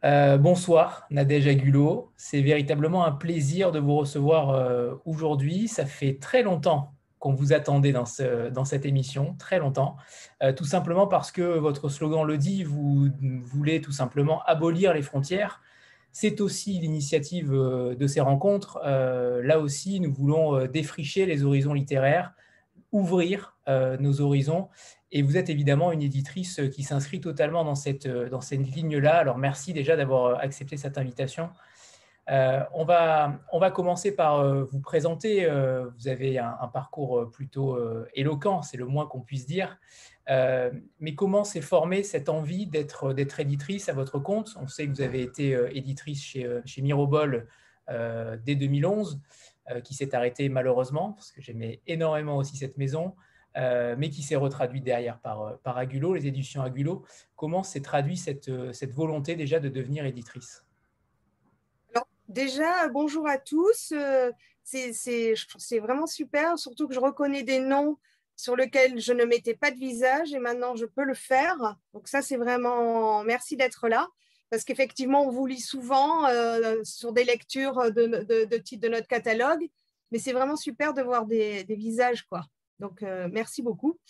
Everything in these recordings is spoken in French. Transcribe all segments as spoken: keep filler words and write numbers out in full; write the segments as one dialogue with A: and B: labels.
A: Euh, bonsoir, Nadège Agulo. C'est véritablement un plaisir de vous recevoir euh, aujourd'hui. Ça fait très longtemps qu'on vous attendait dans, ce- dans cette émission, très longtemps. Euh, tout simplement parce que votre slogan le dit, vous voulez tout simplement abolir les frontières. C'est aussi l'initiative euh, de ces rencontres. Euh, là aussi, nous voulons euh, défricher les horizons littéraires, ouvrir euh, nos horizons. Et vous êtes évidemment une éditrice qui s'inscrit totalement dans cette, dans cette ligne-là. Alors merci déjà d'avoir accepté cette invitation. Euh, on, va, on va commencer par euh, vous présenter. Euh, vous avez un, un parcours plutôt euh, éloquent, c'est le moins qu'on puisse dire. Euh, mais comment s'est formée cette envie d'être d'être éditrice à votre compte? On sait que vous avez été euh, éditrice chez, euh, chez Mirobol euh, dès deux mille onze, euh, qui s'est arrêtée malheureusement, parce que j'aimais énormément aussi cette maison, euh, mais qui s'est retraduite derrière par, par Agulo, les éditions Agulo. Comment s'est traduite cette, cette volonté déjà de devenir éditrice?
B: Alors, déjà, bonjour à tous. Euh, c'est c'est- je trouve- c'est vraiment super, surtout que je reconnais des noms sur lesquels je ne mettais pas de visage et maintenant je peux le faire. Donc ça, c'est vraiment merci d'être là. Parce qu'effectivement, on vous lit souvent euh, sur des lectures de, de, de titres de notre catalogue, mais c'est vraiment super de voir des, des visages, quoi. Donc, euh, merci beaucoup.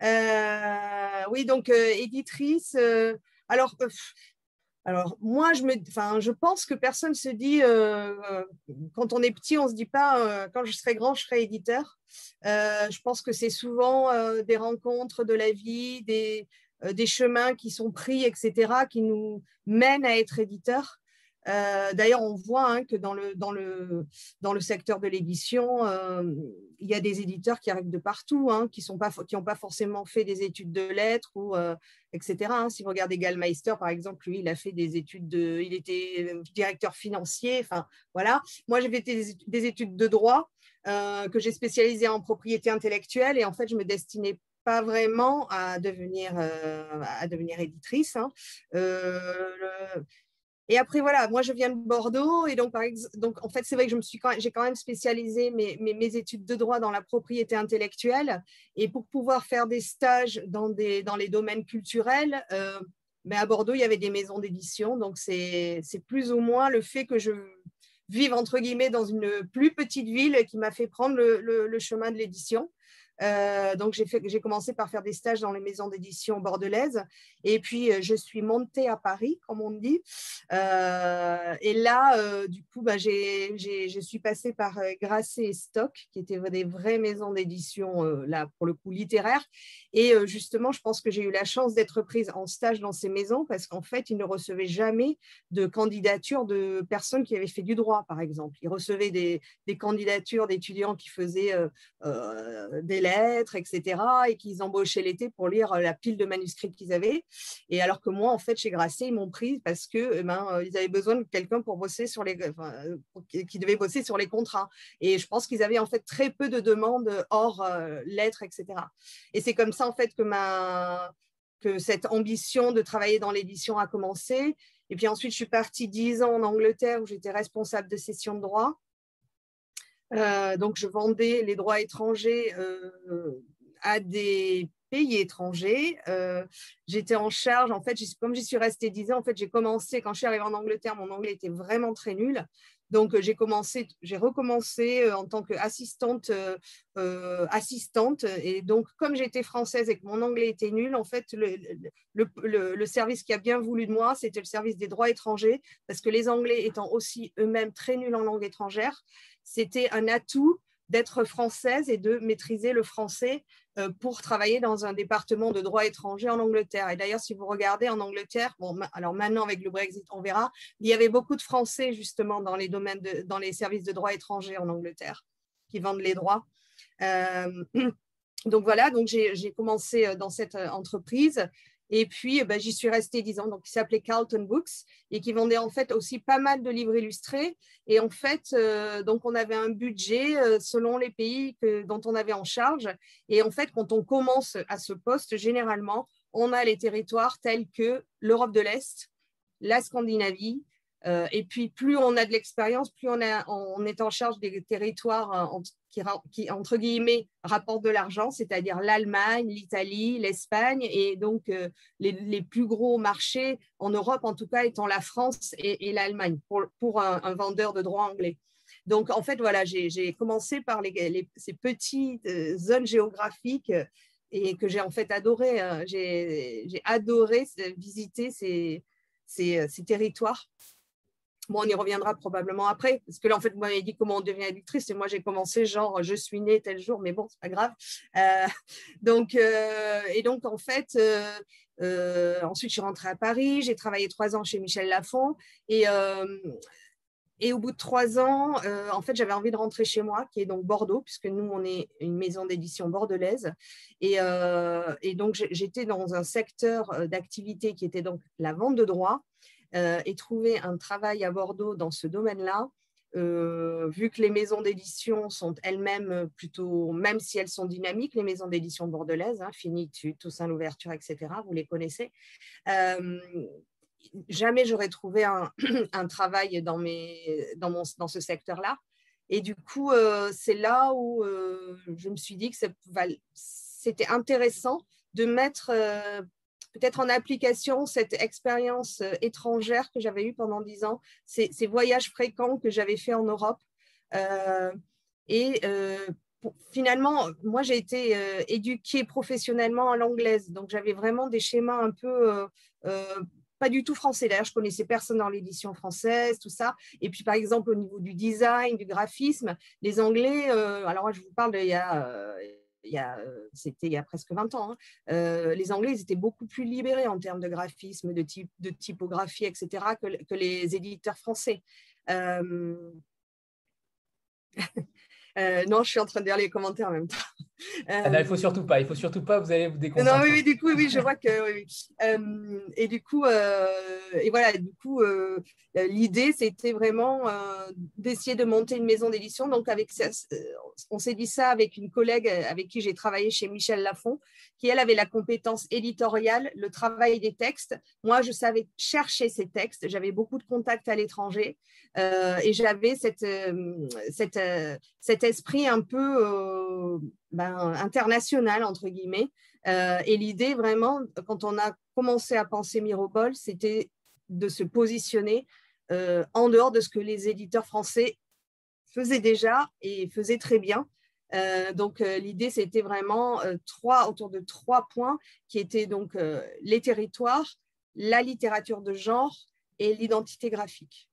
B: Euh, oui, donc, euh, éditrice. Euh, alors, euh, alors, moi, je, me, enfin, je pense que personne ne se dit, euh, euh, quand on est petit, on ne se dit pas, euh, quand je serai grand, je serai éditeur. Euh, je pense que c'est souvent euh, des rencontres de la vie, des, euh, des chemins qui sont pris, et cetera, qui nous mènent à être éditeur. Euh, D'ailleurs, on voit hein, que dans le, dans, le, dans le secteur de l'édition, euh, il y a des éditeurs qui arrivent de partout, hein, qui n'ont pas, qui pas forcément fait des études de lettres, ou, euh, et cetera hein. Si vous regardez Gallmeister, par exemple, lui, il a fait des études de, il était directeur financier. Enfin, voilà. Moi, j'ai fait des, des études de droit euh, que j'ai spécialisées en propriété intellectuelle, et en fait, je me destinais pas vraiment à devenir, euh, à devenir éditrice. Hein. Euh, le, et après, voilà, moi, je viens de Bordeaux. Et donc, par exemple, donc en fait, c'est vrai que je me suis quand même, j'ai quand même spécialisé mes, mes, mes, études de droit dans la propriété intellectuelle. Et pour pouvoir faire des stages dans, des, dans les domaines culturels, euh, ben à Bordeaux, il y avait des maisons d'édition. Donc, c'est plus ou moins le fait que je vive, entre guillemets, dans une plus petite ville qui m'a fait prendre le, le, le chemin de l'édition. Euh, donc, j'ai commencé par faire des stages dans les maisons d'édition bordelaises. Et puis, je suis montée à Paris, comme on dit. Euh, et là, euh, du coup, bah, j'ai, j'ai, je suis passée par euh, Grasset et Stock, qui étaient des vraies maisons d'édition, euh, là, pour le coup, littéraires. Et euh, justement, je pense que j'ai eu la chance d'être prise en stage dans ces maisons parce qu'en fait, ils ne recevaient jamais de candidature de personnes qui avaient fait du droit, par exemple. Ils recevaient des, des candidatures d'étudiants qui faisaient euh, euh, des lettres, et cetera, et qu'ils embauchaient l'été pour lire la pile de manuscrits qu'ils avaient. Et alors que moi, en fait, chez Grasset, ils m'ont prise parce que, eh ben, ils avaient besoin de quelqu'un pour bosser sur les, enfin, qui devait bosser sur les contrats. Et je pense qu'ils avaient en fait très peu de demandes hors euh, lettres, et cetera. Et c'est comme ça en fait que ma que cette ambition de travailler dans l'édition a commencé. Et puis ensuite, je suis partie dix ans en Angleterre où j'étais responsable de session de droit. Euh, donc, je vendais les droits étrangers euh, à des pays étrangers. Euh, j'étais en charge, en fait, comme j'y suis restée dix ans, en fait, j'ai commencé, quand je suis arrivée en Angleterre, mon anglais était vraiment très nul. Donc, j'ai commencé, j'ai recommencé en tant qu'assistante euh, euh, assistante. Et donc, comme j'étais française et que mon anglais était nul, en fait, le, le, le, le service qui a bien voulu de moi, c'était le service des droits étrangers, parce que les Anglais étant aussi eux-mêmes très nuls en langue étrangère, c'était un atout d'être française et de maîtriser le français euh, pour travailler dans un département de droit étranger en Angleterre. Et d'ailleurs, si vous regardez en Angleterre, bon, alors maintenant avec le Brexit, on verra, il y avait beaucoup de Français justement dans les domaines, de, dans les services de droit étranger en Angleterre qui vendent les droits. Euh, donc voilà, donc j'ai commencé dans cette entreprise. Et puis, ben, j'y suis restée dix ans, donc qui s'appelait Carlton Books et qui vendait en fait aussi pas mal de livres illustrés. Et en fait, euh, donc on avait un budget euh, selon les pays que, dont on avait en charge. Et en fait, quand on commence à ce poste, généralement, on a les territoires tels que l'Europe de l'Est, la Scandinavie, Euh, et puis, plus on a de l'expérience, plus on, a, on est en charge des territoires en, qui, qui, entre guillemets, rapportent de l'argent, c'est-à-dire l'Allemagne, l'Italie, l'Espagne, et donc euh, les, les plus gros marchés en Europe, en tout cas, étant la France et, et l'Allemagne, pour, pour un, un vendeur de droit anglais. Donc, en fait, voilà, j'ai commencé par les, les, ces petites euh, zones géographiques euh, et que j'ai en fait adoré. Hein. J'ai adoré visiter ces, ces, ces territoires. Bon, on y reviendra probablement après, parce que là, en fait, vous m'avez dit comment on devient éditrice, et moi, j'ai commencé genre, je suis née tel jour, mais bon, c'est pas grave. Euh, donc, euh, et donc, en fait, euh, euh, ensuite, je suis rentrée à Paris, j'ai travaillé trois ans chez Michel Lafon, et, euh, et au bout de trois ans, euh, en fait, j'avais envie de rentrer chez moi, qui est donc Bordeaux, puisque nous, on est une maison d'édition bordelaise, et, euh, et donc, j'étais dans un secteur d'activité qui était donc la vente de droits. Euh, et trouver un travail à Bordeaux dans ce domaine-là, euh, vu que les maisons d'édition sont elles-mêmes plutôt, même si elles sont dynamiques, les maisons d'édition bordelaises, hein, Finitude, Toussaint Louverture, et cetera, vous les connaissez, euh, jamais j'aurais trouvé un, un travail dans, mes, dans, mon, dans ce secteur-là. Et du coup, euh, c'est là où euh, je me suis dit que c'était intéressant de mettre euh, peut-être en application cette expérience étrangère que j'avais eue pendant dix ans, ces, ces voyages fréquents que j'avais faits en Europe. Euh, et euh, pour, finalement, moi, j'ai été euh, éduquée professionnellement à l'anglaise, donc j'avais vraiment des schémas un peu... Euh, euh, pas du tout français. D'ailleurs, je connaissais personne dans l'édition française, tout ça. Et puis, par exemple, au niveau du design, du graphisme, les Anglais, euh, alors moi, je vous parle d'il y a... Euh, c'était il y a presque vingt ans, hein. Euh, les Anglais, ils étaient beaucoup plus libérés en termes de graphisme, de, type, de typographie, et cetera, que, que les éditeurs français. Euh... euh, non, je suis en train de lire les commentaires en même temps.
A: Ah non, il ne faut surtout pas, il faut surtout pas, vous allez vous déconcentrer.
B: Non, oui, oui, du coup, oui, je vois que, oui, oui. Euh, et du coup, euh, et voilà, du coup, euh, l'idée, c'était vraiment euh, d'essayer de monter une maison d'édition. Donc, avec ça, on s'est dit ça avec une collègue avec qui j'ai travaillé chez Michel Lafon, qui, elle, avait la compétence éditoriale, le travail des textes. Moi, je savais chercher ces textes. J'avais beaucoup de contacts à l'étranger euh, et j'avais cette, euh, cette, euh, cet esprit un peu... Euh, Ben, international, entre guillemets. Euh, et l'idée, vraiment, quand on a commencé à penser Mirobol, c'était de se positionner euh, en dehors de ce que les éditeurs français faisaient déjà et faisaient très bien. Euh, donc, euh, l'idée, c'était vraiment euh, trois, autour de trois points qui étaient donc euh, les territoires, la littérature de genre et l'identité graphique.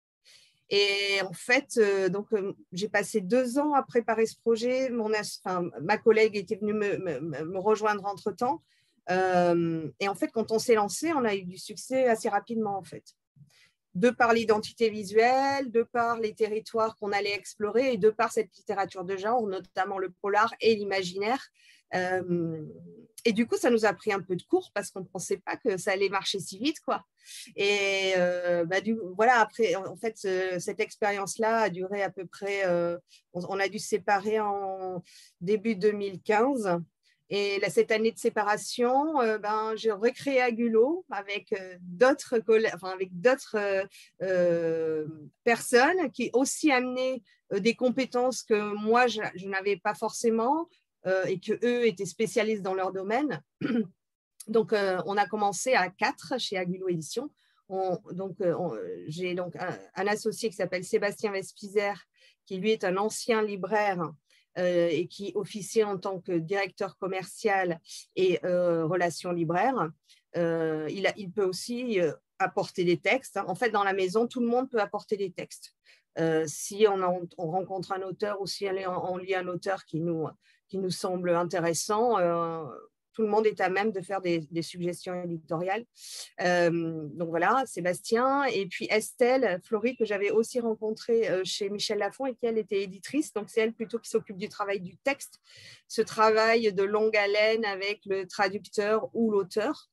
B: Et en fait, euh, donc euh, j'ai passé deux ans à préparer ce projet. Mon, enfin, ma collègue était venue me, me, me rejoindre entre-temps. Euh, et en fait, quand on s'est lancé, on a eu du succès assez rapidement, en fait. De par l'identité visuelle, de par les territoires qu'on allait explorer et de par cette littérature de genre, notamment le polar et l'imaginaire. Euh, et du coup, ça nous a pris un peu de cours parce qu'on ne pensait pas que ça allait marcher si vite, quoi. Et euh, bah, du, voilà, après, en fait, ce, cette expérience-là a duré à peu près, euh, on, on a dû se séparer en début deux mille quinze. Et là, cette année de séparation, euh, ben, j'ai recréé Agulo avec euh, d'autres enfin, avec d'autres euh, euh, personnes qui aussi amenaient euh, des compétences que moi, je, je n'avais pas forcément euh, et qu'eux étaient spécialistes dans leur domaine. Donc, euh, on a commencé à quatre chez Agulo Édition. On, donc, euh, j'ai donc un, un associé qui s'appelle Sébastien Vespizer, qui lui est un ancien libraire euh, et qui officie en tant que directeur commercial et euh, relations libraires. Euh, il, a, il peut aussi euh, apporter des textes. En fait, dans la maison, tout le monde peut apporter des textes. Euh, si on, a, on rencontre un auteur ou si on, on lit un auteur qui nous, qui nous semble intéressant, euh, tout le monde est à même de faire des, des suggestions éditoriales. Euh, donc voilà, Sébastien. Et puis Estelle Flory, que j'avais aussi rencontrée euh, chez Michel Lafon et qui, elle, était éditrice. Donc c'est elle plutôt qui s'occupe du travail du texte, ce travail de longue haleine avec le traducteur ou l'auteur.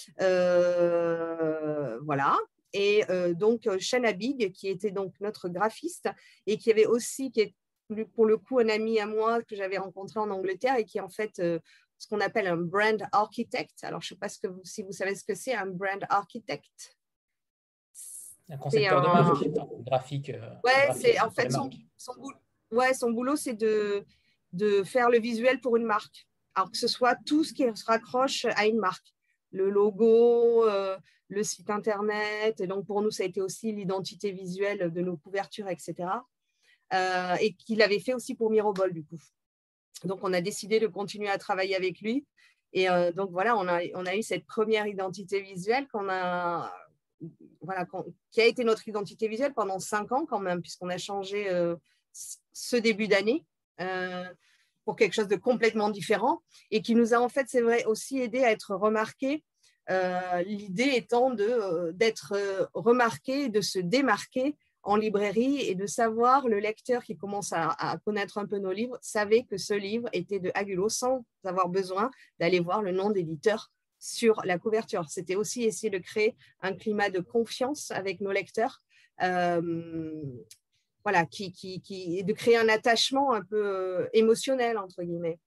B: Euh, voilà. Et euh, donc Shana Big, qui était donc notre graphiste et qui avait aussi, qui est pour le coup un ami à moi que j'avais rencontré en Angleterre et qui en fait euh, ce qu'on appelle un brand architect. Alors, je ne sais pas ce que vous, si vous savez ce que c'est, un brand architect.
A: Un concepteur de marque, enfin, graphique. Euh,
B: ouais,
A: graphique
B: c'est en fait son, son, boulot, ouais, son boulot, c'est de, de faire le visuel pour une marque. Alors que ce soit tout ce qui se raccroche à une marque. Le logo, euh, le site internet. Et donc, pour nous, ça a été aussi l'identité visuelle de nos couvertures, et cetera. Euh, et qu'il avait fait aussi pour Mirobol, du coup. Donc, on a décidé de continuer à travailler avec lui. Et euh, donc, voilà, on a, on a eu cette première identité visuelle qu'on a, voilà, qu'on, qui a été notre identité visuelle pendant cinq ans quand même, puisqu'on a changé euh, ce début d'année euh, pour quelque chose de complètement différent et qui nous a en fait, c'est vrai, aussi aidé à être remarqué. Euh, l'idée étant de, euh, d'être euh, remarqué, de se démarquer en librairie et de savoir, le lecteur qui commence à, à connaître un peu nos livres, savait que ce livre était de Agulot sans avoir besoin d'aller voir le nom d'éditeur sur la couverture. C'était aussi essayer de créer un climat de confiance avec nos lecteurs, euh, voilà, qui, qui, qui, de créer un attachement un peu émotionnel, entre guillemets.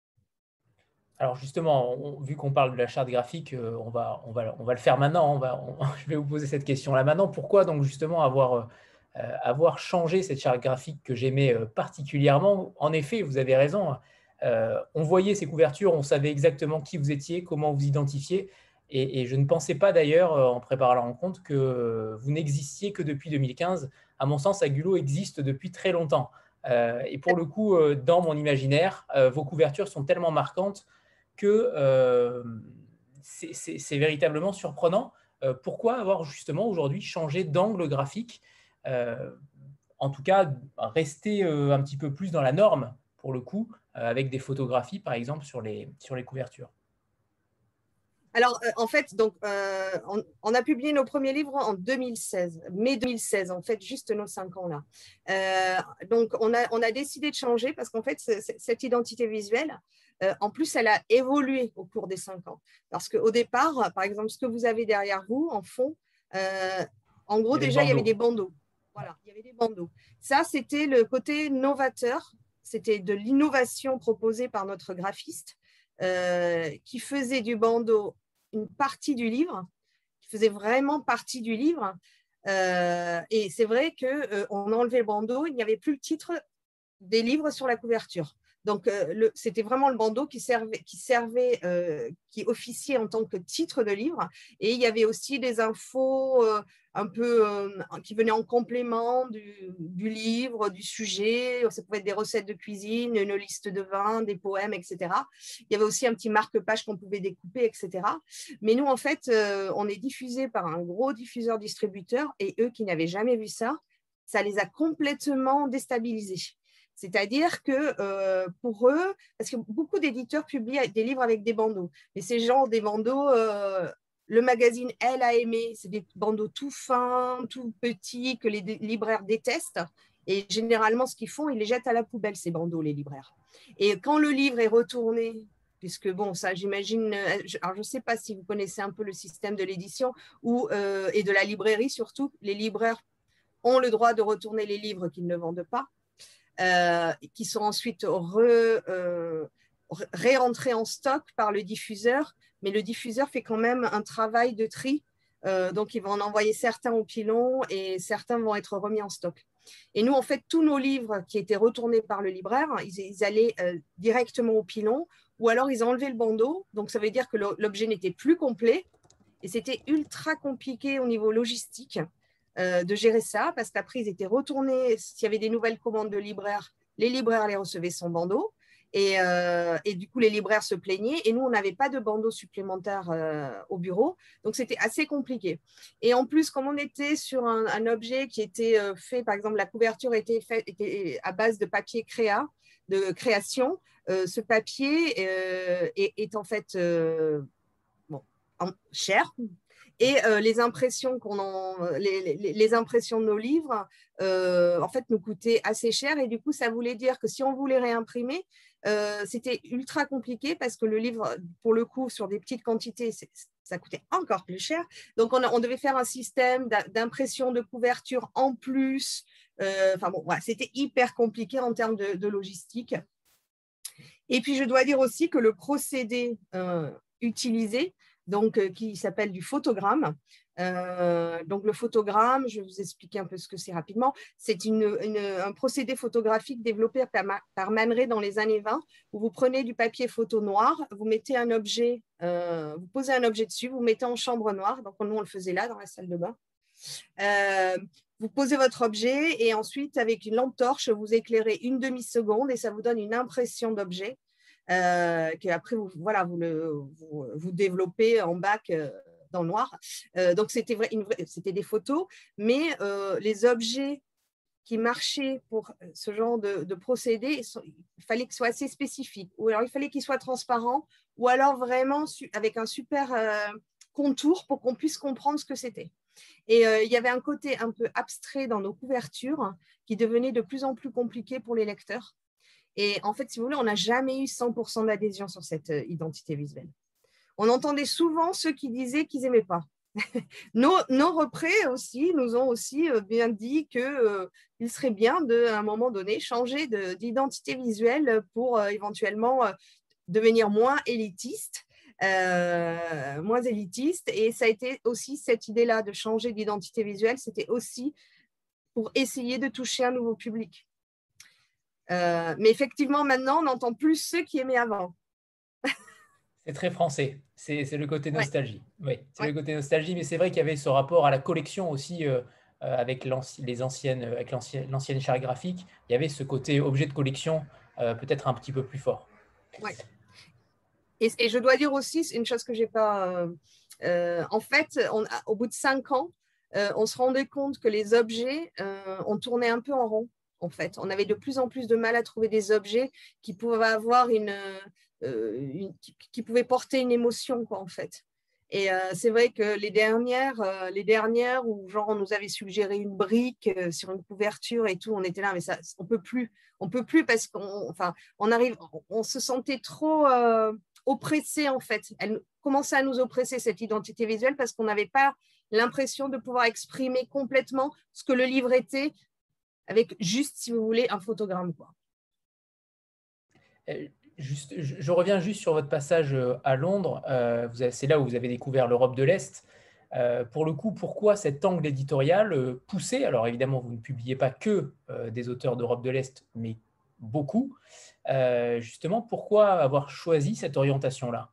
A: Alors justement, on, vu qu'on parle de la charte graphique, euh, on, va, on, va, on va le faire maintenant. On va, on, je vais vous poser cette question-là maintenant. Pourquoi donc justement avoir, euh, avoir changé cette charte graphique que j'aimais euh, particulièrement? En effet, vous avez raison. Euh, on voyait ces couvertures, on savait exactement qui vous étiez, comment vous identifiez. Et, et je ne pensais pas d'ailleurs, euh, en préparant la rencontre, que vous n'existiez que depuis deux mille quinze. À mon sens, Agulot existe depuis très longtemps. Euh, et pour le coup, euh, dans mon imaginaire, euh, vos couvertures sont tellement marquantes que euh, c'est véritablement surprenant. Euh, pourquoi avoir justement aujourd'hui changé d'angle graphique, euh, en tout cas rester euh, un petit peu plus dans la norme pour le coup, euh, avec des photographies par exemple sur les, sur les couvertures?
B: Alors, euh, en fait, donc, euh, on, on, a publié nos premiers livres en deux mille seize, mai deux mille seize, en fait, juste nos cinq ans là. Euh, donc, on a, on a décidé de changer parce qu'en fait, c est, c est, cette identité visuelle, euh, en plus, elle a évolué au cours des cinq ans. Parce qu'au départ, par exemple, ce que vous avez derrière vous, en fond, euh, en gros, il déjà, il y avait des bandeaux. Voilà, il y avait des bandeaux. Ça, c'était le côté novateur. C'était de l'innovation proposée par notre graphiste. Euh, qui faisait du bandeau une partie du livre, qui faisait vraiment partie du livre. Euh, et c'est vrai qu'on euh, enlevait le bandeau, il n'y avait plus le titre des livres sur la couverture. Donc, euh, c'était vraiment le bandeau qui servait, qui, servait euh, qui officiait en tant que titre de livre. Et il y avait aussi des infos euh, un peu euh, qui venaient en complément du, du livre, du sujet. Ça pouvait être des recettes de cuisine, une liste de vins, des poèmes, et cetera. Il y avait aussi un petit marque-page qu'on pouvait découper, et cetera. Mais nous, en fait, euh, on est diffusé par un gros diffuseur-distributeur et eux qui n'avaient jamais vu ça, ça les a complètement déstabilisés. C'est-à-dire que euh, pour eux, parce que beaucoup d'éditeurs publient des livres avec des bandeaux, mais ces gens, des bandeaux, euh, le magazine Elle a aimé, c'est des bandeaux tout fins, tout petits, que les libraires détestent. Et généralement, ce qu'ils font, ils les jettent à la poubelle, ces bandeaux, les libraires. Et quand le livre est retourné, puisque bon, ça, j'imagine, alors je ne sais pas si vous connaissez un peu le système de l'édition euh, et de la librairie surtout, les libraires ont le droit de retourner les livres qu'ils ne vendent pas. Euh, qui sont ensuite re, euh, réentrés en stock par le diffuseur, mais le diffuseur fait quand même un travail de tri, euh, donc il va en envoyer certains au pilon et certains vont être remis en stock. Et nous, en fait, tous nos livres qui étaient retournés par le libraire, ils, ils allaient euh, directement au pilon, ou alors ils ont enlevé le bandeau, donc ça veut dire que l'objet n'était plus complet, et c'était ultra compliqué au niveau logistique. Euh, de gérer ça, parce qu'après, ils étaient retournés, s'il y avait des nouvelles commandes de libraires, les libraires les recevaient sans bandeau, et, euh, et du coup, les libraires se plaignaient, et nous, on n'avait pas de bandeau supplémentaire euh, au bureau, donc c'était assez compliqué. Et en plus, comme on était sur un, un objet qui était euh, fait, par exemple, la couverture était, fait, était à base de papier créa, de création, euh, ce papier euh, est, est en fait euh, bon, en, cher, et euh, les impressions qu'on en, les, les, les impressions de nos livres, euh, en fait, nous coûtaient assez cher. Et du coup, ça voulait dire que si on voulait réimprimer, euh, c'était ultra compliqué parce que le livre, pour le coup, sur des petites quantités, ça coûtait encore plus cher. Donc, on, a, on devait faire un système d'impression de couverture en plus. Euh, enfin bon, voilà, c'était hyper compliqué en termes de, de logistique. Et puis, je dois dire aussi que le procédé euh, utilisé donc, euh, qui s'appelle du photogramme. Euh, donc, le photogramme, je vais vous expliquer un peu ce que c'est rapidement. C'est une, une, un procédé photographique développé par, par Man Ray dans les années vingt, où vous prenez du papier photo noir, vous mettez un objet, euh, vous posez un objet dessus, vous mettez en chambre noire. Donc, nous, on le faisait là, dans la salle de bain. Euh, vous posez votre objet et ensuite, avec une lampe torche, vous éclairez une demi-seconde et ça vous donne une impression d'objet euh, qu'après, vous, voilà, vous, le, vous, vous développez en bac euh, dans le noir. Euh, donc, c'était des photos, mais euh, les objets qui marchaient pour ce genre de, de procédé, il fallait qu'ils soient assez spécifiques. Ou alors, il fallait qu'ils soient transparents ou alors vraiment avec un super euh, contour pour qu'on puisse comprendre ce que c'était. Et euh, il y avait un côté un peu abstrait dans nos couvertures qui devenait de plus en plus compliqué pour les lecteurs. Et en fait, si vous voulez, on n'a jamais eu cent pour cent d'adhésion sur cette euh, identité visuelle. On entendait souvent ceux qui disaient qu'ils n'aimaient pas. nos, nos représ aussi nous ont aussi bien dit qu'il euh, serait bien, de, à un moment donné, changer d'identité visuelle pour euh, éventuellement euh, devenir moins élitiste. Euh, moins élitiste. Et ça a été aussi cette idée-là de changer d'identité visuelle, c'était aussi pour essayer de toucher un nouveau public. Euh, mais effectivement, maintenant, on n'entend plus ceux qui aimaient avant.
A: C'est très français, c'est le côté nostalgie. Ouais. Oui, c'est
B: ouais.
A: le côté nostalgie, mais c'est vrai qu'il y avait ce rapport à la collection aussi euh, euh, avec l'anci les anciennes, avec l'ancienne charte graphique. Il y avait ce côté objet de collection euh, peut-être un petit peu plus fort.
B: Ouais. Et, et je dois dire aussi une chose que j'ai pas. Euh, euh, en fait, on, au bout de cinq ans, euh, on se rendait compte que les objets, euh, on tournait un peu en rond. En fait, on avait de plus en plus de mal à trouver des objets qui pouvaient avoir une, euh, une qui, qui pouvaient porter une émotion, quoi, en fait. Et euh, c'est vrai que les dernières, euh, les dernières où genre on nous avait suggéré une brique euh, sur une couverture et tout, on était là, mais ça, on peut plus, on peut plus parce qu'on, enfin, on arrive, on, on se sentait trop euh, oppressé en fait. Elle commençait à nous oppresser cette identité visuelle parce qu'on n'avait pas l'impression de pouvoir exprimer complètement ce que le livre était avec juste, si vous voulez, un photogramme, quoi.
A: Juste, je, je reviens juste sur votre passage à Londres. Euh, c'est là où vous avez découvert l'Europe de l'Est. Euh, pour le coup, pourquoi cet angle éditorial euh, poussé? Alors évidemment, vous ne publiez pas que euh, des auteurs d'Europe de l'Est, mais beaucoup. Euh, justement, pourquoi avoir choisi cette orientation-là?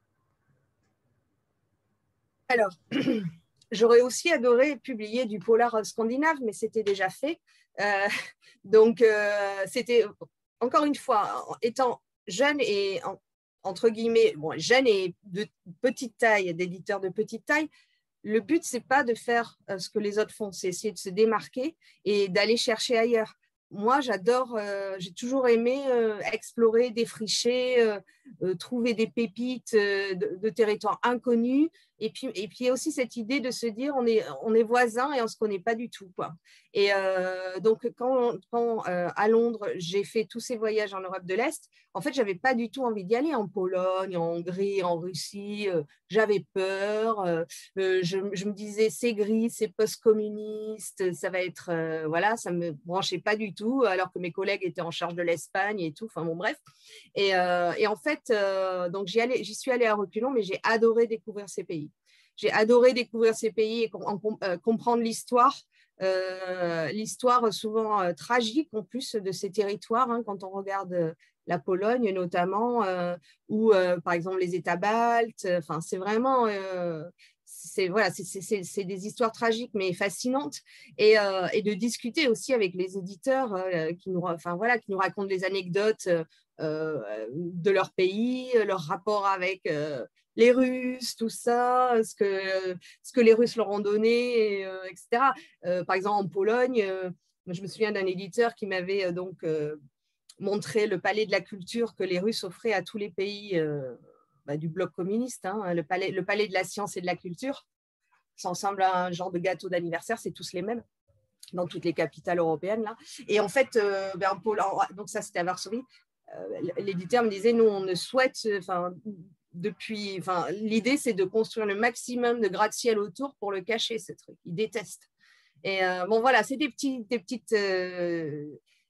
B: Alors, j'aurais aussi adoré publier du polar scandinave, mais c'était déjà fait. Euh, donc, euh, c'était, encore une fois, étant jeune et, entre guillemets, bon, jeune et de petite taille, d'éditeurs de petite taille, le but, c'est pas de faire ce que les autres font, c'est essayer de se démarquer et d'aller chercher ailleurs. Moi, j'adore, euh, j'ai toujours aimé euh, explorer, défricher, euh, euh, trouver des pépites euh, de, de territoires inconnus. Et puis, et puis, il y a aussi cette idée de se dire on est, on est voisins et on ne se connaît pas du tout, quoi. Et euh, donc, quand, quand euh, à Londres, j'ai fait tous ces voyages en Europe de l'Est, en fait, je n'avais pas du tout envie d'y aller, en Pologne, en Hongrie, en Russie. Euh, j'avais peur. Euh, euh, je, je me disais, c'est gris, c'est post-communiste, ça va être. Euh, voilà, ça ne me branchait pas du tout, alors que mes collègues étaient en charge de l'Espagne et tout. Enfin, bon, bref. Et, euh, et en fait, euh, donc j'y, allais, j'y suis allée à reculons, mais j'ai adoré découvrir ces pays. J'ai adoré découvrir ces pays et com- en, euh, comprendre l'histoire, euh, l'histoire souvent euh, tragique en plus de ces territoires, hein, quand on regarde euh, la Pologne notamment, euh, ou euh, par exemple les États baltes. Enfin, c'est vraiment, euh, c'est voilà, c'est, c'est, c'est des histoires tragiques mais fascinantes, et, euh, et de discuter aussi avec les éditeurs euh, qui nous, enfin voilà, qui nous racontent des anecdotes euh, de leur pays, leur rapport avec euh, les Russes, tout ça, ce que, ce que les Russes leur ont donné, et, euh, et cetera. Euh, par exemple, en Pologne, euh, je me souviens d'un éditeur qui m'avait euh, donc euh, montré le palais de la culture que les Russes offraient à tous les pays euh, bah, du bloc communiste, hein, le, palais, le palais de la science et de la culture. Ça ressemble à un genre de gâteau d'anniversaire, c'est tous les mêmes dans toutes les capitales européennes, là. Et en fait, euh, ben, en Pologne, donc ça c'était à Varsovie, euh, l'éditeur me disait, nous on ne souhaite, enfin, depuis, enfin, l'idée c'est de construire le maximum de gratte-ciel autour pour le cacher, ce truc. Ils détestent. Et euh, bon voilà, c'est des, petits, des petites, euh,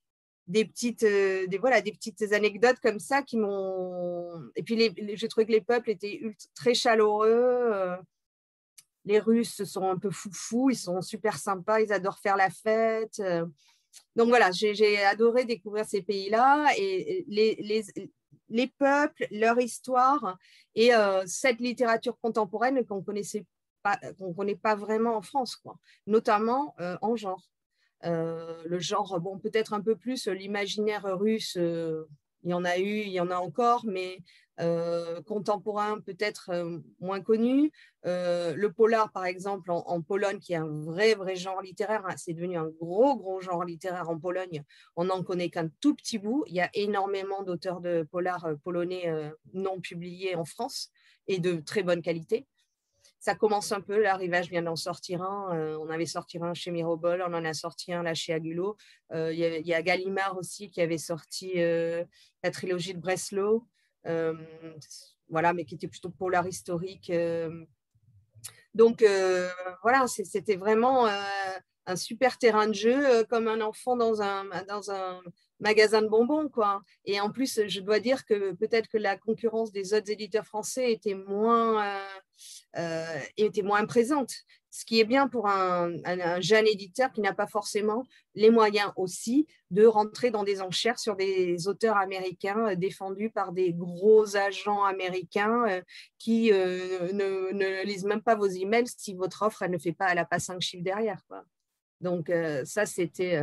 B: des petites, euh, des, voilà, des petites anecdotes comme ça qui m'ont. Et puis, les, les, j'ai trouvé que les peuples étaient ultra, très chaleureux. Euh, les Russes sont un peu foufous, ils sont super sympas, ils adorent faire la fête. Euh, donc voilà, j'ai, j'ai adoré découvrir ces pays-là et les, les, les peuples, leur histoire et euh, cette littérature contemporaine qu'on connaissait pas, qu'on connaît pas vraiment en France, quoi, notamment euh, en genre. Euh, le genre, bon, peut-être un peu plus l'imaginaire russe, euh, il y en a eu, il y en a encore, mais euh, contemporain peut-être euh, moins connu. Euh, le polar, par exemple, en, en Pologne, qui est un vrai, vrai genre littéraire, hein, c'est devenu un gros, gros genre littéraire en Pologne. On n'en connaît qu'un tout petit bout. Il y a énormément d'auteurs de polar euh, polonais euh, non publiés en France et de très bonne qualité. Ça commence un peu, l'Arrivage vient d'en sortir un, euh, on avait sorti un chez Mirobol, on en a sorti un là chez Agulot. Euh, il y, a, y a Gallimard aussi qui avait sorti euh, la trilogie de Breslau, euh, voilà, mais qui était plutôt polar historique. Euh. Donc euh, voilà, c'était vraiment euh, un super terrain de jeu, euh, comme un enfant dans un, dans un magasin de bonbons, quoi. Et en plus, je dois dire que peut-être que la concurrence des autres éditeurs français était moins, euh, euh, était moins présente. Ce qui est bien pour un, un, un jeune éditeur qui n'a pas forcément les moyens aussi de rentrer dans des enchères sur des auteurs américains euh, défendus par des gros agents américains euh, qui euh, ne, ne lisent même pas vos emails si votre offre elle ne fait pas, elle n'a pas cinq chiffres derrière, quoi. Donc euh, ça, c'était... Euh,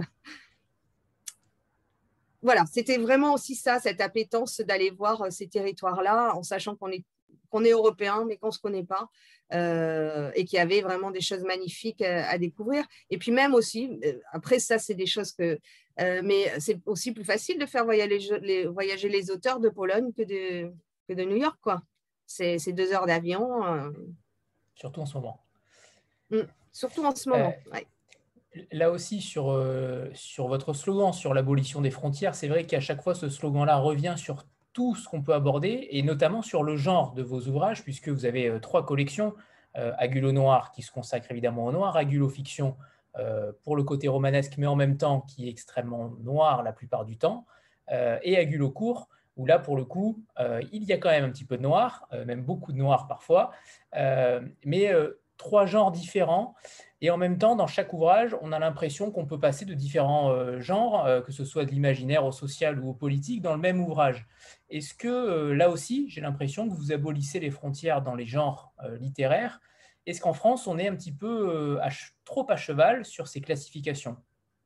B: voilà, c'était vraiment aussi ça, cette appétence d'aller voir ces territoires-là, en sachant qu'on est, qu'on est européen, mais qu'on ne se connaît pas, euh, et qu'il y avait vraiment des choses magnifiques à, à découvrir. Et puis même aussi, euh, après ça, c'est des choses que... Euh, mais c'est aussi plus facile de faire voyager les, voyager les auteurs de Pologne que de, que de New York, quoi. C'est deux heures d'avion. Euh,
A: Surtout en ce moment.
B: surtout en ce
A: Euh,
B: moment, ouais.
A: Là aussi, sur, euh, sur votre slogan, sur l'abolition des frontières, c'est vrai qu'à chaque fois, ce slogan-là revient sur tout ce qu'on peut aborder, et notamment sur le genre de vos ouvrages, puisque vous avez euh, trois collections, euh, Agulot Noir, qui se consacre évidemment au noir, Agulot Fiction, euh, pour le côté romanesque, mais en même temps, qui est extrêmement noir la plupart du temps, euh, et Agulot Court, où là, pour le coup, euh, il y a quand même un petit peu de noir, euh, même beaucoup de noir parfois, euh, mais euh, trois genres différents. Et en même temps, dans chaque ouvrage, on a l'impression qu'on peut passer de différents euh, genres, euh, que ce soit de l'imaginaire au social ou au politique, dans le même ouvrage. Est-ce que euh, là aussi, j'ai l'impression que vous abolissez les frontières dans les genres euh, littéraires? Est-ce qu'en France, on est un petit peu euh, à trop à cheval sur ces classifications?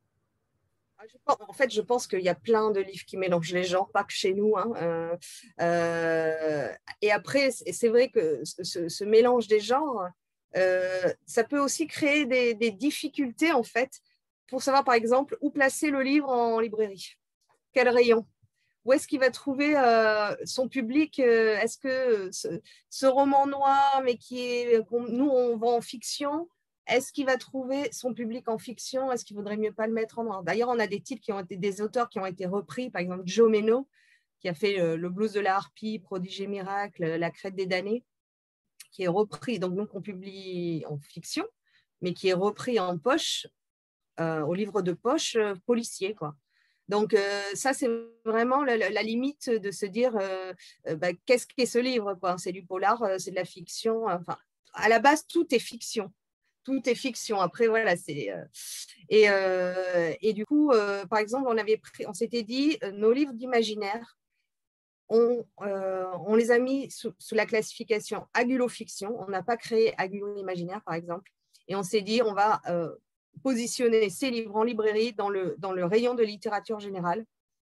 B: En fait, je pense qu'il y a plein de livres qui mélangent les genres, pas que chez nous, hein. Euh, euh, et après, c'est vrai que ce, ce, mélange des genres, euh, ça peut aussi créer des, des, difficultés, en fait, pour savoir, par exemple, où placer le livre en librairie. Quel rayon? Où est-ce qu'il va trouver euh, son public? Est-ce que ce, ce roman noir, mais qui est, nous, on vend en fiction, est-ce qu'il va trouver son public en fiction? Est-ce qu'il vaudrait mieux pas le mettre en noir? D'ailleurs, on a des titres qui ont été des auteurs qui ont été repris, par exemple Joe Meno, qui a fait euh, Le blues de la harpie, Prodige et miracle, La crête des damnés, qui est repris, donc, donc on publie en fiction, mais qui est repris en poche, euh, au livre de poche euh, policier, quoi. Donc, euh, ça, c'est vraiment la, la, la limite de se dire euh, euh, bah, qu'est-ce qu'est ce livre, quoi? C'est du polar, euh, c'est de la fiction. Enfin, à la base, tout est fiction. Tout est fiction. Après, voilà, c'est. Euh, et, euh, et du coup, euh, par exemple, on, avait pris, on s'était dit euh, nos livres d'imaginaire, on, euh, on les a mis sous, sous la classification agulo-fiction. On n'a pas créé agulo-imaginaire, par exemple. Et on s'est dit, on va. Euh, positionner ces livres en librairie dans le, dans le rayon de littérature générale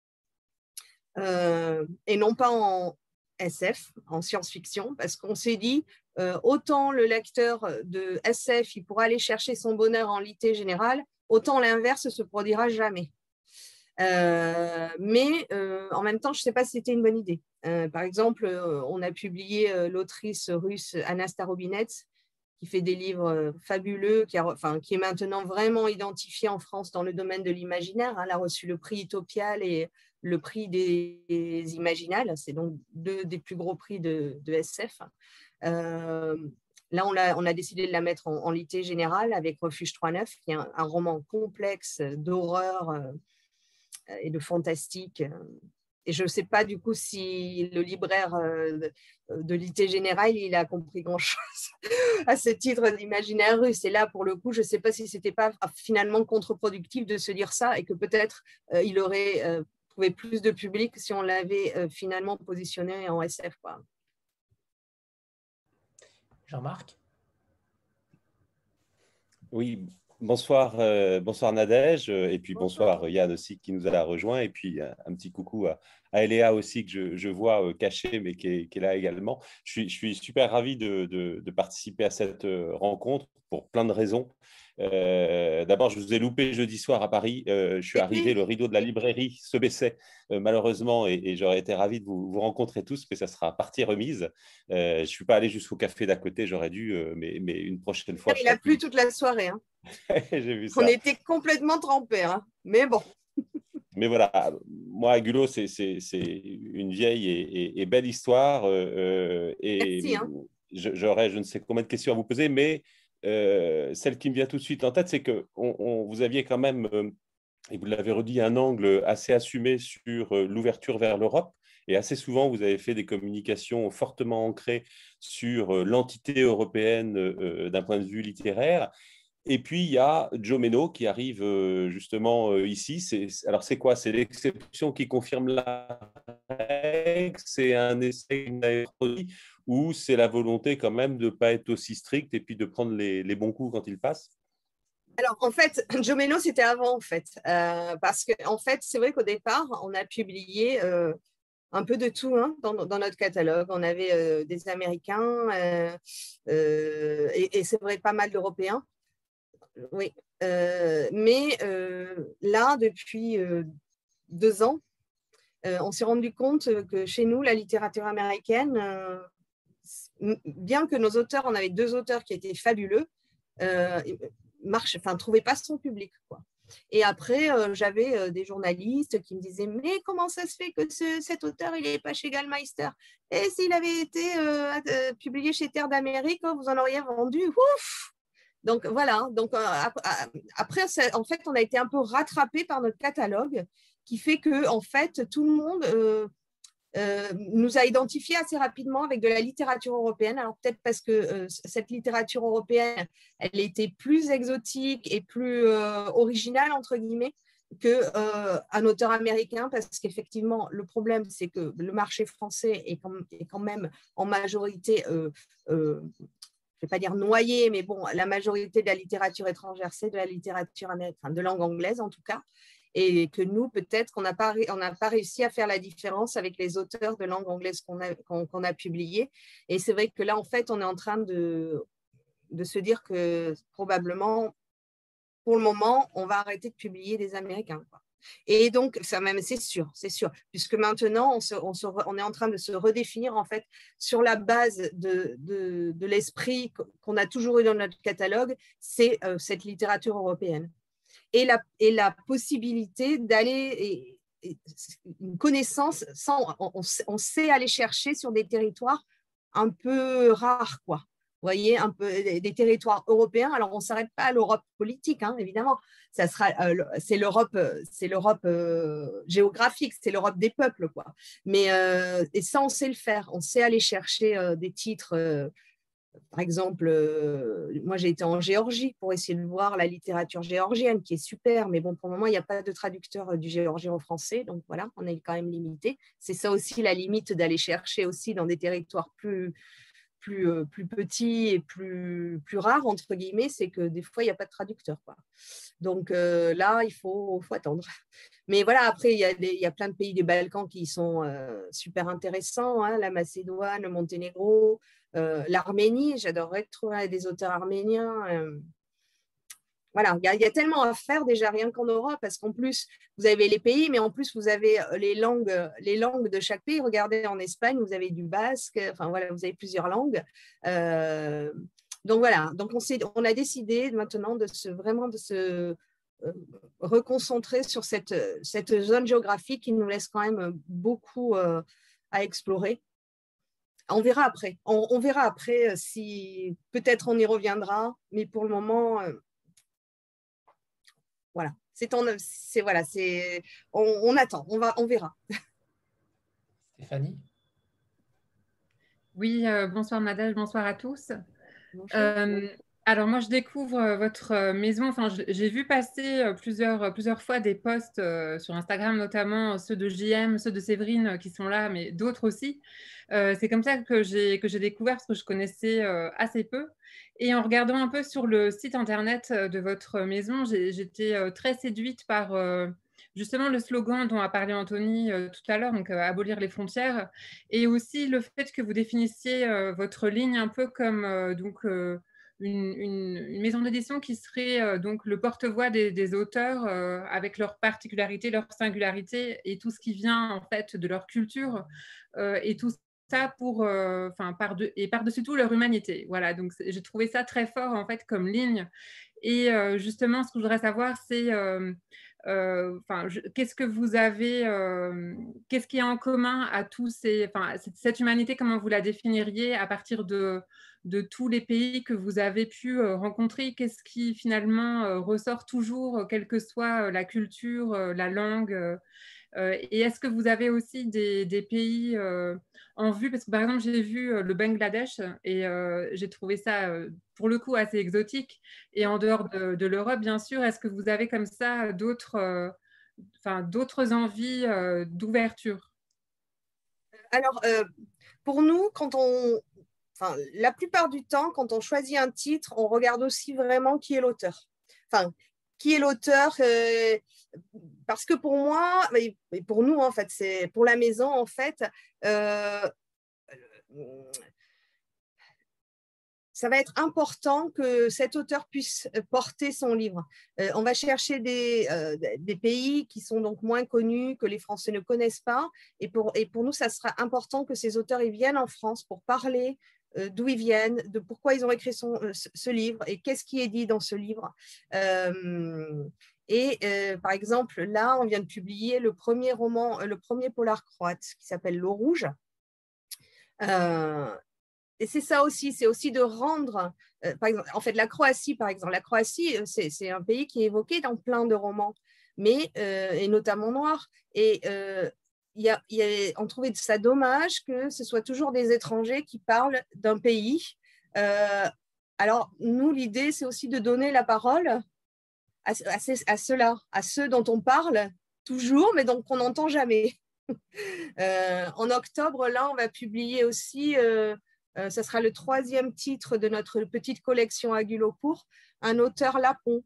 B: euh, et non pas en S F, en science-fiction, parce qu'on s'est dit euh, autant le lecteur de S F il pourra aller chercher son bonheur en litté générale, autant l'inverse se produira jamais. Euh, mais euh, en même temps, je ne sais pas si c'était une bonne idée. Euh, par exemple, euh, on a publié euh, l'autrice russe Anna Starobinets, qui fait des livres fabuleux, qui, a, enfin, qui est maintenant vraiment identifiée en France dans le domaine de l'imaginaire. Hein. Elle a reçu le prix Utopial et le prix des, des Imaginales. C'est donc deux des plus gros prix de, de S F. Euh, là, on a, on a décidé de la mettre en, en litté générale avec Refuge trois neuf, qui est un, un roman complexe d'horreur. Euh, et de fantastique. Et je ne sais pas du coup si le libraire de, de l'I T Général, il a compris grand-chose à ce titre d'imaginaire russe. Et là, pour le coup, je ne sais pas si ce n'était pas finalement contre-productif de se dire ça et que peut-être euh, il aurait euh, trouvé plus de public si on l'avait euh, finalement positionné en S F, quoi.
A: Jean-Marc?
C: Oui, bonsoir, euh, bonsoir Nadège, euh, et puis
B: Bonsoir.
C: bonsoir Yann aussi qui nous a rejoint, et puis un, un petit coucou à, à Eléa aussi que je, je vois euh, cachée, mais qui est, qui est là également. Je suis, je suis super ravi de, de, de participer à cette euh, rencontre pour plein de raisons. Euh, D'abord, je vous ai loupé jeudi soir à Paris. Euh, je suis arrivé, le rideau de la librairie se baissait euh, malheureusement, et, et j'aurais été ravi de vous, vous rencontrer tous, mais ça sera partie remise. Euh, je ne suis pas allé jusqu'au café d'à côté, j'aurais dû, euh, mais, mais une prochaine fois.
B: Il a plu toute la soirée. Hein.
C: J'ai vu ça.
B: On était complètement trempés, hein. Mais bon.
C: Mais voilà, moi, Agulo, c'est une vieille et, et, et belle histoire. Euh, et
B: Merci. Hein.
C: J'aurais je ne sais combien de questions à vous poser, mais euh, celle qui me vient tout de suite en tête, c'est que on, on, vous aviez quand même, euh, et vous l'avez redit, un angle assez assumé sur euh, l'ouverture vers l'Europe. Et assez souvent, vous avez fait des communications fortement ancrées sur euh, l'entité européenne euh, d'un point de vue littéraire. Et puis, il y a Joe Menno qui arrive euh, justement euh, ici. Alors, c'est quoi? C'est l'exception qui confirme la règle? C'est un essai ou c'est la volonté quand même de ne pas être aussi strict et puis de prendre les, les bons coups quand ils passent?
B: Alors, en fait, Joe Menno, c'était avant, en fait. Euh, parce que, en fait, c'est vrai qu'au départ, on a publié euh, un peu de tout hein, dans, dans notre catalogue. On avait euh, des Américains euh, euh, et, et c'est vrai, pas mal d'Européens. Oui. Euh, mais euh, là, depuis euh, deux ans, euh, on s'est rendu compte que chez nous, la littérature américaine, euh, bien que nos auteurs, on avait deux auteurs qui étaient fabuleux, euh, marche, enfin, trouvait pas son public, quoi. Et après, euh, j'avais euh, des journalistes qui me disaient mais comment ça se fait que ce, cet auteur il n'est pas chez Gallmeister? Et s'il avait été euh, euh, publié chez Terre d'Amérique, oh, vous en auriez vendu, ouf. Donc voilà. Donc euh, après, ça, en fait, on a été un peu rattrapé par notre catalogue, qui fait que en fait, tout le monde euh, Euh, nous a identifiés assez rapidement avec de la littérature européenne. Alors peut-être parce que euh, cette littérature européenne, elle était plus exotique et plus euh, originale, entre guillemets, qu'un euh, auteur américain, parce qu'effectivement, le problème, c'est que le marché français est quand, est quand même en majorité, euh, euh, je ne vais pas dire noyé, mais bon, la majorité de la littérature étrangère, c'est de la littérature américaine, enfin, de langue anglaise en tout cas. Et que nous, peut-être qu'on n'a pas, on n'a pas réussi à faire la différence avec les auteurs de langue anglaise qu'on a, qu'on, qu'on a publiés. Et c'est vrai que là, en fait, on est en train de, de se dire que probablement, pour le moment, on va arrêter de publier des Américains, quoi. Et donc, ça même, c'est sûr, c'est sûr, puisque maintenant, on, se, on, se, on est en train de se redéfinir, en fait, sur la base de, de, de l'esprit qu'on a toujours eu dans notre catalogue, c'est euh, cette littérature européenne. Et la, et la possibilité d'aller, et, et une connaissance, sans, on, on sait aller chercher sur des territoires un peu rares, quoi. Vous voyez, un peu des, des territoires européens. Alors, on ne s'arrête pas à l'Europe politique, hein, évidemment. Ça sera, euh, c'est l'Europe, c'est l'Europe euh, géographique, c'est l'Europe des peuples, quoi. Mais euh, et ça, on sait le faire. On sait aller chercher euh, des titres. Euh, Par exemple, euh, moi j'ai été en Géorgie pour essayer de voir la littérature géorgienne qui est super, mais bon, pour le moment, il n'y a pas de traducteur du géorgien au français, donc voilà, on est quand même limité. C'est ça aussi la limite d'aller chercher aussi dans des territoires plus, plus, euh, plus petits et plus, plus rares, entre guillemets, c'est que des fois, il n'y a pas de traducteur, quoi. Donc euh, là, il faut, faut attendre. Mais voilà, après, il y, a des, il y a plein de pays des Balkans qui sont euh, super intéressants, hein, la Macédoine, le Monténégro, euh, l'Arménie. J'adorerais trouver des auteurs arméniens. Euh, voilà, il y, y a tellement à faire déjà, rien qu'en Europe, parce qu'en plus, vous avez les pays, mais en plus, vous avez les langues, les langues de chaque pays. Regardez, en Espagne, vous avez du basque, enfin voilà, vous avez plusieurs langues. Euh, donc voilà, donc on, on a décidé maintenant de se, vraiment de se euh, reconcentrer sur cette, cette zone géographique qui nous laisse quand même beaucoup euh, à explorer. On verra après, on, on verra après si peut-être on y reviendra, mais pour le moment... Euh, Voilà, C'est voilà, c'est on, on attend, on va, on verra.
A: Stéphanie?
D: Oui, euh, bonsoir Nadège, bonsoir à tous.
B: Bonjour.
D: Euh, alors moi, je découvre euh, votre euh, maison. Enfin, je- j'ai vu passer euh, plusieurs, euh, plusieurs fois des posts euh, sur Instagram, notamment euh, ceux de J M, ceux de Séverine euh, qui sont là, mais d'autres aussi. Euh, c'est comme ça que j'ai que j'ai découvert parce que je connaissais euh, assez peu. Et en regardant un peu sur le site internet euh, de votre maison, j'ai- j'étais euh, très séduite par euh, justement le slogan dont a parlé Anthony euh, tout à l'heure, donc euh, abolir les frontières, et aussi le fait que vous définissiez euh, votre ligne un peu comme euh, donc euh, une, une, une maison d'édition qui serait euh, donc le porte-voix des, des auteurs euh, avec leurs particularités, leurs singularités et tout ce qui vient en fait de leur culture euh, et tout ça pour, euh, enfin par de, et par-dessus tout leur humanité. Voilà, donc j'ai trouvé ça très fort en fait comme ligne. Et euh, justement, ce que je voudrais savoir, c'est euh, euh, qu'est-ce que vous avez, euh, qu'est-ce qui est en commun à tous ces, cette, cette humanité, comment vous la définiriez à partir de, de tous les pays que vous avez pu euh, rencontrer? Qu'est-ce qui finalement euh, ressort toujours, quelle que soit la culture, euh, la langue euh, euh, et est-ce que vous avez aussi des, des pays euh, en vue? Parce que par exemple, j'ai vu euh, le Bangladesh et euh, j'ai trouvé ça euh, pour le coup assez exotique. Et en dehors de, de l'Europe, bien sûr, est-ce que vous avez comme ça d'autres euh, enfin, d'autres envies euh, d'ouverture?
B: Alors, euh, pour nous, quand on, enfin, la plupart du temps, quand on choisit un titre, on regarde aussi vraiment qui est l'auteur. Enfin, qui est l'auteur euh, parce que pour moi, et pour nous, en fait, c'est pour la maison, en fait, euh, ça va être important que cet auteur puisse porter son livre. Euh, on va chercher des, euh, des pays qui sont donc moins connus, que les Français ne connaissent pas. Et pour, et pour nous, ça sera important que ces auteurs ils viennent en France pour parler euh, d'où ils viennent, de pourquoi ils ont écrit son, euh, ce livre et qu'est-ce qui est dit dans ce livre. Euh, et euh, par exemple, là, on vient de publier le premier roman, le premier polar croate qui s'appelle L'eau rouge. Euh, Et c'est ça aussi, c'est aussi de rendre, euh, par exemple, en fait, la Croatie, par exemple, la Croatie, c'est un pays qui est évoqué dans plein de romans, mais, euh, et notamment noirs. Et euh, y a, y a, on trouvait ça dommage que ce soit toujours des étrangers qui parlent d'un pays. Euh, alors, nous, l'idée, c'est aussi de donner la parole à, à, ces, à ceux-là, à ceux dont on parle toujours, mais dont on n'entend jamais. euh, en octobre, là, on va publier aussi... Euh, Euh, ce sera le troisième titre de notre petite collection à Gulopour, un auteur lapon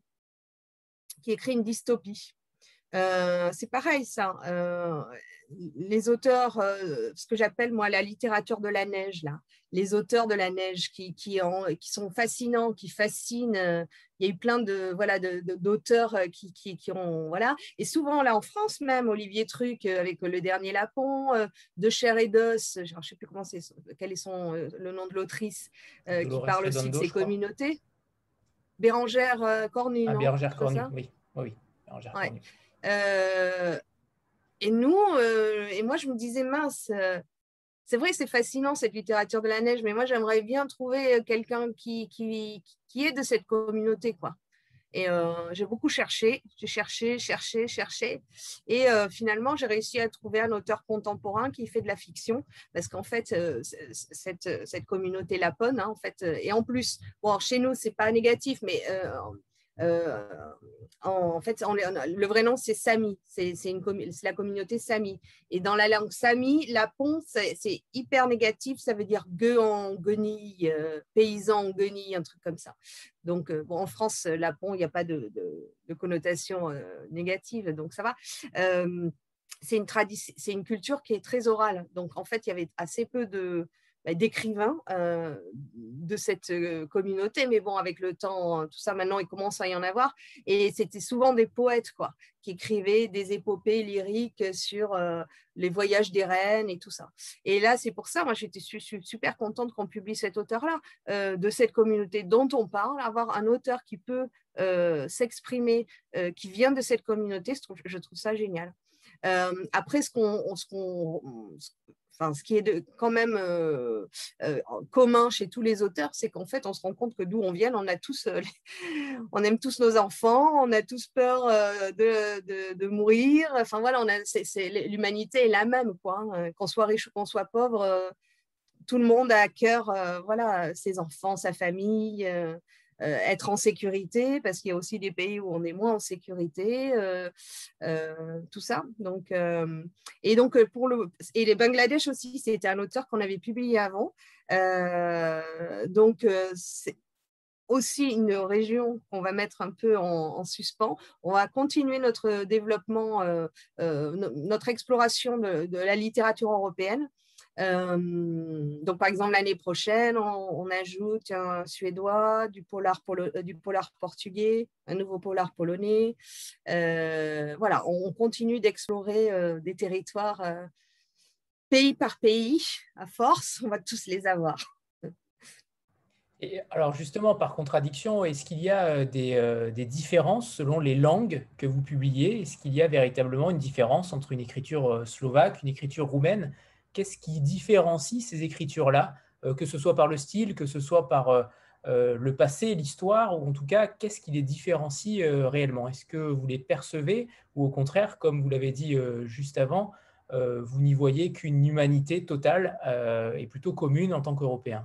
B: qui écrit une dystopie. Euh, c'est pareil, ça. Euh, les auteurs, euh, ce que j'appelle moi la littérature de la neige, là, les auteurs de la neige qui, qui, ont, qui sont fascinants, qui fascinent. Euh, il y a eu plein de voilà de, de, d'auteurs qui, qui, qui ont voilà. Et souvent là en France même, Olivier Truc avec Le Dernier Lapon, euh, De chair et d'os. Je ne sais plus comment c'est, quel est son euh, le nom de l'autrice euh, qui parle aussi Redondo, de ces communautés. Bérangère euh, Cornu,
A: ah,
B: non
A: Bérangère Cornu, oui, oui, Bérangère
B: ouais.
A: Cornu.
B: Euh, et nous, euh, et moi, je me disais, mince, euh, c'est vrai, c'est fascinant cette littérature de la neige, mais moi, j'aimerais bien trouver quelqu'un qui, qui, qui est de cette communauté, quoi. Et euh, j'ai beaucoup cherché, j'ai cherché, cherché, cherché. Et euh, finalement, j'ai réussi à trouver un auteur contemporain qui fait de la fiction. Parce qu'en fait, euh, cette, cette communauté lapone, hein, en fait, et en plus, bon, chez nous, ce n'est pas négatif, mais euh, euh, en fait, on, le vrai nom, c'est Sami. C'est la communauté Sami. Et dans la langue Sami, lapon, c'est hyper négatif. Ça veut dire gueux en guenille, euh, paysan en guenille, un truc comme ça. Donc, euh, bon, en France, lapon, il n'y a pas de, de, de connotation euh, négative, donc ça va. Euh, c'est une, une culture qui est très orale. Donc, en fait, il y avait assez peu de d'écrivains euh, de cette euh, communauté, mais bon, avec le temps, tout ça, maintenant, il commence à y en avoir, et c'était souvent des poètes, quoi, qui écrivaient des épopées lyriques sur euh, les voyages des reines et tout ça. Et là, c'est pour ça, moi, j'étais su super contente qu'on publie cet auteur-là, euh, de cette communauté dont on parle, avoir un auteur qui peut euh, s'exprimer, euh, qui vient de cette communauté, je trouve, je trouve ça génial. Euh, après, ce qu'on, ce qu'on, enfin, ce qui est de, quand même euh, euh, commun chez tous les auteurs, c'est qu'en fait, on se rend compte que d'où on vient, on a tous, euh, les... on aime tous nos enfants, on a tous peur euh, de, de, de mourir. Enfin voilà, on a, c'est, c'est, l'humanité est la même, quoi. Hein. Qu'on soit riche ou qu'on soit pauvre, euh, tout le monde a à cœur, euh, voilà, ses enfants, sa famille. Euh, Euh, être en sécurité, parce qu'il y a aussi des pays où on est moins en sécurité, euh, euh, tout ça. Donc, euh, et donc, pour le, et les Bangladesh aussi, c'était un auteur qu'on avait publié avant. Euh, donc, euh, c'est aussi une région qu'on va mettre un peu en, en suspens. On va continuer notre développement, euh, euh, notre exploration de, de la littérature européenne. Euh, donc, par exemple, l'année prochaine, on, on ajoute un suédois, du polar, polo, du polar portugais, un nouveau polar polonais. Euh, voilà, on, on continue d'explorer euh, des territoires euh, pays par pays. À force, on va tous les avoir.
A: Et alors justement, par contradiction, est-ce qu'il y a des, euh, des différences selon les langues que vous publiez? Est-ce qu'il y a véritablement une différence entre une écriture slovaque, une écriture roumaine? Qu'est-ce qui différencie ces écritures-là, euh, que ce soit par le style, que ce soit par euh, euh, le passé, l'histoire, ou en tout cas, qu'est-ce qui les différencie euh, réellement? Est-ce que vous les percevez ou au contraire, comme vous l'avez dit euh, juste avant, euh, vous n'y voyez qu'une humanité totale euh, et plutôt commune en tant qu'Européens?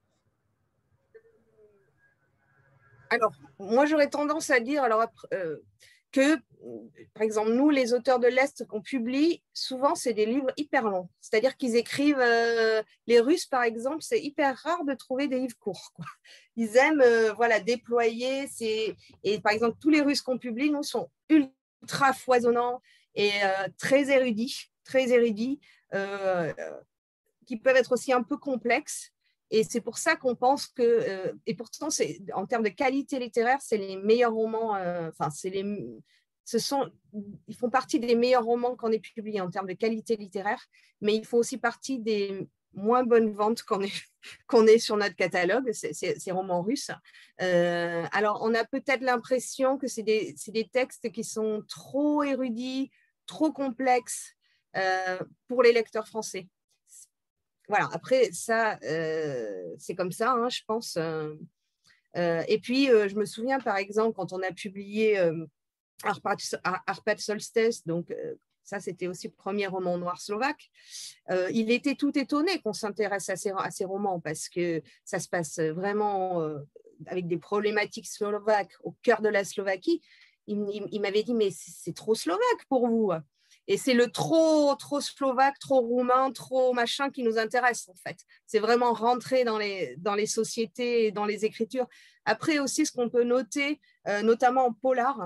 B: Alors, moi, j'aurais tendance à dire alors, euh, que, par exemple, nous, les auteurs de l'Est qu'on publie, souvent, c'est des livres hyper longs. C'est-à-dire qu'ils écrivent, euh, les Russes, par exemple, c'est hyper rare de trouver des livres courts, quoi. Ils aiment euh, voilà, déployer. Et par exemple, tous les Russes qu'on publie, nous, sont ultra foisonnants et euh, très érudits, très érudits, euh, qui peuvent être aussi un peu complexes. Et c'est pour ça qu'on pense que, euh, et pourtant, c'est, en termes de qualité littéraire, c'est les meilleurs romans, euh, enfin, c'est les, ce sont, ils font partie des meilleurs romans qu'on ait publiés en termes de qualité littéraire, mais ils font aussi partie des moins bonnes ventes qu'on ait, qu'on ait sur notre catalogue, ces, ces, ces romans russes. Euh, alors, on a peut-être l'impression que c'est des, c'est des textes qui sont trop érudits, trop complexes euh, pour les lecteurs français. Voilà, après, ça, euh, c'est comme ça, hein, je pense. Euh, euh, et puis, euh, je me souviens, par exemple, quand on a publié euh, Arpad, Arpad Solstès, donc euh, ça, c'était aussi le premier roman noir slovaque, euh, il était tout étonné qu'on s'intéresse à ces, à ces romans parce que ça se passe vraiment euh, avec des problématiques slovaques au cœur de la Slovaquie. Il, il, il m'avait dit, mais c'est trop slovaque pour vous. Et c'est le trop, trop slovaque, trop roumain, trop machin qui nous intéresse, en fait. C'est vraiment rentrer dans les, dans les sociétés et dans les écritures. Après aussi, ce qu'on peut noter, euh, notamment en polar,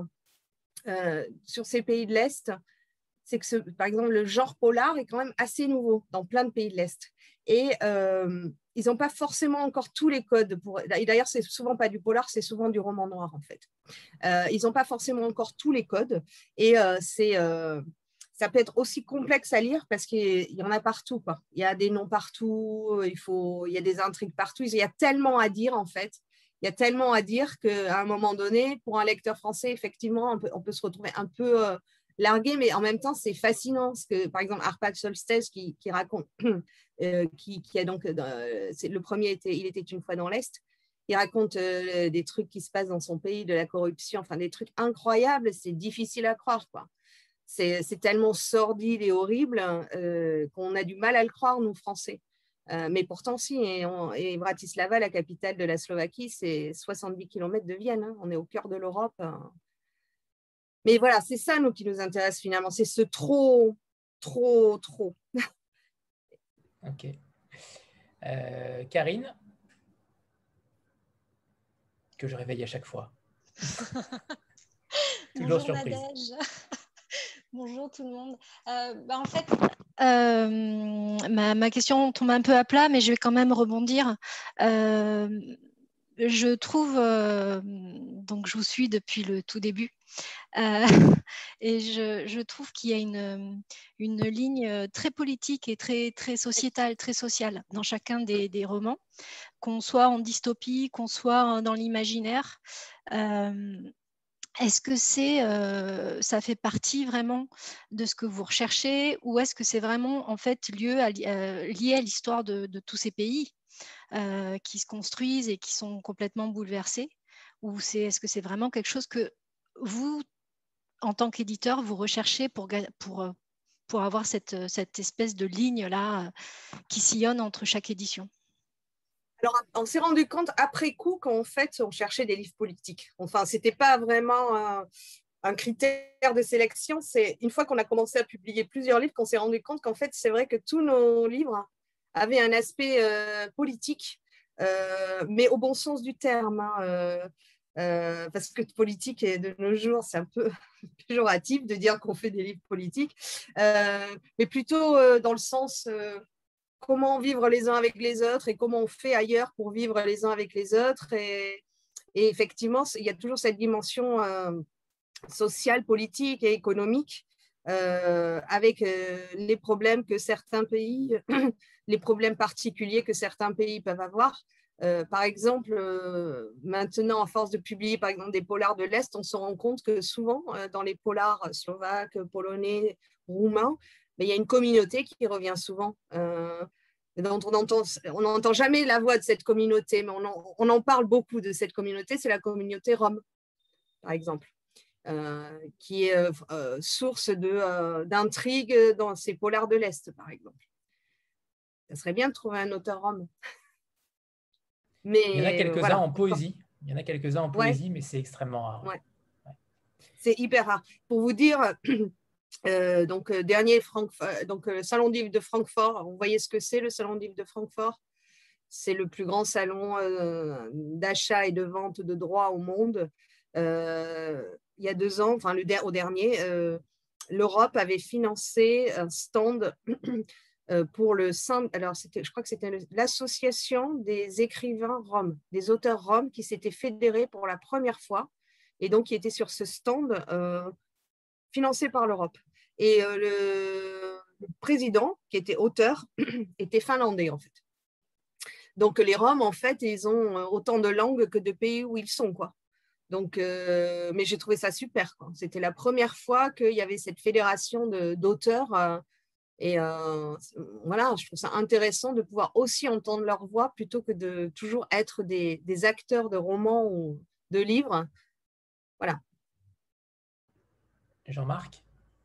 B: euh, sur ces pays de l'Est, c'est que, ce, par exemple, le genre polar est quand même assez nouveau dans plein de pays de l'Est. Et euh, ils n'ont pas forcément encore tous les codes. Pour... Et d'ailleurs, c'est souvent pas du polar, c'est souvent du roman noir, en fait. Euh, ils n'ont pas forcément encore tous les codes. Et euh, c'est... Euh, ça peut être aussi complexe à lire parce qu'il y en a partout, quoi. Il y a des noms partout, il, faut, il y a des intrigues partout. Il y a tellement à dire, en fait. Il y a tellement à dire qu'à un moment donné, pour un lecteur français, effectivement, on peut, on peut se retrouver un peu euh, largué, mais en même temps, c'est fascinant. Parce que, par exemple, Arpad Solstès qui, qui raconte, euh, qui, qui a donc, euh, c'est, le premier, était, il était une fois dans l'Est. Il raconte euh, des trucs qui se passent dans son pays, de la corruption, enfin des trucs incroyables. C'est difficile à croire, quoi. C'est, c'est tellement sordide et horrible euh, qu'on a du mal à le croire, nous, Français. Euh, mais pourtant, si. Et, on, et Bratislava, la capitale de la Slovaquie, c'est soixante-dix kilomètres de Vienne. Hein. On est au cœur de l'Europe. Hein. Mais voilà, c'est ça, nous, qui nous intéresse finalement. C'est ce trop, trop, trop.
A: Ok. Euh, Karine, que je réveille à chaque fois. Toujours
E: Bonjour
A: surprise.
E: Nadège. Bonjour tout le monde. Euh, bah en fait, euh, ma, ma question tombe un peu à plat, mais je vais quand même rebondir. Euh, je trouve, euh, donc je vous suis depuis le tout début, euh, et je, je trouve qu'il y a une, une ligne très politique et très, très sociétale, très sociale dans chacun des, des romans, qu'on soit en dystopie, qu'on soit dans l'imaginaire. Euh, est-ce que c'est, euh, ça fait partie vraiment de ce que vous recherchez, ou est-ce que c'est vraiment en fait lieu à, euh, lié à l'histoire de, de tous ces pays euh, qui se construisent et qui sont complètement bouleversés, ou c'est, est-ce que c'est vraiment quelque chose que vous, en tant qu'éditeur, vous recherchez pour, pour, pour avoir cette, cette espèce de ligne-là qui sillonne entre chaque édition?
B: Alors, on s'est rendu compte après coup qu'en fait, on cherchait des livres politiques. Enfin, ce n'était pas vraiment un, un critère de sélection. C'est une fois qu'on a commencé à publier plusieurs livres qu'on s'est rendu compte qu'en fait, c'est vrai que tous nos livres avaient un aspect euh, politique, euh, mais au bon sens du terme. Hein, euh, euh, parce que politique, de nos jours, c'est un peu péjoratif de dire qu'on fait des livres politiques, euh, mais plutôt euh, dans le sens... Euh, comment vivre les uns avec les autres et comment on fait ailleurs pour vivre les uns avec les autres. Et, et effectivement, il y a toujours cette dimension euh, sociale, politique et économique euh, avec euh, les problèmes que certains pays, les problèmes particuliers que certains pays peuvent avoir. Euh, par exemple, euh, maintenant, à force de publier par exemple des polars de l'Est, on se rend compte que souvent, euh, dans les polars slovaques, polonais, roumains, mais il y a une communauté qui revient souvent, euh, dont on n'entend on n'entend jamais la voix de cette communauté, mais on en, on en parle beaucoup de cette communauté, c'est la communauté rome, par exemple, euh, qui est euh, source euh, d'intrigues dans ces polars de l'Est, par exemple. Ça serait bien de trouver un auteur rome.
A: Mais, il y en a quelques-uns voilà. en poésie. Il y en a quelques-uns en poésie, ouais. mais c'est extrêmement rare.
B: Ouais. Ouais. C'est hyper rare. Pour vous dire, euh, donc dernier Francfort, donc le salon du livre de Francfort. Vous voyez ce que c'est le salon du livre de Francfort? C'est le plus grand salon euh, d'achat et de vente de droits au monde. Euh, il y a deux ans, enfin le der- au dernier, euh, l'Europe avait financé un stand. Pour le alors c'était, je crois que c'était l'association des écrivains roms, des auteurs roms qui s'étaient fédérés pour la première fois et donc qui étaient sur ce stand euh, financé par l'Europe. Et euh, le, le président, qui était auteur, était finlandais en fait. Donc les Roms, en fait, ils ont autant de langues que de pays où ils sont, quoi. Donc, euh, mais j'ai trouvé ça super, quoi. C'était la première fois qu'il y avait cette fédération de, d'auteurs. Euh, Et euh, voilà, je trouve ça intéressant de pouvoir aussi entendre leur voix plutôt que de toujours être des, des acteurs de romans ou de livres. Voilà.
A: Jean-Marc?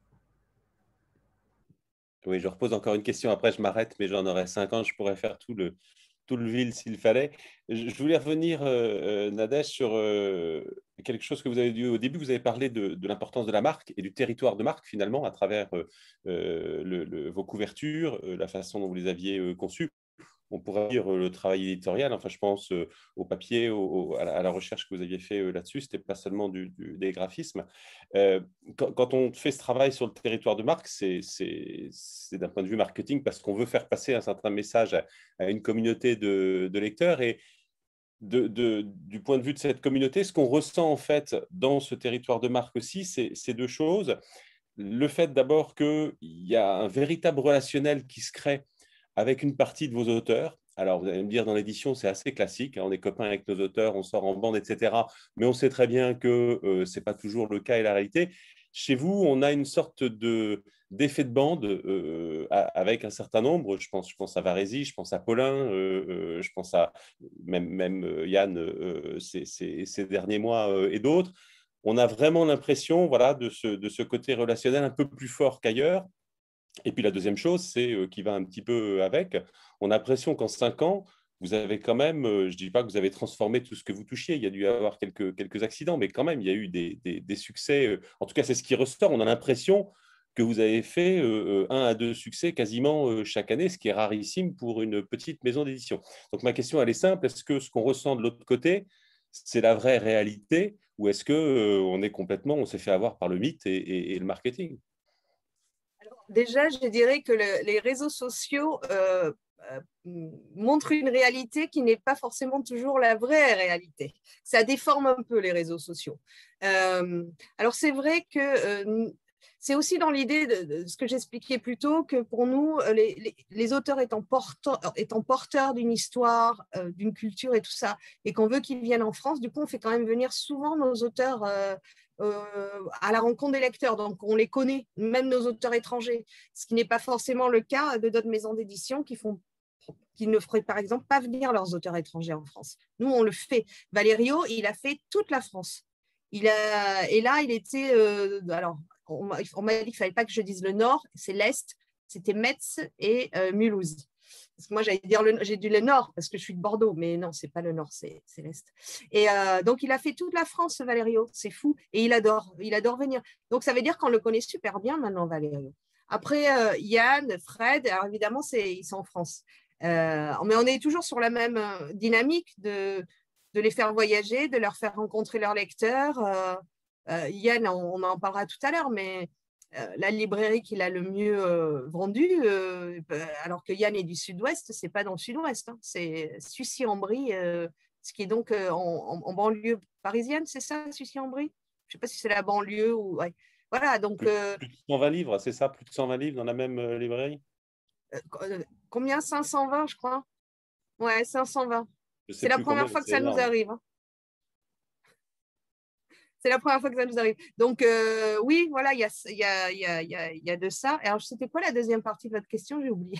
C: Oui, je repose encore une question. Après, je m'arrête, mais j'en aurais cinq ans. Je pourrais faire tout le, tout le ville s'il fallait. Je voulais revenir, euh, Nadège, sur euh, quelque chose que vous avez dit au début. Vous avez parlé de, de l'importance de la marque et du territoire de marque, finalement, à travers euh, le, le, vos couvertures, euh, la façon dont vous les aviez euh, conçues. On pourrait dire le travail éditorial. Enfin, je pense euh, au papier, au, au, à, la, à la recherche que vous aviez fait euh, là-dessus. Ce n'était pas seulement du, du, des graphismes. Euh, quand, quand on fait ce travail sur le territoire de marque, c'est d'un point de vue marketing parce qu'on veut faire passer un certain message à, à une communauté de, de lecteurs. Et de, de, du point de vue de cette communauté, ce qu'on ressent en fait dans ce territoire de marque aussi, c'est deux choses. Le fait d'abord qu'il y a un véritable relationnel qui se crée avec une partie de vos auteurs. Alors, vous allez me dire, dans l'édition, c'est assez classique. Hein, on est copains avec nos auteurs, on sort en bande, et cetera. Mais on sait très bien que euh, ce n'est pas toujours le cas et la réalité. Chez vous, on a une sorte d'effet de, de bande euh, avec un certain nombre. Je pense, je pense à Varézy, je pense à Paulin, euh, euh, je pense à même, même euh, Yann euh, ces, ces, ces derniers mois euh, et d'autres. On a vraiment l'impression voilà, de, ce, de ce côté relationnel un peu plus fort qu'ailleurs. Et puis la deuxième chose, c'est euh, qui va un petit peu avec, on a l'impression qu'en cinq ans, vous avez quand même, euh, je ne dis pas que vous avez transformé tout ce que vous touchiez, il y a dû y avoir quelques, quelques accidents, mais quand même, il y a eu des, des, des succès. Euh, en tout cas, c'est ce qui ressort. On a l'impression que vous avez fait euh, un à deux succès quasiment euh, chaque année, ce qui est rarissime pour une petite maison d'édition. Donc ma question, elle est simple. Est-ce que ce qu'on ressent de l'autre côté, c'est la vraie réalité, ou est-ce qu'on euh, est complètement, on s'est fait avoir par le mythe et, et, et le marketing?
B: Déjà, je dirais que le, les réseaux sociaux euh, euh, montrent une réalité qui n'est pas forcément toujours la vraie réalité. Ça déforme un peu les réseaux sociaux. Euh, alors, c'est vrai que euh, c'est aussi dans l'idée de, de ce que j'expliquais plus tôt, que pour nous, les, les, les auteurs étant porteurs, étant porteurs d'une histoire, euh, d'une culture et tout ça, et qu'on veut qu'ils viennent en France, du coup, on fait quand même venir souvent nos auteurs euh, euh, à la rencontre des lecteurs. Donc, on les connaît, même nos auteurs étrangers, ce qui n'est pas forcément le cas de d'autres maisons d'édition qui font qui ne feraient par exemple pas venir leurs auteurs étrangers en France. Nous, on le fait. Valerio, il a fait toute la France. Il a, et là, il était… Euh, alors, on m'a dit qu'il ne fallait pas que je dise le Nord, c'est l'Est, c'était Metz et euh, Mulhouse. Parce que moi, j'allais dire le, j'ai dit le Nord parce que je suis de Bordeaux, mais non, ce n'est pas le Nord, c'est, c'est l'Est. Et euh, donc, il a fait toute la France, Valerio, c'est fou. Et il adore, il adore venir. Donc, ça veut dire qu'on le connaît super bien maintenant, Valerio. Après, euh, Yann, Fred, alors évidemment, c'est, ils sont en France. Euh, mais on est toujours sur la même dynamique de, de les faire voyager, de leur faire rencontrer leurs lecteurs. Euh, euh, Yann, on, on en parlera tout à l'heure, mais euh, la librairie qu'il a le mieux euh, vendue, euh, alors que Yann est du sud-ouest, c'est pas dans le sud-ouest, hein, c'est Sucy-en-Brie, euh, ce qui est donc euh, en, en, en banlieue parisienne, c'est ça, Sucy-en-Brie? Je sais pas si c'est la banlieue ou… Ouais. Voilà, donc…
C: Plus,
B: euh,
C: plus de cent vingt livres, c'est ça? Plus de cent vingt livres dans la même euh, librairie?
B: euh, Combien? cinq cent vingt, je crois. Ouais, cinq cent vingt. C'est la première
C: combien,
B: fois que ça
C: énorme.
B: nous arrive. Hein. C'est la première fois que ça nous arrive. Donc, euh, oui, voilà, il y a, y, a, y, a, y, a, y a de ça. Alors, c'était quoi la deuxième partie de votre question? J'ai oublié.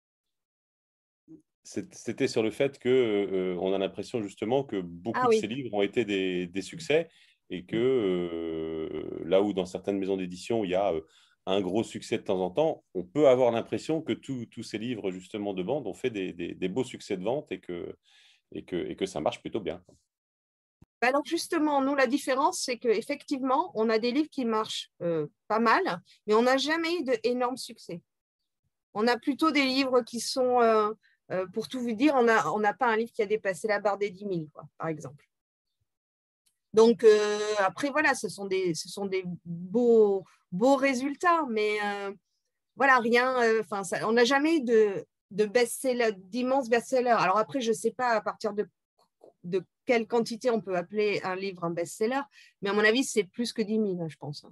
C: C'était sur le fait qu'on euh, a l'impression justement que beaucoup
B: ah,
C: de
B: oui.
C: ces livres ont été des, des succès et que euh, là où dans certaines maisons d'édition, il y a euh, un gros succès de temps en temps, on peut avoir l'impression que tous ces livres justement de bande ont fait des, des, des beaux succès de vente et que, et, que, et que ça marche plutôt bien.
B: Alors justement, nous, la différence, c'est qu'effectivement, on a des livres qui marchent euh, pas mal, mais on n'a jamais eu d'énormes succès. On a plutôt des livres qui sont, euh, euh, pour tout vous dire, on n'a on a pas un livre qui a dépassé la barre des dix mille, quoi, par exemple. Donc, euh, après, voilà, ce sont des, ce sont des beaux, beaux résultats, mais euh, voilà, rien, enfin, euh, on n'a jamais eu de, de best-seller, d'immenses best-sellers. Alors après, je ne sais pas à partir de, de quelle quantité on peut appeler un livre un best-seller, mais à mon avis, c'est plus que dix mille, je pense.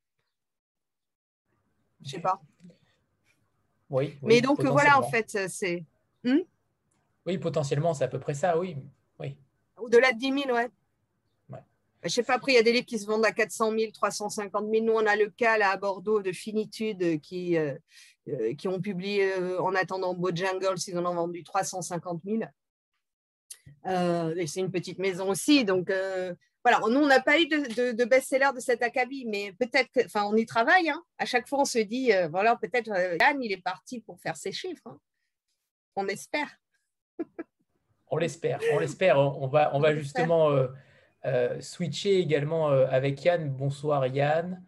B: Je ne sais pas.
A: Oui, oui,
B: mais donc, voilà, en fait, c'est… Hmm
A: oui, potentiellement, c'est à peu près ça, oui. oui.
B: Au-delà de dix mille, ouais. ouais. Je ne sais pas, après, il y a des livres qui se vendent à quatre cent mille, trois cent cinquante mille. Nous, on a le cas là, à Bordeaux de Finitude qui, euh, euh, qui ont publié euh, En attendant Bojangles, ils en ont vendu trois cent cinquante mille. Euh, et c'est une petite maison aussi. Donc, euh, voilà, nous, on n'a pas eu de, de, de best-seller de cet acabit, mais peut-être que, enfin, on y travaille. Hein. À chaque fois, on se dit, euh, voilà, peut-être euh, Yann, il est parti pour faire ses chiffres. Hein. On espère.
A: On l'espère, on l'espère. On va, on va justement euh, euh, switcher également euh, avec Yann. Bonsoir Yann.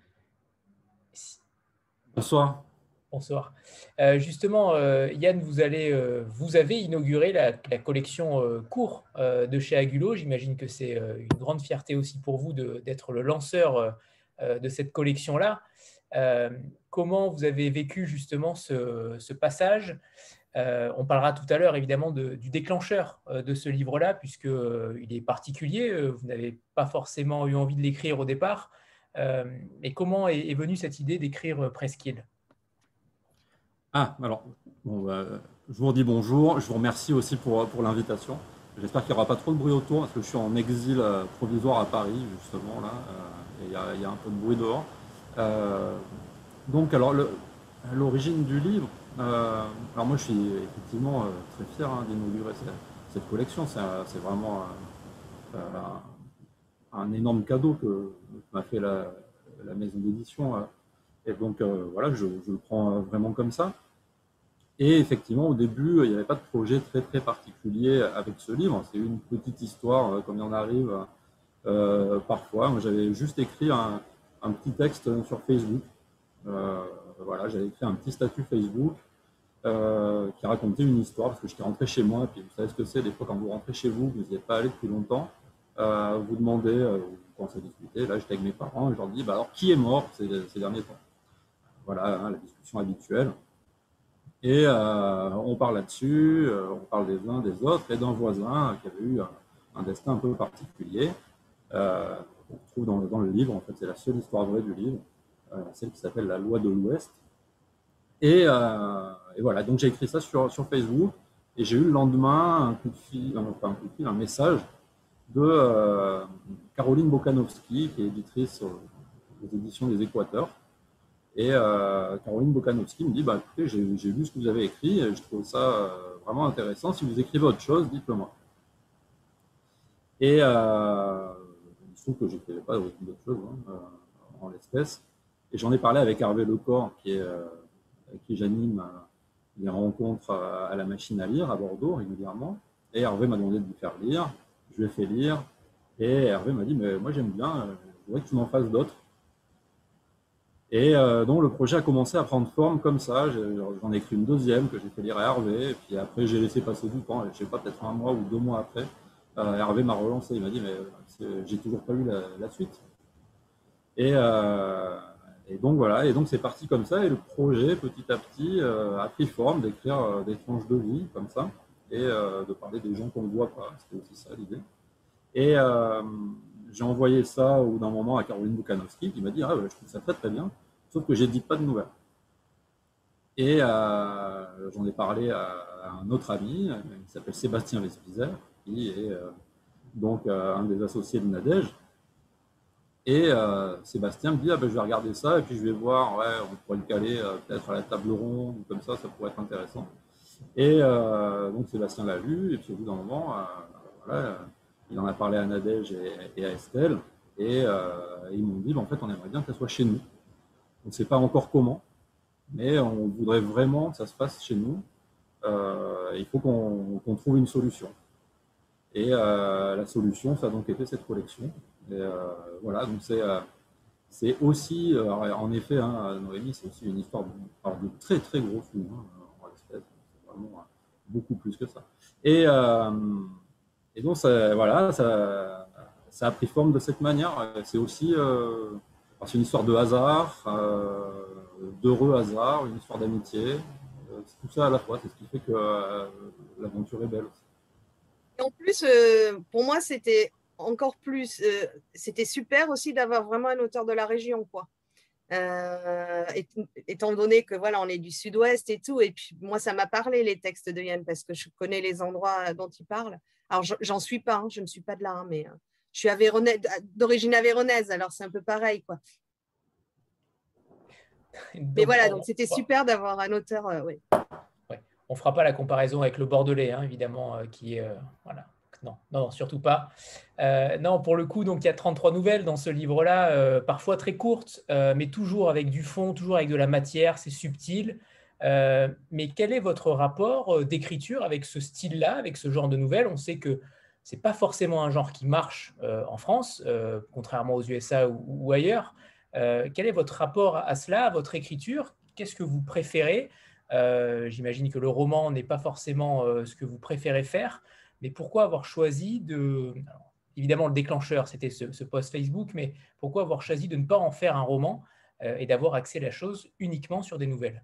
F: Bonsoir.
A: Bonsoir. Euh, justement, euh, Yann, vous, allez, euh, vous avez inauguré la, la collection euh, cours euh, de chez Agulot. J'imagine que c'est euh, une grande fierté aussi pour vous d'être le lanceur euh, de cette collection-là. Euh, comment vous avez vécu justement ce, ce passage? Euh, on parlera tout à l'heure évidemment de, du déclencheur euh, de ce livre-là, puisqu'il euh, est particulier. Euh, vous n'avez pas forcément eu envie de l'écrire au départ. Euh, mais comment est, est venue cette idée d'écrire Presqu'île?
F: Ah, alors, bon, bah, je vous redis bonjour. Je vous remercie aussi pour, pour l'invitation. J'espère qu'il n'y aura pas trop de bruit autour, parce que je suis en exil euh, provisoire à Paris, justement, là. Euh, et il y a, y a un peu de bruit dehors. Euh, donc, alors, l'origine du livre, Euh, alors moi je suis effectivement euh, très fier hein, d'inaugurer cette, cette collection, c'est vraiment euh, euh, un énorme cadeau que m'a fait la, la maison d'édition euh, et donc euh, voilà, je, je le prends vraiment comme ça. Et effectivement au début il n'y avait pas de projet très très particulier avec ce livre, c'est une petite histoire euh, comme il en arrive euh, parfois. Moi j'avais juste écrit un, un petit texte sur Facebook. Euh, Voilà, j'avais écrit un petit statut Facebook euh, qui racontait une histoire parce que j'étais rentré chez moi. Et puis vous savez ce que c'est, des fois quand vous rentrez chez vous, vous n'y êtes pas allé depuis longtemps, euh, vous demandez, euh, vous commencez à discuter. Là, j'étais avec mes parents et je leur dis bah, alors qui est mort ces, ces derniers temps? Voilà, hein, la discussion habituelle. Et euh, on parle là-dessus, euh, on parle des uns des autres et d'un voisin qui avait eu un, un destin un peu particulier. Euh, on trouve dans le, dans le livre, en fait, c'est la seule histoire vraie du livre. celle qui s'appelle la loi de l'Ouest. Et, euh, et voilà, donc j'ai écrit ça sur, sur Facebook et j'ai eu le lendemain un coup de fil, enfin un coup de fil, un message de euh, Caroline Bokanovski, qui est éditrice aux éditions des Équateurs. Et euh, Caroline Bokanovski me dit, bah, écoutez, j'ai lu ce que vous avez écrit et je trouve ça euh, vraiment intéressant. Si vous écrivez autre chose, dites-le moi. Et euh, il se trouve que je n'écrivais pas d'autre chose hein, en l'espèce. Et j'en ai parlé avec Hervé Lecor, qui est, euh, avec qui j'anime les rencontres à la machine à lire à Bordeaux régulièrement. Et Hervé m'a demandé de lui faire lire. Je lui ai fait lire. Et Hervé m'a dit, mais moi j'aime bien, je voudrais que tu m'en fasses d'autres. Et euh, donc le projet a commencé à prendre forme comme ça. J'en ai écrit une deuxième que j'ai fait lire à Hervé. Et puis après, j'ai laissé passer du temps. Je ne sais pas, peut-être un mois ou deux mois après. Euh, Hervé m'a relancé. Il m'a dit, mais j'ai toujours pas eu la, la suite. Et, euh, et donc voilà. Et donc c'est parti comme ça. Et le projet, petit à petit, euh, a pris forme d'écrire euh, des tranches de vie comme ça. Et euh, de parler des gens qu'on ne voit pas. C'était aussi ça l'idée. Et euh, j'ai envoyé ça au bout d'un moment à Caroline Bokanovski qui m'a dit ah, je trouve ça très très bien, sauf que j'édite pas de nouvelles. Et euh, j'en ai parlé à, à un autre ami qui s'appelle Sébastien Vespizer, qui est euh, donc euh, un des associés de Nadège. Et euh, Sébastien me dit ah, ben, je vais regarder ça et puis je vais voir, ouais, on pourrait le caler euh, peut-être à la table ronde ou comme ça, ça pourrait être intéressant. Et euh, donc Sébastien l'a lu et puis au bout d'un moment, euh, voilà. Il en a parlé à Nadège et, et à Estelle, et euh, ils m'ont dit, bah, en fait, on aimerait bien qu'elle soit chez nous. On ne sait pas encore comment, mais on voudrait vraiment que ça se fasse chez nous. Euh, il faut qu'on qu'on trouve une solution. Et euh, la solution, ça a donc été cette collection. Et euh, voilà, donc c'est euh, c'est aussi, euh, en effet, hein, Noémie, c'est aussi une histoire de, alors, de très très gros flou, hein, en l'espèce, c'est vraiment beaucoup plus que ça. Et euh, Et donc, ça, voilà, ça, ça a pris forme de cette manière. C'est aussi euh, c'est une histoire de hasard, euh, d'heureux hasard, une histoire d'amitié. Euh, c'est tout ça à la fois. C'est ce qui fait que euh, l'aventure est belle aussi.
B: Et en plus, euh, pour moi, c'était encore plus, euh, c'était super aussi d'avoir vraiment un auteur de la région, quoi. Euh, étant donné que voilà, on est du sud-ouest et tout, et puis moi, ça m'a parlé les textes de Yann parce que je connais les endroits dont il parle. Alors, j'en suis pas, hein, je ne suis pas de là, hein, mais euh, je suis d'origine avéronaise, alors c'est un peu pareil, quoi. Donc, mais voilà, donc c'était super d'avoir un auteur. Euh, ouais.
A: Ouais. On ne fera pas la comparaison avec le Bordelais, hein, évidemment, euh, qui est euh, voilà. Non, non, surtout pas. Euh, non, pour le coup, donc il y a trente-trois nouvelles dans ce livre-là, euh, parfois très courtes, euh, mais toujours avec du fond, toujours avec de la matière, c'est subtil. Euh, mais quel est votre rapport d'écriture avec ce style-là, avec ce genre de nouvelles? On sait que ce n'est pas forcément un genre qui marche euh, en France, euh, contrairement aux U S A ou, ou ailleurs. Euh, quel est votre rapport à cela, à votre écriture? Qu'est-ce que vous préférez? euh, J'imagine que le roman n'est pas forcément euh, ce que vous préférez faire. Mais pourquoi avoir choisi de… Alors, évidemment, le déclencheur, c'était ce, ce post Facebook, mais pourquoi avoir choisi de ne pas en faire un roman euh, et d'avoir axé la chose uniquement sur des nouvelles?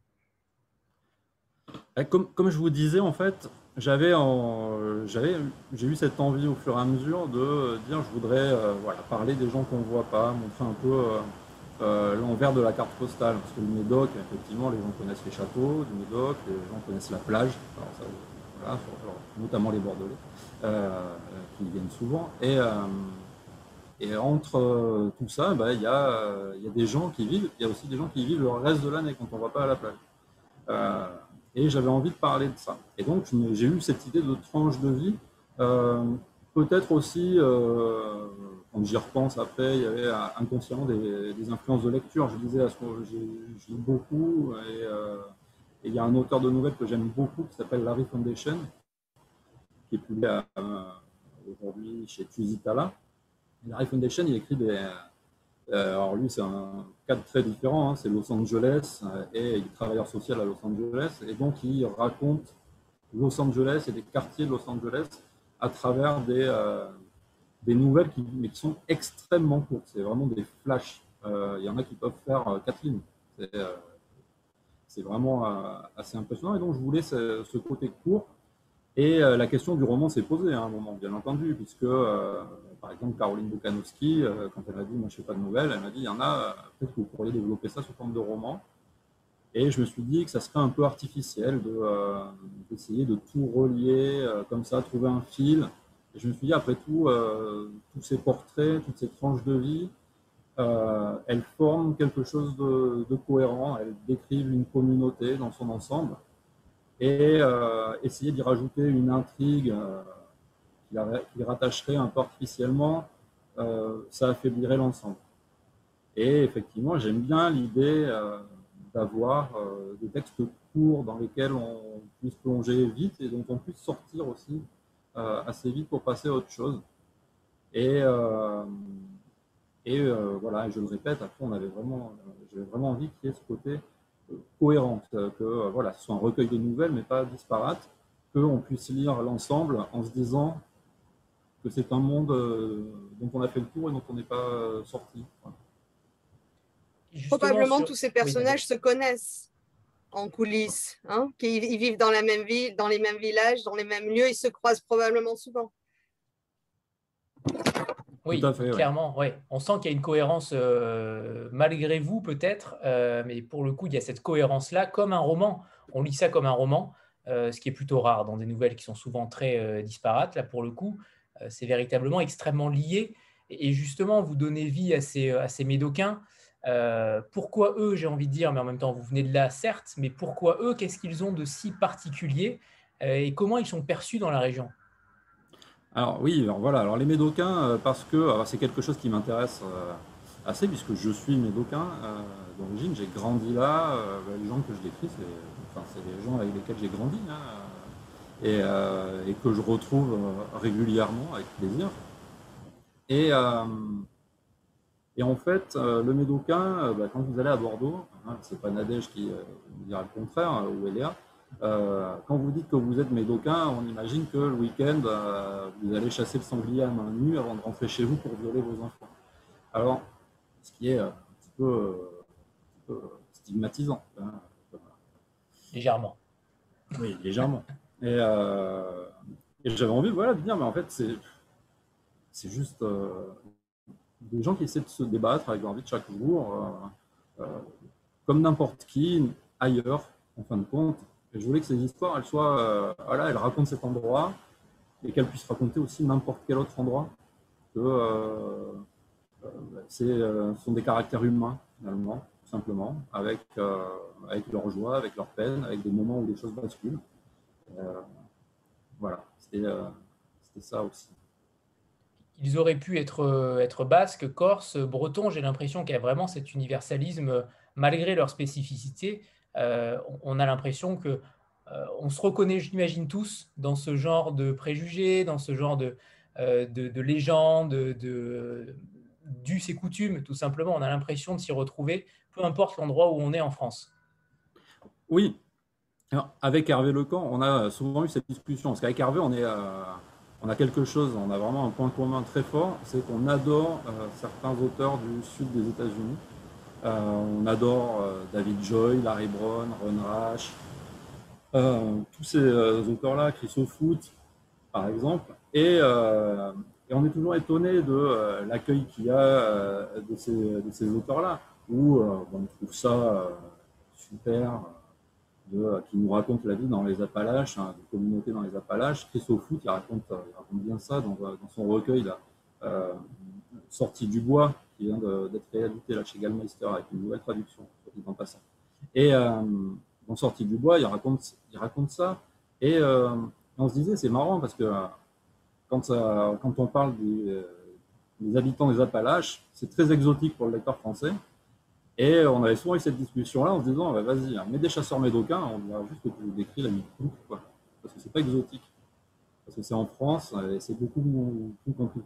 F: Comme, comme je vous disais, en fait, j'avais, j'ai eu cette envie au fur et à mesure de dire je voudrais euh, voilà, parler des gens qu'on ne voit pas, montrer un peu euh, euh, l'envers de la carte postale. Parce que le Médoc, effectivement, les gens connaissent les châteaux du Médoc, les gens connaissent la plage. Alors ça, voilà, notamment les Bordelais, euh, qui viennent souvent. Et, euh, et entre euh, tout ça, bah, y a, euh, y a des gens qui vivent, il y a aussi des gens qui vivent le reste de l'année quand on ne va pas à la plage. Euh, et j'avais envie de parler de ça. Et donc, j'ai eu cette idée de tranche de vie. Euh, Peut-être aussi, euh, quand j'y repense après, il y avait inconsciemment des, des influences de lecture. Je disais, je lis beaucoup et euh, Et il y a un auteur de nouvelles que j'aime beaucoup qui s'appelle Larry Foundation, qui est publié euh, aujourd'hui chez Tusitala. Larry Foundation, il écrit des… Euh, alors lui, c'est un cadre très différent, hein, c'est Los Angeles, euh, et il est travailleur social à Los Angeles. Et donc, il raconte Los Angeles et des quartiers de Los Angeles à travers des, euh, des nouvelles qui, mais qui sont extrêmement courtes. C'est vraiment des flashs. Euh, il y en a qui peuvent faire euh, quatre lignes. C'est… Euh, C'est vraiment euh, assez impressionnant. Et donc, je voulais ce, ce côté court. Et euh, la question du roman s'est posée à un moment, bien entendu, puisque, euh, par exemple, Caroline Bukanowski, euh, quand elle a dit « moi, je ne fais pas de nouvelles », elle m'a dit « il y en a, peut-être que vous pourriez développer ça sous forme de roman ». Et je me suis dit que ça serait un peu artificiel de, euh, d'essayer de tout relier euh, comme ça, trouver un fil. Et je me suis dit, après tout, euh, tous ces portraits, toutes ces tranches de vie, euh, elles forment quelque chose de, de cohérent, elles décrivent une communauté dans son ensemble. Et euh, essayer d'y rajouter une intrigue euh, qui, la, qui les rattacherait un peu artificiellement, euh, ça affaiblirait l'ensemble. Et effectivement, j'aime bien l'idée euh, d'avoir euh, des textes courts dans lesquels on puisse plonger vite et dont on puisse sortir aussi euh, assez vite pour passer à autre chose. Et, euh, et euh, voilà, je le répète, après, on avait vraiment, j'avais vraiment envie qu'il y ait ce côté cohérent, que, que voilà, ce soit un recueil de nouvelles, mais pas disparate, qu'on puisse lire l'ensemble en se disant que c'est un monde euh, dont on a fait le tour et dont on n'est pas sorti. Voilà.
B: Probablement,
A: sur...
B: tous ces personnages
A: oui,
B: se connaissent en coulisses, hein, qu'ils ils vivent dans la même ville, dans les mêmes villages, dans les mêmes lieux, ils se croisent probablement souvent.
A: Oui,
F: tout à fait,
A: clairement, ouais. On sent qu'il y a une cohérence euh, malgré vous peut-être, euh, mais pour le coup, il y a cette cohérence-là comme un roman. On lit ça comme un roman, euh, ce qui est plutôt rare dans des nouvelles qui sont souvent très euh, disparates. Là, pour le coup, euh, c'est véritablement extrêmement lié. Et, et justement, vous donnez vie à ces, à ces Médocains. Euh, pourquoi eux, j'ai envie de dire, mais en même temps, vous venez de là, certes, mais pourquoi eux, qu'est-ce qu'ils ont de si particulier euh, et comment ils sont perçus dans la région?
F: Alors oui, alors voilà, alors les Médocains, euh, parce que alors c'est quelque chose qui m'intéresse euh, assez, puisque je suis Médocain euh, d'origine, j'ai grandi là, euh, les gens que je décris, c'est enfin, c'est les gens avec lesquels j'ai grandi, hein, et, euh, et que je retrouve euh, régulièrement, avec plaisir. Et, euh, et en fait, euh, le Médocain, euh, bah, quand vous allez à Bordeaux, hein, c'est pas Nadège qui euh, dira le contraire, hein, ou Eléa, Euh, quand vous dites que vous êtes médocain, on imagine que le week-end, euh, vous allez chasser le sanglier à main nue avant de rentrer chez vous pour violer vos enfants. Alors, ce qui est euh, un petit peu, euh, un peu stigmatisant. Hein.
A: Légèrement.
F: Oui, légèrement. Et, euh, et j'avais envie voilà, de dire, mais en fait, c'est, c'est juste euh, des gens qui essaient de se débattre avec leur vie de chaque jour, euh, euh, comme n'importe qui, ailleurs, en fin de compte. Et je voulais que ces histoires, elles soient, euh, voilà, elles racontent cet endroit et qu'elles puissent raconter aussi n'importe quel autre endroit. Que euh, euh, c'est, euh, ce sont des caractères humains, finalement, tout simplement, avec, euh, avec leur joie, avec leur peine, avec des moments où les choses basculent. Euh, voilà, c'était, euh, c'était ça aussi.
A: Ils auraient pu être, euh, être basques, corses, bretons. J'ai l'impression qu'il y a vraiment cet universalisme, euh, malgré leur spécificité. Euh, on on a l'impression que euh, on se reconnaît, j'imagine tous, dans ce genre de préjugés, dans ce genre de, euh, de, de légendes, de, de d'us et coutumes, tout simplement. On a l'impression de s'y retrouver, peu importe l'endroit où on est en France.
F: Oui, alors, avec Hervé Lecamp, on a souvent eu cette discussion. Parce qu'avec Hervé, on, est, euh, on a quelque chose, on a vraiment un point commun très fort, c'est qu'on adore euh, certains auteurs du sud des États-Unis. Euh, on adore euh, David Joy, Larry Brown, Ron Rash, euh, tous ces euh, auteurs-là, Chris O'Foot, par exemple. Et, euh, et on est toujours étonné de euh, l'accueil qu'il y a euh, de ces, de ces auteurs-là, où euh, on trouve ça euh, super. De, qui nous raconte la vie dans les Appalaches, hein, des communautés dans les Appalaches. Chris O'Foot, il raconte, il raconte bien ça dans, dans son recueil là, euh, Sortie du bois, qui vient de, d'être réédité là, chez Gallmeister avec une nouvelle traduction, en passant. Et euh, dans Sortie du bois, il raconte, il raconte ça. Et euh, on se disait, c'est marrant parce que euh, quand, ça, quand on parle des, euh, des habitants des Appalaches, c'est très exotique pour le lecteur français. Et on avait souvent eu cette discussion-là en se disant, bah, vas-y, mets des chasseurs médocains, on dira juste que tu décris la Midi-Coupe, quoi. Parce que c'est pas exotique. Parce que c'est en France, et c'est beaucoup plus compliqué.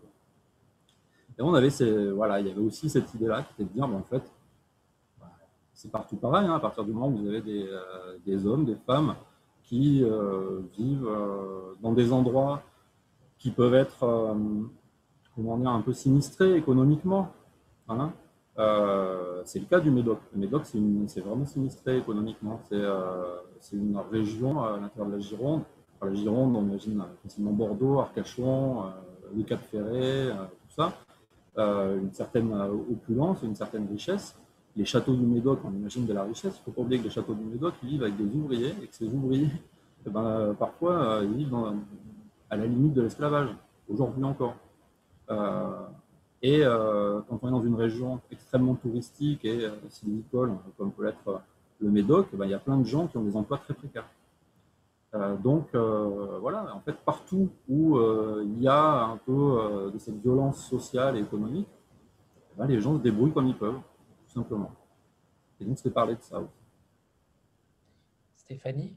F: Et on avait, ces, voilà, il y avait aussi cette idée-là qui était de dire, bah, en fait, bah, c'est partout pareil, hein, à partir du moment où vous avez des, euh, des hommes, des femmes qui euh, vivent euh, dans des endroits qui peuvent être, euh, comment dire, un peu sinistrés économiquement, hein. Euh, c'est le cas du Médoc. Le Médoc, c'est vraiment sinistré économiquement. C'est euh, une région à l'intérieur de la Gironde par la Gironde, on imagine facilement Bordeaux, Arcachon, euh, le Cap Ferré, euh, tout ça, euh, une certaine opulence, une certaine richesse. Les châteaux du Médoc, on imagine de la richesse. Il ne faut pas oublier que les châteaux du Médoc, ils vivent avec des ouvriers et que ces ouvriers, eh ben, parfois, euh, ils vivent dans, à la limite de l'esclavage, aujourd'hui encore. Euh, et euh, quand on est dans une région extrêmement touristique et euh, sylvicole, comme peut l'être le Médoc, eh ben, il y a plein de gens qui ont des emplois très précaires. Euh, donc, euh, voilà, en fait, partout où euh, il y a un peu euh, de cette violence sociale et économique, eh ben, les gens se débrouillent comme ils peuvent. Tout simplement. Et donc, c'est parler de ça aussi.
A: Stéphanie?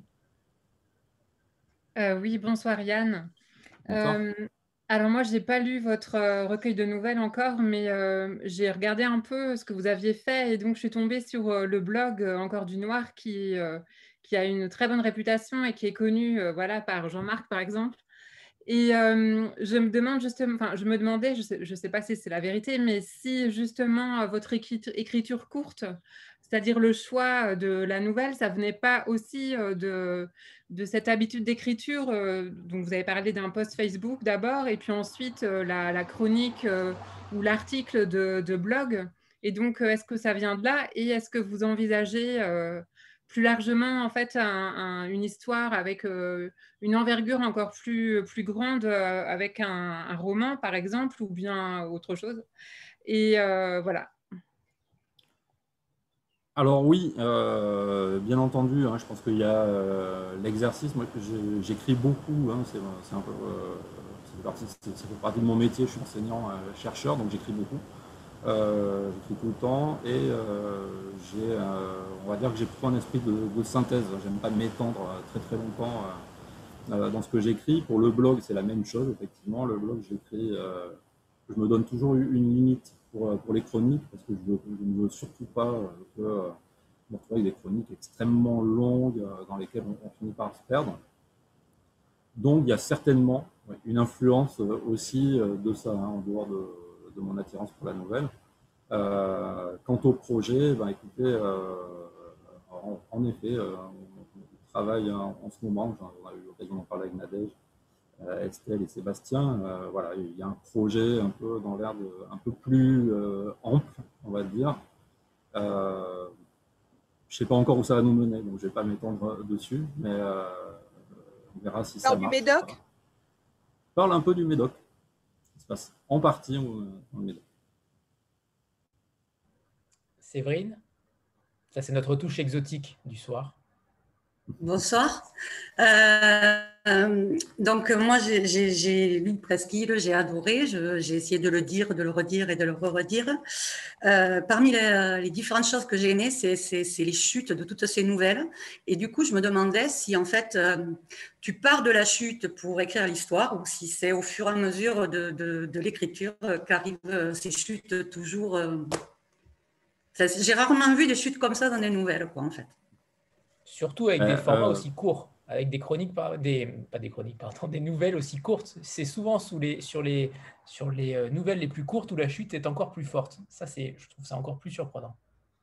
D: euh, Oui, bonsoir Yann.
F: Bonsoir.
D: Euh, alors moi, je n'ai pas lu votre euh, recueil de nouvelles encore, mais euh, j'ai regardé un peu ce que vous aviez fait et donc je suis tombée sur euh, le blog euh, Encore du Noir qui, euh, qui a une très bonne réputation et qui est connu euh, voilà, par Jean-Marc, par exemple. Et euh, je me demande justement, enfin, je me demandais, je sais, je sais pas si c'est la vérité, mais si justement euh, votre écriture, écriture courte, c'est-à-dire le choix de la nouvelle, ça venait pas aussi euh, de, de cette habitude d'écriture euh, dont vous avez parlé d'un post Facebook d'abord, et puis ensuite euh, la, la chronique euh, ou l'article de, de blog. Et donc, euh, est-ce que ça vient de là? Et est-ce que vous envisagez euh, plus largement en fait un, un, une histoire avec euh, une envergure encore plus, plus grande euh, avec un, un roman, par exemple, ou bien autre chose. Et euh, voilà.
F: Alors oui, euh, bien entendu, hein, je pense qu'il y a euh, l'exercice. Moi, j'écris beaucoup. Hein, c'est un peu, euh, ça, fait partie, ça fait partie de mon métier. Je suis enseignant, euh, chercheur, donc j'écris beaucoup. Euh, j'écris tout le temps et euh, j'ai, euh, on va dire que j'ai plutôt un esprit de, de synthèse. J'aime pas m'étendre très très longtemps euh, dans ce que j'écris. Pour le blog, c'est la même chose, effectivement. Le blog, j'écris, euh, je me donne toujours une limite pour, pour les chroniques, parce que je, veux, je ne veux surtout pas que euh, me retrouve avec des chroniques extrêmement longues euh, dans lesquelles on, on finit par se perdre. Donc, il y a certainement une influence aussi de ça, hein, en dehors de, de mon attirance pour la nouvelle. Euh, quant au projet, ben, écoutez, euh, en, en effet, euh, on travaille en, en ce moment, on a eu l'occasion d'en parler avec Nadège, euh, Estelle et Sébastien. Euh, voilà, il y a un projet un peu dans l'air de, un peu plus euh, ample, on va dire. Euh, je ne sais pas encore où ça va nous mener, donc je ne vais pas m'étendre dessus, mais euh, on verra si ça marche.
B: Parle du Médoc ?
F: Je parle un peu du Médoc. Ça se passe en partie dans le Médoc.
A: Séverine, ça c'est notre touche exotique du soir.
G: Bonsoir. Euh, euh, donc moi j'ai lu Presqu'île, j'ai adoré, j'ai essayé de le dire, de le redire et de le re-redire. Euh, parmi les, les différentes choses que j'ai aimées, c'est les chutes de toutes ces nouvelles. Et du coup, je me demandais si en fait euh, tu pars de la chute pour écrire l'histoire ou si c'est au fur et à mesure de, de, de l'écriture qu'arrivent ces chutes toujours. Euh... J'ai rarement vu des chutes comme ça dans des nouvelles, quoi, en fait.
A: Surtout avec
F: euh,
A: des formats
F: euh...
A: aussi courts, avec des chroniques, des, pas des chroniques, pardon, des nouvelles aussi courtes. C'est souvent sous les, sur, les, sur les nouvelles les plus courtes où la chute est encore plus forte. Ça, c'est, je trouve ça encore plus surprenant.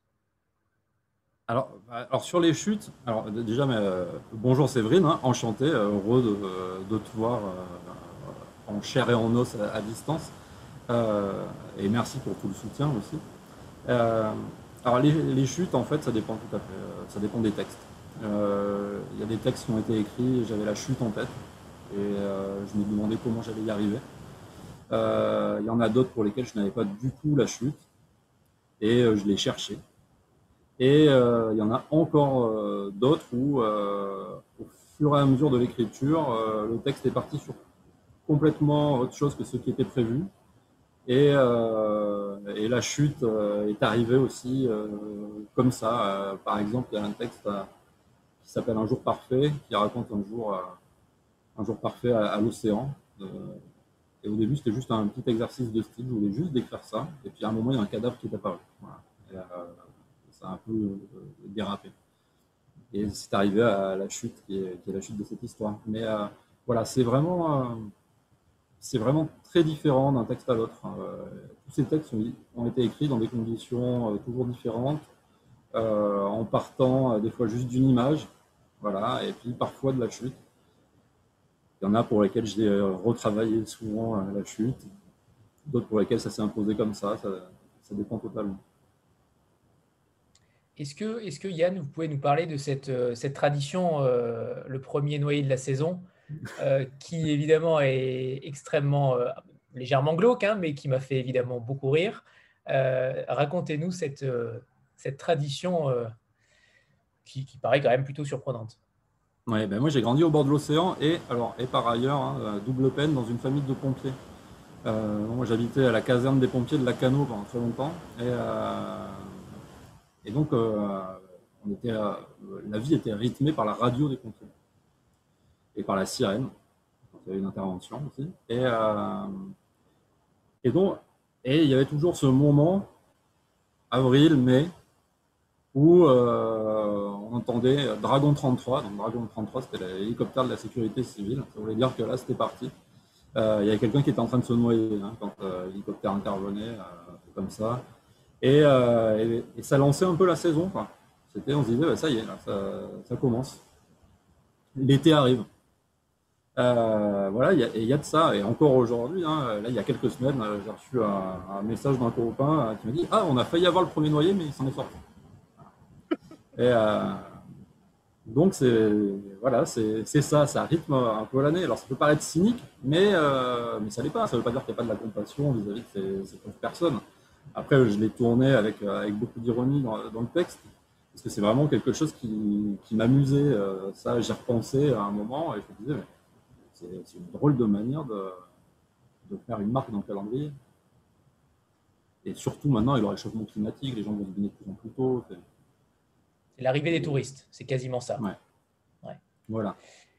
F: Alors, alors sur les chutes, alors déjà, mais, euh, bonjour Séverine, hein, enchanté, heureux de, de te voir euh, en chair et en os à, à distance. Euh, et merci pour tout le soutien aussi. Euh, alors les, les chutes, en fait, ça dépend tout à fait, ça dépend des textes. Il euh, y a des textes qui ont été écrits, j'avais la chute en tête, et euh, je me demandais comment j'allais y arriver. Il euh, y en a d'autres pour lesquels je n'avais pas du tout la chute, et euh, je l'ai cherché. Et il euh, y en a encore euh, d'autres où, euh, au fur et à mesure de l'écriture, euh, le texte est parti sur complètement autre chose que ce qui était prévu. Et, euh, et la chute euh, est arrivée aussi euh, comme ça. Euh, par exemple, il y a un texte euh, qui s'appelle Un jour parfait, qui raconte un jour, euh, un jour parfait à, à l'océan. Euh, et au début, c'était juste un petit exercice de style. Je voulais juste décrire ça. Et puis à un moment, il y a un cadavre qui est apparu. Voilà. Et, euh, ça a un peu euh, dérapé. Et c'est arrivé à la chute, qui est, qui est la chute de cette histoire. Mais euh, voilà, c'est vraiment... Euh, c'est vraiment très différent d'un texte à l'autre. Euh, tous ces textes ont, ont été écrits dans des conditions euh, toujours différentes, euh, en partant euh, des fois juste d'une image, voilà, et puis parfois de la chute. Il y en a pour lesquels j'ai retravaillé souvent à la chute, d'autres pour lesquels ça s'est imposé comme ça, ça, ça dépend totalement.
A: Est-ce que, est-ce que Yann, vous pouvez nous parler de cette, euh, cette tradition, euh, le premier noyer de la saison, euh, qui évidemment est extrêmement, euh, légèrement glauque, hein, mais qui m'a fait évidemment beaucoup rire. Euh, racontez-nous cette, euh, cette tradition euh, qui, qui paraît quand même plutôt surprenante.
F: Ouais, ben moi j'ai grandi au bord de l'océan et, alors, et par ailleurs, hein, double peine dans une famille de pompiers. Euh, moi j'habitais à la caserne des pompiers de Lacanau pendant très longtemps et, euh, et donc euh, on était, euh, la vie était rythmée par la radio des pompiers et par la sirène quand il y avait une intervention aussi. Et, euh, et donc et il y avait toujours ce moment, avril, mai, où euh, on entendait Dragon trente-trois. Donc Dragon trente-trois, c'était l'hélicoptère de la sécurité civile. Ça voulait dire que là, c'était parti. Euh, il y avait quelqu'un qui était en train de se noyer hein, quand euh, l'hélicoptère intervenait, euh, comme ça. Et, euh, et, et ça lançait un peu la saison. Quoi. C'était, on se disait, bah, ça y est, là, ça, ça commence. L'été arrive. Euh, voilà, il y, y a de ça. Et encore aujourd'hui, hein, là, il y a quelques semaines, j'ai reçu un, un message d'un copain qui m'a dit « Ah, on a failli avoir le premier noyer, mais il s'en est sorti. » Et euh, donc, c'est voilà, c'est ça, ça rythme un peu l'année. Alors, ça peut paraître cynique, mais, euh, mais ça l'est pas. Ça ne veut pas dire qu'il n'y a pas de la compassion vis-à-vis de ces, ces pauvres personnes. Après, je l'ai tourné avec, avec beaucoup d'ironie dans, dans le texte, parce que c'est vraiment quelque chose qui, qui m'amusait. Euh, ça, j'y repensé à un moment, et je me disais, mais c'est une drôle de manière de, de faire une marque dans le calendrier. Et surtout maintenant, avec le réchauffement climatique, les gens vont se baigner de plus en plus tôt.
A: C'est l'arrivée des touristes, c'est quasiment ça.
F: Ouais. Ouais. Voilà.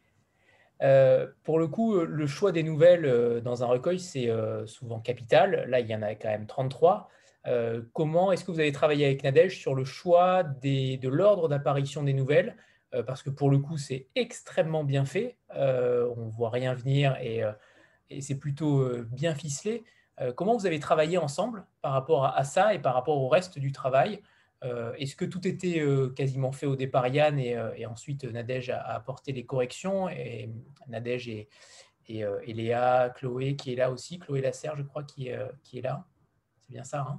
A: Euh, pour le coup, le choix des nouvelles euh, dans un recueil, c'est euh, souvent capital. Là, il y en a quand même trente-trois. Euh, comment est-ce que vous avez travaillé avec Nadège sur le choix des, de l'ordre d'apparition des nouvelles euh, parce que pour le coup, c'est extrêmement bien fait. Euh, on ne voit rien venir et, euh, et c'est plutôt euh, bien ficelé. Euh, comment vous avez travaillé ensemble par rapport à, à ça et par rapport au reste du travail? Euh, Est-ce que tout était euh, quasiment fait au départ, Yann, et, euh, et ensuite Nadège a, a apporté les corrections et Nadège et, et, euh, et Léa, Chloé qui est là aussi, Chloé Lasserre, je crois, qui est, euh, qui est là. C'est bien ça, hein?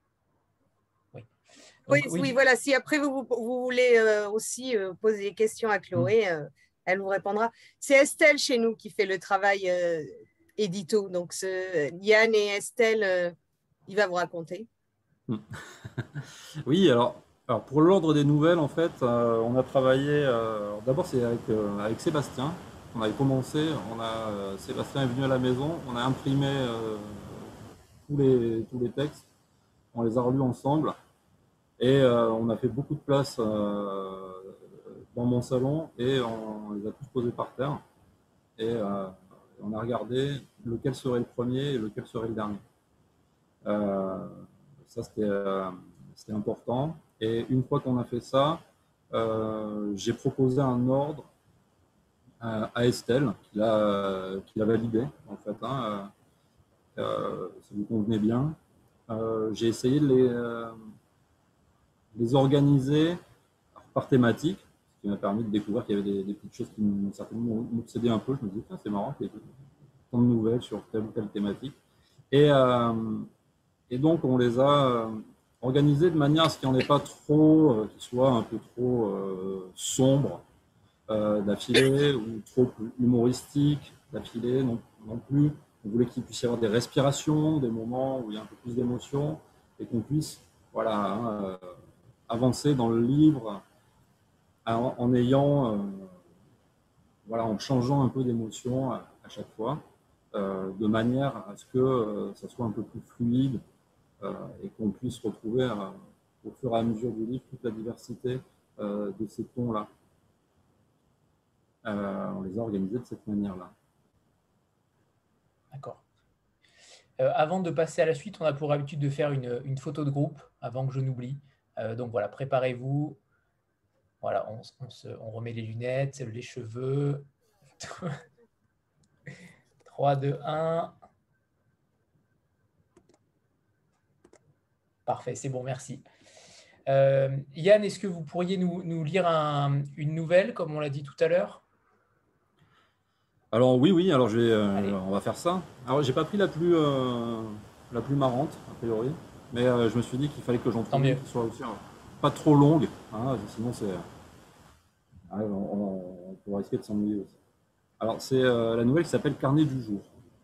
A: Oui. Donc,
B: oui, oui. oui, voilà. Si après vous, vous voulez euh, aussi euh, poser des questions à Chloé, euh, elle vous répondra. C'est Estelle chez nous qui fait le travail euh, édito. Donc, ce, Yann et Estelle, euh, il va vous raconter.
F: Oui, alors, alors pour l'ordre des nouvelles, en fait, euh, on a travaillé. Euh, D'abord, c'est avec, euh, avec Sébastien. On avait commencé. On a, euh, Sébastien est venu à la maison. On a imprimé euh, tous, les, tous les textes. On les a relus ensemble. Et euh, on a fait beaucoup de place euh, dans mon salon et on les a tous posés par terre. Et euh, on a regardé lequel serait le premier et lequel serait le dernier. Euh, ça, c'était euh, important. Et une fois qu'on a fait ça, euh, j'ai proposé un ordre à, à Estelle, qui l'a validé, en fait. Hein, euh, ça lui convenait bien. Euh, j'ai essayé de les... Euh, les organiser par thématique, ce qui m'a permis de découvrir qu'il y avait des, des petites choses qui certainement m'obsédaient un peu. Je me disais, c'est marrant qu'il y ait tant de nouvelles sur telle ou telle thématique. Et, euh, et donc, on les a euh, organisées de manière à ce qu'il n'y en ait pas trop, euh, qui soit un peu trop euh, sombre euh, d'affilée ou trop humoristique d'affilée non, non plus. On voulait qu'il puisse y avoir des respirations, des moments où il y a un peu plus d'émotion et qu'on puisse, voilà, hein, euh, avancer dans le livre en, en ayant, euh, voilà, en changeant un peu d'émotion à, à chaque fois, euh, de manière à ce que euh, ça soit un peu plus fluide euh, et qu'on puisse retrouver euh, au fur et à mesure du livre toute la diversité euh, de ces tons-là. Euh, on les a organisés de cette manière-là.
A: D'accord. Euh, avant de passer à la suite, on a pour habitude de faire une, une photo de groupe avant que je n'oublie. Euh, donc voilà, préparez-vous. Voilà, on, on, se, on remet les lunettes, les cheveux. trois, deux, un. Parfait, c'est bon, merci. Euh, Yann, est-ce que vous pourriez nous, nous lire un, une nouvelle, comme on l'a dit tout à l'heure?
F: Alors oui, oui, alors je vais, euh, on va faire ça. Alors j'ai pas pris la plus, euh, la plus marrante, a priori, mais euh, je me suis dit qu'il fallait que j'en trouve une qui soit aussi euh, pas trop longue, hein, sinon c'est, ah, on, on, on peut risquer de s'ennuyer aussi. Alors c'est euh, la nouvelle qui s'appelle Carnet du jour.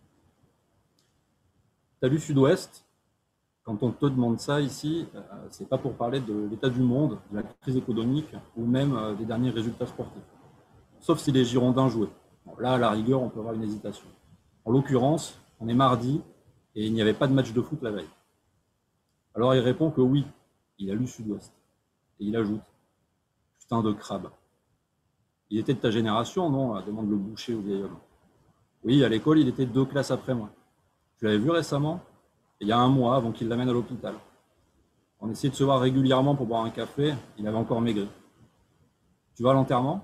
F: T'as lu Sud-Ouest? Quand on te demande ça ici, euh, c'est pas pour parler de l'état du monde, de la crise économique ou même euh, des derniers résultats sportifs. Sauf si les Girondins jouaient. Bon, là, à la rigueur, on peut avoir une hésitation. En l'occurrence, on est mardi et il n'y avait pas de match de foot la veille. Alors il répond que oui, il a lu Sud-Ouest. Et il ajoute, putain de crabe. Il était de ta génération, non? Demande le boucher au vieil homme. Oui, à l'école, il était deux classes après moi. Je l'avais vu récemment, il y a un mois, avant qu'il l'amène à l'hôpital. On essayait de se voir régulièrement pour boire un café, il avait encore maigri. Tu vas à l'enterrement?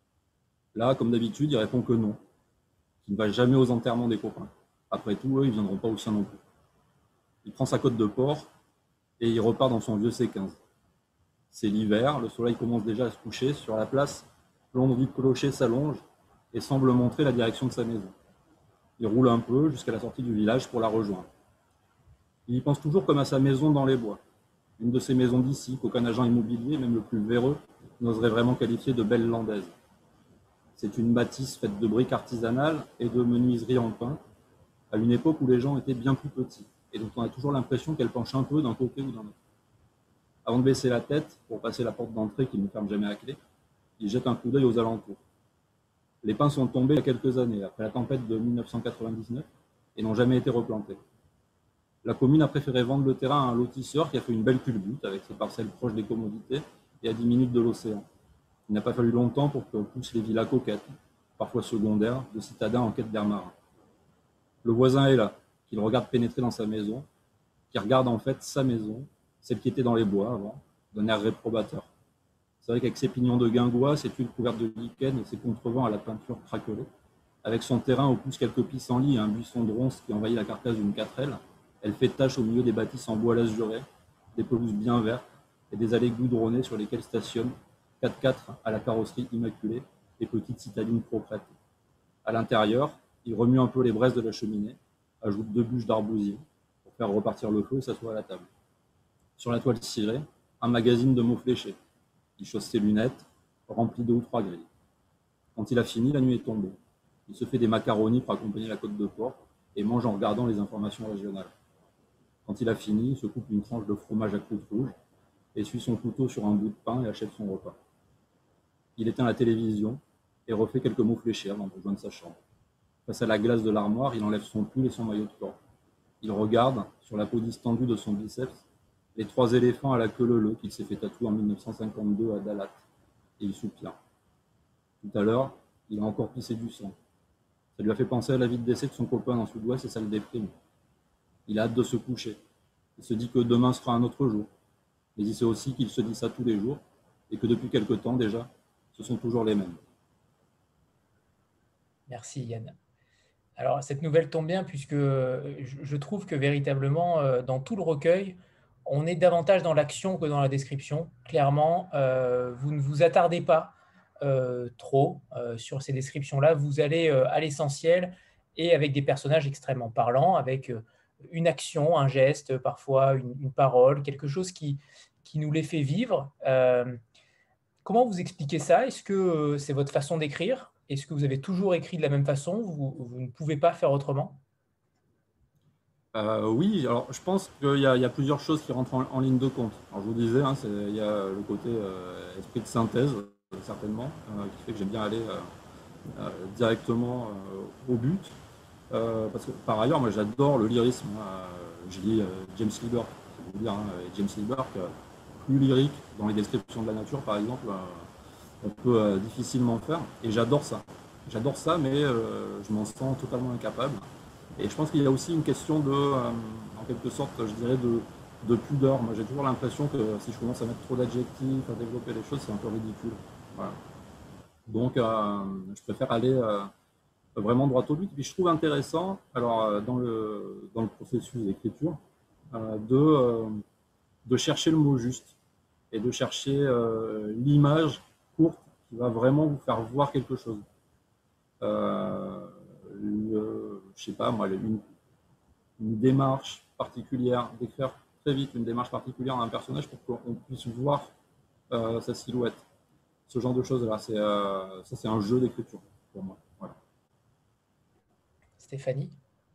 F: Là, comme d'habitude, il répond que non, qu'il ne va jamais aux enterrements des copains. Après tout, eux, ils ne viendront pas au sien non plus. Il prend sa côte de porc et il repart dans son vieux C quinze. C'est l'hiver, le soleil commence déjà à se coucher. Sur la place, l'ombre du clocher s'allonge et semble montrer la direction de sa maison. Il roule un peu jusqu'à la sortie du village pour la rejoindre. Il y pense toujours comme à sa maison dans les bois. Une de ces maisons d'ici qu'aucun agent immobilier, même le plus véreux, n'oserait vraiment qualifier de belle landaise. C'est une bâtisse faite de briques artisanales et de menuiseries en pin, à une époque où les gens étaient bien plus petits, et dont on a toujours l'impression qu'elle penche un peu d'un côté ou d'un autre. Avant de baisser la tête, pour passer la porte d'entrée qui ne ferme jamais à clé, il jette un coup d'œil aux alentours. Les pins sont tombés il y a quelques années, après la tempête de mille neuf cent quatre-vingt-dix-neuf, et n'ont jamais été replantés. La commune a préféré vendre le terrain à un lotisseur qui a fait une belle culbute, avec ses parcelles proches des commodités et à dix minutes de l'océan. Il n'a pas fallu longtemps pour que poussent les villas coquettes, parfois secondaires, de citadins en quête d'air marin. Le voisin est là, qu'il regarde pénétrer dans sa maison, qui regarde en fait sa maison, celle qui était dans les bois avant, d'un air réprobateur. C'est vrai qu'avec ses pignons de guingois, ses tuiles couvertes de lichen et ses contrevents à la peinture craquelée, avec son terrain où poussent quelques pissenlits et un buisson de ronces qui envahit la carcasse d'une quatrelle, elle fait tache au milieu des bâtisses en bois lasuré, des pelouses bien vertes et des allées goudronnées sur lesquelles stationnent quatre-quatre à la carrosserie immaculée et petites citadines proprettes. À l'intérieur, il remue un peu les braises de la cheminée, ajoute deux bûches d'arbousier pour faire repartir le feu et s'assoit à la table. Sur la toile cirée, un magazine de mots fléchés. Il chausse ses lunettes, remplit deux ou trois grilles. Quand il a fini, la nuit est tombée. Il se fait des macaronis pour accompagner la côte de porc et mange en regardant les informations régionales. Quand il a fini, il se coupe une tranche de fromage à croûte rouge, essuie son couteau sur un bout de pain et achève son repas. Il éteint la télévision et refait quelques mots fléchés avant de rejoindre sa chambre. Face à la glace de l'armoire, il enlève son pull et son maillot de corps. Il regarde, sur la peau distendue de son biceps, les trois éléphants à la queue leu-leu qu'il s'est fait tatouer en mille neuf cent cinquante-deux à Dalat. Et il soupire. Tout à l'heure, il a encore pissé du sang. Ça lui a fait penser à la vie de décès de son copain dans Sud-Ouest et ça le déprime. Il a hâte de se coucher. Il se dit que demain sera un autre jour. Mais il sait aussi qu'il se dit ça tous les jours et que depuis quelque temps déjà, ce sont toujours les mêmes.
A: Merci Yann. Alors cette nouvelle tombe bien puisque je trouve que véritablement dans tout le recueil, on est davantage dans l'action que dans la description. Clairement, euh, vous ne vous attardez pas euh, trop euh, sur ces descriptions-là. Vous allez euh, à l'essentiel et avec des personnages extrêmement parlants, avec euh, une action, un geste, parfois une, une parole, quelque chose qui, qui nous les fait vivre. Euh, comment vous expliquez ça? Est-ce que euh, c'est votre façon d'écrire? Est-ce que vous avez toujours écrit de la même façon? vous, vous ne pouvez pas faire autrement?
F: Euh, oui, alors je pense qu'il y, y a plusieurs choses qui rentrent en, en ligne de compte. Alors je vous disais, hein, il y a le côté euh, esprit de synthèse, euh, certainement, euh, qui fait que j'aime bien aller euh, euh, directement euh, au but. Euh, parce que par ailleurs, moi j'adore le lyrisme. Hein. Je lis euh, James Lee Burke, c'est vous dire, hein, James Lee Burke, euh, plus lyrique dans les descriptions de la nature, par exemple, euh, on peut euh, difficilement faire. Et j'adore ça. J'adore ça, mais euh, je m'en sens totalement incapable. Et je pense qu'il y a aussi une question de, euh, en quelque sorte, je dirais, de, de pudeur. Moi, j'ai toujours l'impression que si je commence à mettre trop d'adjectifs, à développer les choses, c'est un peu ridicule. Voilà. Donc, euh, je préfère aller euh, vraiment droit au but. Et puis, je trouve intéressant, alors, dans le, dans le processus d'écriture, euh, de, euh, de chercher le mot juste et de chercher euh, l'image courte qui va vraiment vous faire voir quelque chose. Euh, eu, euh, je sais pas moi, une, une démarche particulière, d'écrire très vite une démarche particulière d'un personnage pour qu'on puisse voir euh, sa silhouette. Ce genre de choses-là, c'est euh, ça c'est un jeu d'écriture pour moi. Voilà.
A: Stéphanie?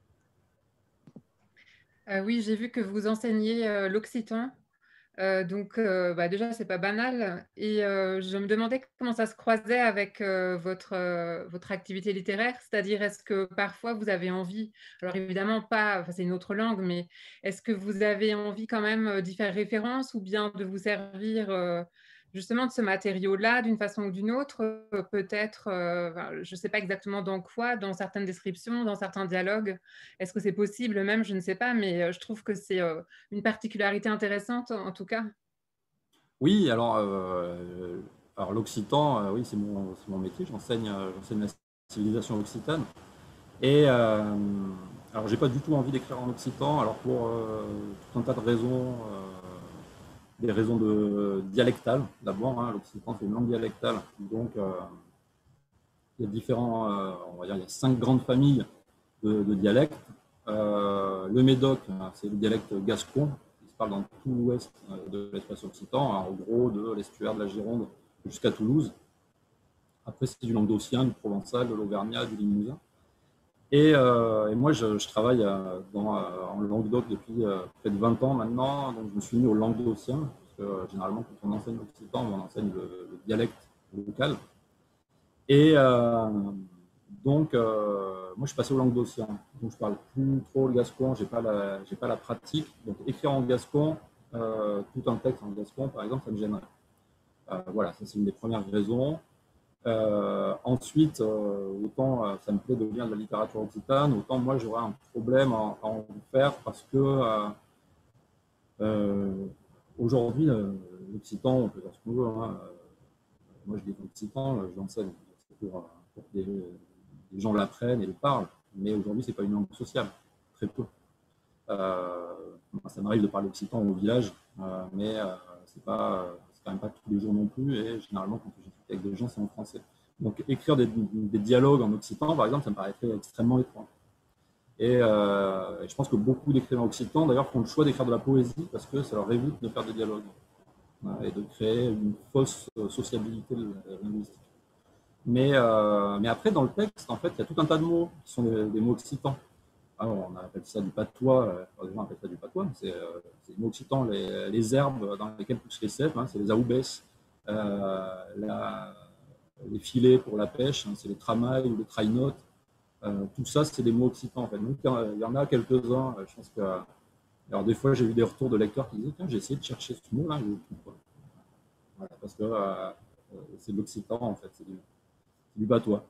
D: Euh, oui, j'ai vu que vous enseignez euh, l'occitan. Euh, donc, euh, bah, déjà, c'est pas banal. Et euh, je me demandais comment ça se croisait avec euh, votre, euh, votre activité littéraire. C'est-à-dire, est-ce que parfois vous avez envie, alors évidemment pas, enfin, c'est une autre langue, mais est-ce que vous avez envie quand même euh, d'y faire référence ou bien de vous servir euh, justement de ce matériau-là d'une façon ou d'une autre, euh, peut-être, euh, enfin, je ne sais pas exactement dans quoi, dans certaines descriptions, dans certains dialogues. Est-ce que c'est possible même? Je ne sais pas, mais euh, je trouve que c'est euh, une particularité intéressante en tout cas.
F: Oui, alors, euh, alors l'occitan, euh, oui, c'est mon, c'est mon métier. J'enseigne, euh, j'enseigne la civilisation occitane. Et euh, alors, j'ai pas du tout envie d'écrire en occitan. Alors pour euh, tout un tas de raisons, euh, des raisons de dialectales. D'abord, hein, l'occitan c'est une langue dialectale. Donc, euh, il y a différents, euh, on va dire, il y a cinq grandes familles de, de dialectes. Euh, le Médoc, c'est le dialecte gascon. Parle dans tout l'ouest de l'espace occitan, en gros de l'estuaire de la Gironde jusqu'à Toulouse. Après, c'est du languedocien, du provençal, de l'auvergnat, du limousin. Et, euh, et moi, je, je travaille dans, en Languedoc depuis près de vingt ans maintenant, donc je me suis mis au languedocien, parce que euh, généralement, quand on enseigne l'occitan, on enseigne le, le dialecte local. Et euh, donc, euh, moi, je suis passé au languedocien. Donc, je parle plus trop le gascon, j'ai pas la, j'ai pas la pratique. Donc, écrire en gascon, euh, tout un texte en gascon, par exemple, ça me gênerait. Euh, voilà, ça c'est une des premières raisons. Euh, ensuite, euh, autant euh, ça me plaît de lire de la littérature occitane, autant moi j'aurais un problème à, à en faire parce que euh, euh, aujourd'hui, euh, l'occitan, on peut faire ce qu'on veut. Hein. Moi, je dis l'occitan, je l'enseigne pour, pour que des, les gens l'apprennent et le parlent, mais aujourd'hui, ce n'est pas une langue sociale, très peu. Euh, ça m'arrive de parler occitan au village, euh, mais euh, ce n'est quand même pas tous les jours non plus, et généralement, quand je discute avec des gens, c'est en français. Donc, écrire des, des dialogues en occitan, par exemple, ça me paraîtrait extrêmement étrange. Et, euh, et je pense que beaucoup d'écrivains occitans, d'ailleurs, font le choix d'écrire de la poésie parce que ça leur évite de faire des dialogues et de créer une fausse sociabilité linguistique. Mais, euh, mais après, dans le texte, en fait, il y a tout un tas de mots qui sont des, des mots occitans. Alors, on appelle ça du patois, enfin, les gens appellent ça du patois, mais c'est euh, des mots occitans, les, les herbes dans lesquelles poussent les cèpes, hein, c'est les aoubès, euh, la, les filets pour la pêche, hein, c'est les tramailles ou les trainotes. Euh, tout ça, c'est des mots occitans. En fait. Donc, il y en a quelques-uns, je pense que. Alors, des fois, j'ai eu des retours de lecteurs qui disaient tiens, j'ai essayé de chercher ce mot-là, je ne le trouve pas. Voilà, parce que euh, c'est de l'occitan, en fait, c'est du, du patois.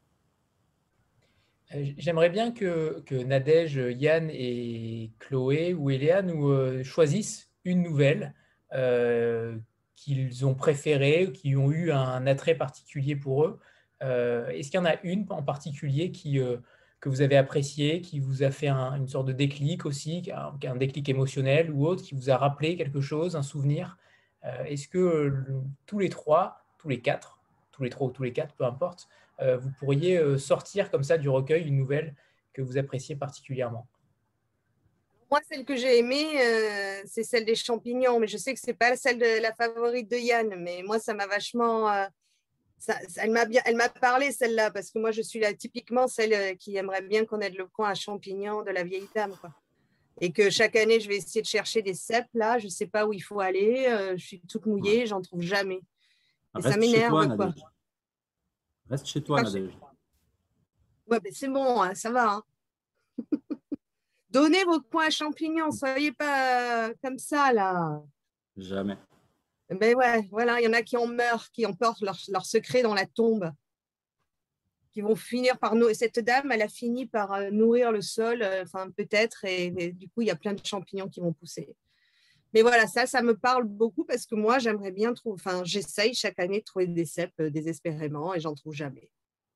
A: J'aimerais bien que, que Nadège, Yann et Chloé ou Eléa nous euh, choisissent une nouvelle euh, qu'ils ont préférée, qui ont eu un attrait particulier pour eux. Euh, Est-ce qu'il y en a une en particulier qui, euh, que vous avez appréciée, qui vous a fait un, une sorte de déclic aussi, un, un déclic émotionnel ou autre, qui vous a rappelé quelque chose, un souvenir? euh, Est-ce que euh, tous les trois, tous les quatre, tous les trois ou tous les quatre, peu importe, Euh, vous pourriez euh, sortir comme ça du recueil une nouvelle que vous appréciez particulièrement?
B: Moi, celle que j'ai aimée, euh, c'est celle des champignons, mais je sais que c'est pas celle de la favorite de Yann, mais moi, ça m'a vachement, euh, ça, ça- elle m'a bien, elle m'a parlé celle-là, parce que moi, je suis là typiquement celle euh, qui aimerait bien connaître le coin à champignons de la vieille dame, quoi. Et que chaque année, je vais essayer de chercher des cèpes là, je sais pas où il faut aller, euh, je suis toute mouillée, j'en trouve jamais. Et ça
F: Reste chez toi,
B: m'énerve, quoi.
F: Nadège. Reste chez
B: C'est
F: toi,
B: pas chez-
F: Nadège.
B: Ouais, ben c'est bon, hein, ça va, hein. Donnez vos coins à champignons, soyez pas euh, comme ça, là.
F: Jamais.
B: Ben ouais, voilà, il y en a qui en meurent, qui emportent leur, leur secret dans la tombe, qui vont finir par nourrir. Cette dame, elle a fini par euh, nourrir le sol, euh, enfin peut-être, et, et du coup, il y a plein de champignons qui vont pousser. Mais voilà, ça, ça me parle beaucoup parce que moi, j'aimerais bien trouver, enfin, j'essaye chaque année de trouver des cèpes euh, désespérément et j'en trouve jamais.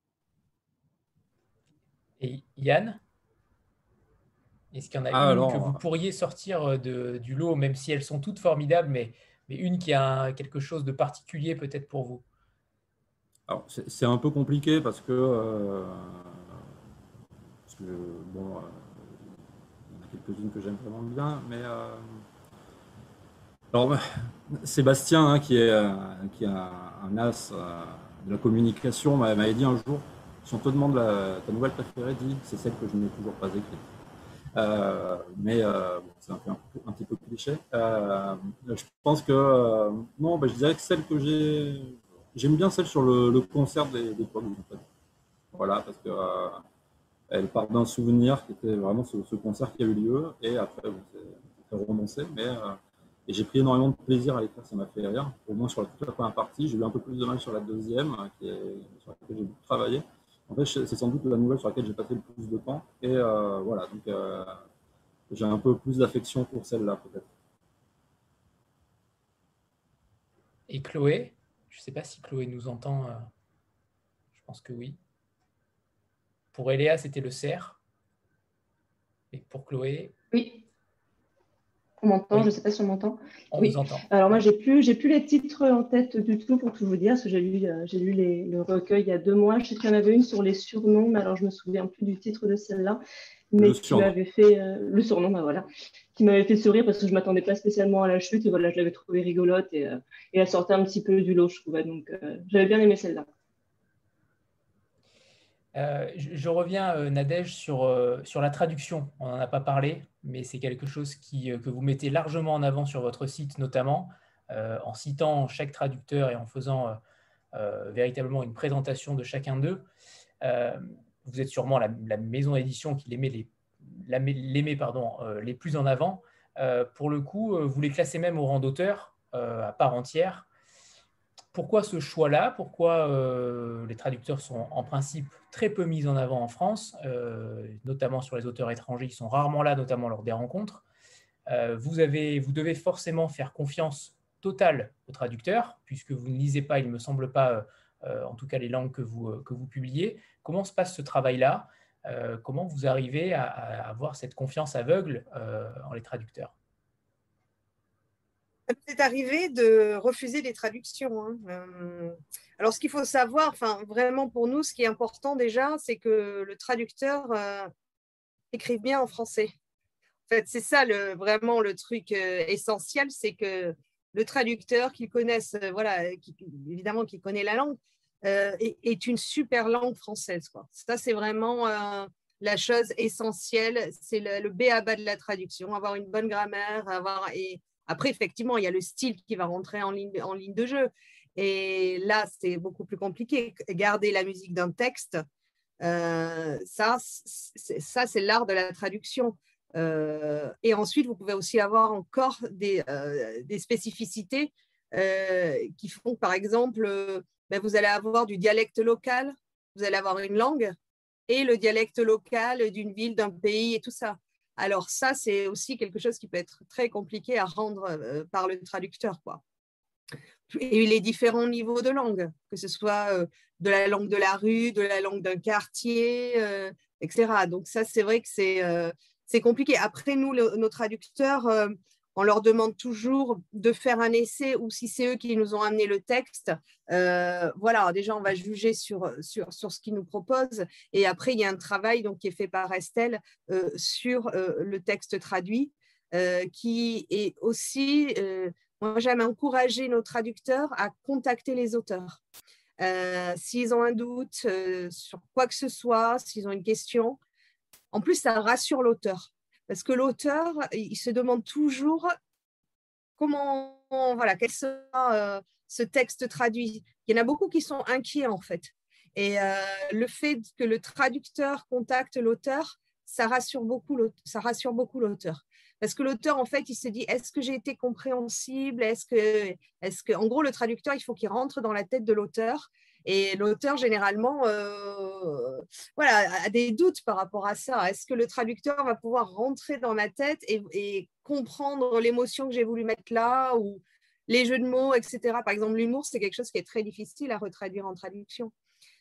A: Et Yann, est-ce qu'il y en a
F: Ah,
A: une que vous
F: alors,
A: pourriez sortir de, du lot, même si elles sont toutes formidables, mais, mais une qui a un- quelque chose de particulier peut-être pour vous?
F: alors c'est c'est un peu compliqué parce que euh, que, bon, euh, il y en a quelques-unes que j'aime vraiment bien, mais euh, alors, Sébastien, hein, qui est, euh, qui est un, un as euh, de la communication, m'avait dit un jour, si on te demande la, ta nouvelle préférée, dis, c'est celle que je n'ai toujours pas écrite. Euh, mais euh, bon, c'est un, un, un petit peu cliché. Euh, je pense que euh, non, bah, je dirais que celle que j'ai, j'aime bien celle sur le, le concert des, des Poids Lourds, en fait. Voilà, parce que euh, elle part d'un souvenir qui était vraiment ce, ce concert qui a eu lieu, et après, bon, c'est renoncé, mais euh, et j'ai pris énormément de plaisir à l'écrire, ça m'a fait rire, au moins sur la, toute la première partie. J'ai eu un peu plus de mal sur la deuxième, qui est, sur laquelle j'ai beaucoup travaillé. En fait, c'est sans doute la nouvelle sur laquelle j'ai passé le plus de temps. Et euh, voilà, donc euh, j'ai un peu plus d'affection pour celle-là, peut-être.
A: Et Chloé, je ne sais pas si Chloé nous entend. Euh, je pense que oui. Pour Eléa, c'était le cerf. Et pour Chloé.
H: Oui. On m'entend,
A: oui.
H: Je ne sais pas si on m'entend.
A: On
H: oui.
A: vous entend.
H: Alors moi, j'ai plus, j'ai plus les titres en tête du tout pour tout vous dire, parce que j'ai lu, euh, j'ai lu les, le recueil il y a deux mois. Je sais qu'il y en avait une sur les surnoms, mais alors je me souviens plus du titre de celle-là, mais
F: le
H: qui m'avait fait euh, le surnom, bah voilà, qui m'avait fait sourire parce que je m'attendais pas spécialement à la chute et voilà, je l'avais trouvée rigolote et, euh, et elle sortait un petit peu du lot, je trouvais. Donc euh, j'avais bien aimé celle-là.
A: Euh, je, je reviens, euh, Nadège, sur, euh, sur la traduction. On n'en a pas parlé, mais c'est quelque chose qui, euh, que vous mettez largement en avant sur votre site, notamment euh, en citant chaque traducteur et en faisant euh, euh, véritablement une présentation de chacun d'eux. Euh, vous êtes sûrement la, la maison d'édition qui les met les, la, les, met, pardon, euh, les plus en avant. Euh, pour le coup, euh, vous les classez même au rang d'auteur euh, à part entière. Pourquoi ce choix-là? Pourquoi euh, les traducteurs sont en principe très peu mis en avant en France, euh, notamment sur les auteurs étrangers qui sont rarement là, notamment lors des rencontres. Euh, vous, avez, vous devez forcément faire confiance totale aux traducteurs, puisque vous ne lisez pas, il ne me semble pas, euh, en tout cas les langues que vous, que vous publiez. Comment se passe ce travail-là? euh, Comment vous arrivez à, à avoir cette confiance aveugle euh, en les traducteurs?
B: C'est arrivé de refuser des traductions. Hein. Euh, alors, ce qu'il faut savoir, enfin, vraiment pour nous, ce qui est important déjà, c'est que le traducteur euh, écrive bien en français. En fait, c'est ça le, vraiment le truc euh, essentiel, c'est que le traducteur, qu'il connaisse, euh, voilà, qui, évidemment qu'il connaît la langue, euh, est, est une super langue française, quoi. Ça, c'est vraiment euh, la chose essentielle, c'est le, le b a ba de la traduction, avoir une bonne grammaire, avoir et après, effectivement, il y a le style qui va rentrer en ligne, en ligne de jeu. Et là, c'est beaucoup plus compliqué. Garder la musique d'un texte, euh, ça, c'est, ça, c'est l'art de la traduction. Euh, et ensuite, vous pouvez aussi avoir encore des, euh, des spécificités euh, qui font que, par exemple, euh, ben, vous allez avoir du dialecte local, vous allez avoir une langue et le dialecte local d'une ville, d'un pays et tout ça. Alors ça, c'est aussi quelque chose qui peut être très compliqué à rendre euh, par le traducteur, quoi. Et les différents niveaux de langue, que ce soit euh, de la langue de la rue, de la langue d'un quartier, euh, et cetera. Donc ça, c'est vrai que c'est euh, c'est compliqué. Après, nous, le, nos traducteurs, euh, on leur demande toujours de faire un essai ou si c'est eux qui nous ont amené le texte. Euh, voilà, déjà, on va juger sur, sur, sur ce qu'ils nous proposent. Et après, il y a un travail donc, qui est fait par Estelle euh, sur euh, le texte traduit, euh, qui est aussi... Euh, moi, j'aime encourager nos traducteurs à contacter les auteurs. Euh, s'ils ont un doute euh, sur quoi que ce soit, s'ils ont une question, en plus, ça rassure l'auteur. Parce que l'auteur, il se demande toujours comment, voilà, quel sera euh, ce texte traduit. Il y en a beaucoup qui sont inquiets, en fait. Et euh, le fait que le traducteur contacte l'auteur, ça rassure beaucoup, ça rassure beaucoup l'auteur. Parce que l'auteur, en fait, il se dit, est-ce que j'ai été compréhensible? Est-ce que, est-ce que, en gros, le traducteur, il faut qu'il rentre dans la tête de l'auteur. Et l'auteur, généralement, euh, voilà, a des doutes par rapport à ça. Est-ce que le traducteur va pouvoir rentrer dans ma tête et, et comprendre l'émotion que j'ai voulu mettre là ou les jeux de mots, et cetera. Par exemple, l'humour, c'est quelque chose qui est très difficile à retraduire en traduction.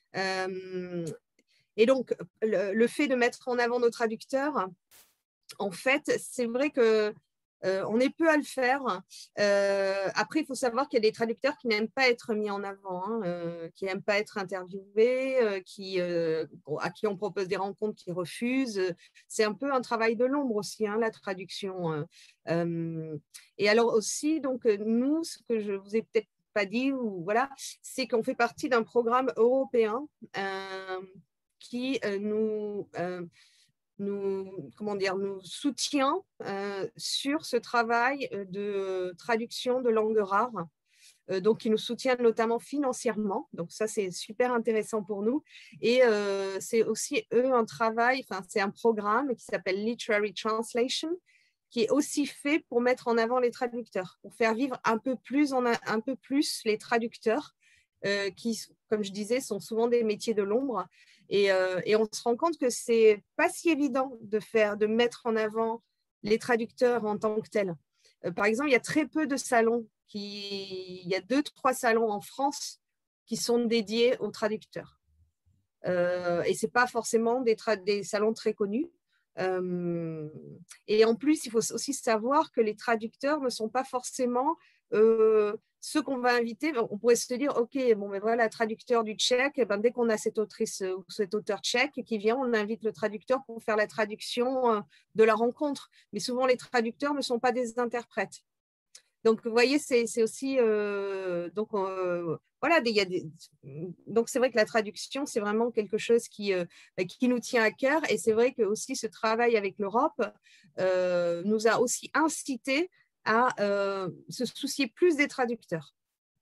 B: Euh, et donc, le, le fait de mettre en avant nos traducteurs, en fait, c'est vrai que Euh, on est peu à le faire. Euh, après, il faut savoir qu'il y a des traducteurs qui n'aiment pas être mis en avant, hein, euh, qui n'aiment pas être interviewés, euh, qui, euh, à qui on propose des rencontres qui refusent. C'est un peu un travail de l'ombre aussi, hein, la traduction. Euh, et alors aussi, donc, nous, ce que je vous ai peut-être pas dit, ou, voilà, c'est qu'on fait partie d'un programme européen euh, qui euh, nous... Euh, nous, comment dire, nous soutient euh, sur ce travail de traduction de langues rares, euh, donc qui nous soutient notamment financièrement. Donc ça, c'est super intéressant pour nous. Et euh, c'est aussi, eux, un travail, enfin, c'est un programme qui s'appelle Literary Translation, qui est aussi fait pour mettre en avant les traducteurs, pour faire vivre un peu plus, en a, un peu plus les traducteurs, euh, qui, comme je disais, sont souvent des métiers de l'ombre. Et, euh, et on se rend compte que c'est pas si évident de faire, de mettre en avant les traducteurs en tant que tels. Euh, par exemple, il y a très peu de salons, qui, il y a deux, trois salons en France qui sont dédiés aux traducteurs. Euh, et c'est pas forcément des, des salons très connus. Euh, et en plus, il faut aussi savoir que les traducteurs ne sont pas forcément euh, ceux qu'on va inviter. On pourrait se dire, OK, bon, ben voilà, traducteur du tchèque, ben, dès qu'on a cette autrice ou cet auteur tchèque qui vient, on invite le traducteur pour faire la traduction euh, de la rencontre. Mais souvent, les traducteurs ne sont pas des interprètes. Donc, vous voyez, c'est aussi… Euh, donc, euh, voilà, il y a des, donc c'est vrai que la traduction, c'est vraiment quelque chose qui, euh, qui nous tient à cœur. Et c'est vrai que aussi ce travail avec l'Europe euh, nous a aussi incité à euh, se soucier plus des traducteurs.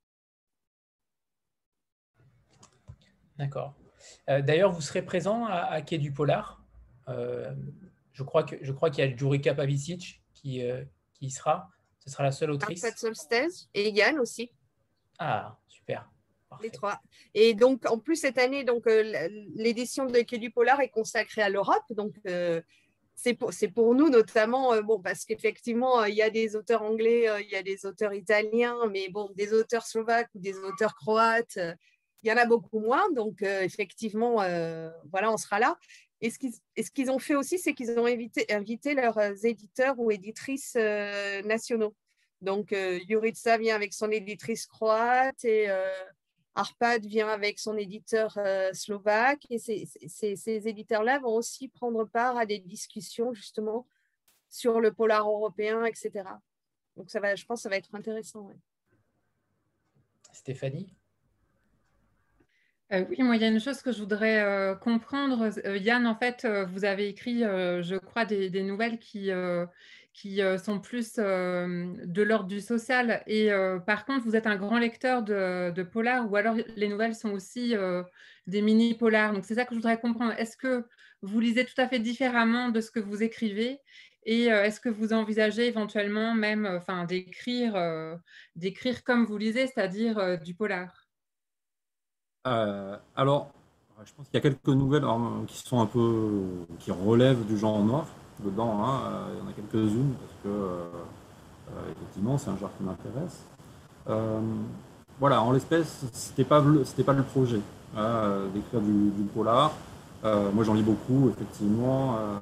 A: D'accord. Euh, D'ailleurs, vous serez présent à, à Quai du Polar. Euh, je crois que je crois qu'il y a Jurica Pavicic qui, euh, qui y sera. Ce sera la seule autrice.
B: Arpad Solstez et Yann aussi.
A: Ah, super.
B: Parfait. Les trois. Et donc, en plus, cette année, donc euh, l'édition de Quai du Polar est consacrée à l'Europe. Donc, euh, c'est pour, pour nous notamment, euh, bon, parce qu'effectivement, euh, il y a des auteurs anglais, euh, il y a des auteurs italiens, mais bon, des auteurs slovaques ou des auteurs croates, euh, il y en a beaucoup moins. Donc, euh, effectivement, euh, voilà, on sera là. Et ce qu'ils qu'ils ont fait aussi, c'est qu'ils ont invité, invité leurs éditeurs ou éditrices euh, nationaux. Donc, euh, Jurica vient avec son éditrice croate et euh, Arpad vient avec son éditeur euh, slovaque. Et ces, ces, ces éditeurs-là vont aussi prendre part à des discussions justement sur le polar européen, et cetera. Donc, ça va, je pense que ça va être intéressant. Ouais.
A: Stéphanie ?
D: Euh, oui, moi, il y a une chose que je voudrais euh, comprendre. Euh, Yann, en fait, euh, vous avez écrit, euh, je crois, des, des nouvelles qui, euh, qui euh, sont plus euh, de l'ordre du social. Et euh, par contre, vous êtes un grand lecteur de, de polar, ou alors les nouvelles sont aussi euh, des mini-polars. Donc, c'est ça que je voudrais comprendre. Est-ce que vous lisez tout à fait différemment de ce que vous écrivez ? Et euh, est-ce que vous envisagez éventuellement même enfin, d'écrire euh, d'écrire comme vous lisez, c'est-à-dire euh, du polar ?
F: Euh, alors, je pense qu'il y a quelques nouvelles hein, qui sont un peu, qui relèvent du genre noir dedans. Hein, euh, il y en a quelques-unes parce que, euh, euh, effectivement, c'est un genre qui m'intéresse. Euh, voilà, en l'espèce, c'était pas, c'était pas le projet euh, d'écrire du, du polar. Euh, moi, j'en lis beaucoup, effectivement, euh,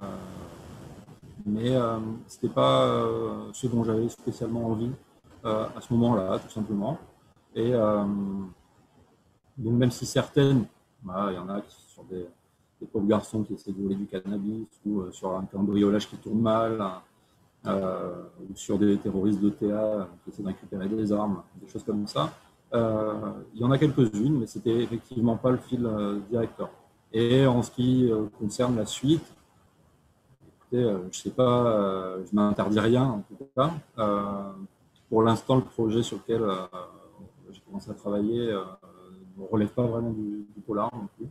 F: mais euh, c'était pas euh, ce dont j'avais spécialement envie euh, à ce moment-là, tout simplement. Et euh, donc, même si certaines, bah, il y en a qui sont sur des, des pauvres garçons qui essaient de voler du cannabis ou euh, sur un cambriolage qui tourne mal, euh, ou sur des terroristes de T A qui essaient de récupérer des armes, des choses comme ça. Euh, il y en a quelques-unes, mais c'était effectivement pas le fil euh, directeur. Et en ce qui euh, concerne la suite, écoutez, euh, je sais pas, euh, je m'interdis rien en tout cas. Euh, pour l'instant, le projet sur lequel euh, j'ai commencé à travailler euh, ne relève pas vraiment du, du polar non plus.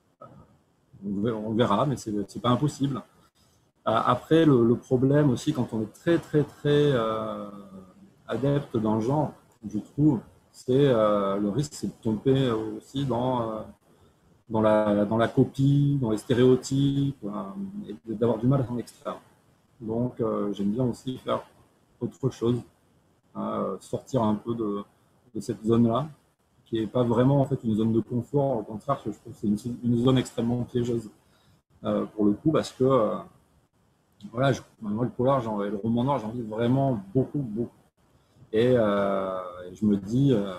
F: Euh, on verra, mais c'est c'est pas impossible. Après, le, le problème aussi, quand on est très, très, très euh, adepte dans le genre, je trouve, c'est euh, le risque, c'est de tomber aussi dans, euh, dans, la, dans la copie, dans les stéréotypes, euh, et d'avoir du mal à s'en extraire. Donc, euh, j'aime bien aussi faire autre chose, euh, sortir un peu de, de cette zone-là, qui n'est pas vraiment en fait une zone de confort. Au contraire, je trouve que c'est une, une zone extrêmement piégeuse euh, pour le coup, parce que euh, voilà, je, moi, le polar, le roman noir, j'en lis vraiment beaucoup, beaucoup. Et euh, je me dis, euh,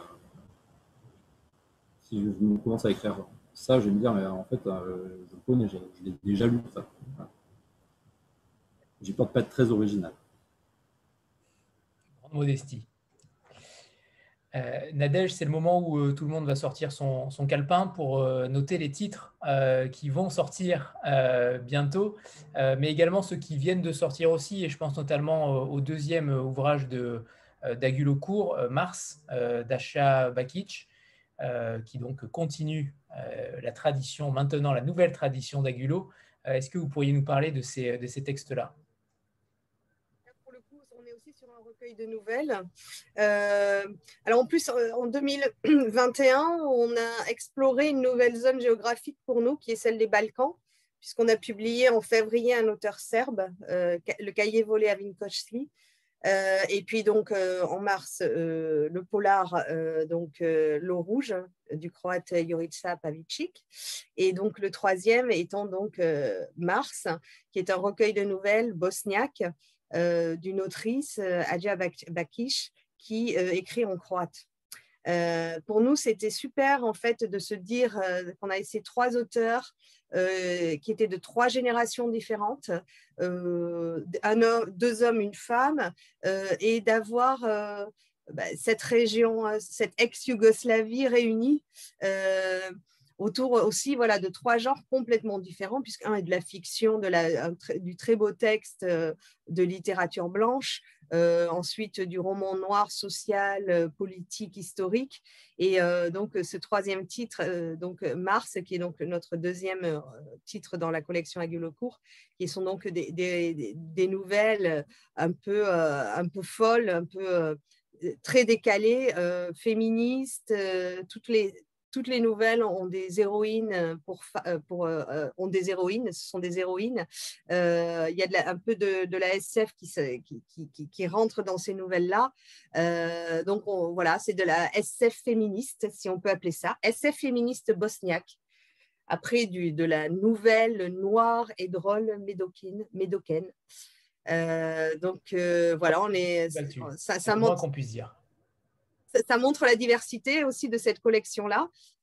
F: si je, je commence à écrire ça, je vais me dire, mais en fait, euh, je le connais, je l'ai déjà lu, ça. Voilà. J'ai peur de pas être très original.
A: Grande modestie. Euh, Nadège, c'est le moment où euh, tout le monde va sortir son, son calepin pour euh, noter les titres euh, qui vont sortir euh, bientôt, euh, mais également ceux qui viennent de sortir aussi, et je pense notamment euh, au deuxième ouvrage de, euh, d'Agu Locourt, euh, Mars, euh, d'Asha Bakic, euh, qui donc continue euh, la tradition, maintenant la nouvelle tradition d'Agulo. Euh, est-ce que vous pourriez nous parler de ces, de ces textes-là ?
B: Pour le coup, on est aussi sur un recueil de nouvelles. Euh, alors en plus, en deux mille vingt et un, on a exploré une nouvelle zone géographique pour nous, qui est celle des Balkans, puisqu'on a publié en février un auteur serbe, euh, le cahier volé à Vinkovci. Euh, et puis donc euh, en mars, euh, le polar, euh, donc euh, L'eau rouge, du croate Jurica Pavičić. Et donc le troisième étant donc euh, Mars, qui est un recueil de nouvelles bosniaque, Euh, d'une autrice, euh, Adja Bakic, qui euh, écrit en croate. Euh, pour nous, c'était super en fait de se dire euh, qu'on a ces trois auteurs euh, qui étaient de trois générations différentes, euh, un homme, deux hommes, une femme, euh, et d'avoir euh, bah, cette région, cette ex-Yougoslavie réunie. Euh, autour aussi voilà, de trois genres complètement différents, puisqu'un est de la fiction, de la, un, du très beau texte euh, de littérature blanche, euh, ensuite du roman noir, social, euh, politique, historique, et euh, donc ce troisième titre, euh, donc Mars, qui est donc notre deuxième euh, titre dans la collection Agu Locourt, qui sont donc des, des, des nouvelles un peu, euh, un peu folles, un peu euh, très décalées, euh, féministes, euh, toutes les Toutes les nouvelles ont des héroïnes pour, pour euh, ont des héroïnes, ce sont des héroïnes. Euh, il y a de la, un peu de, de la S F qui, se, qui, qui, qui rentre dans ces nouvelles-là. Euh, donc on, voilà, c'est de la S F féministe, si on peut appeler ça, S F féministe bosniaque. Après du, de la nouvelle noire et drôle médocaine. médocaine. Euh, donc euh, voilà, on est, ça, ça montre
A: qu'on puisse dire.
B: Ça montre la diversité aussi de cette collection-là.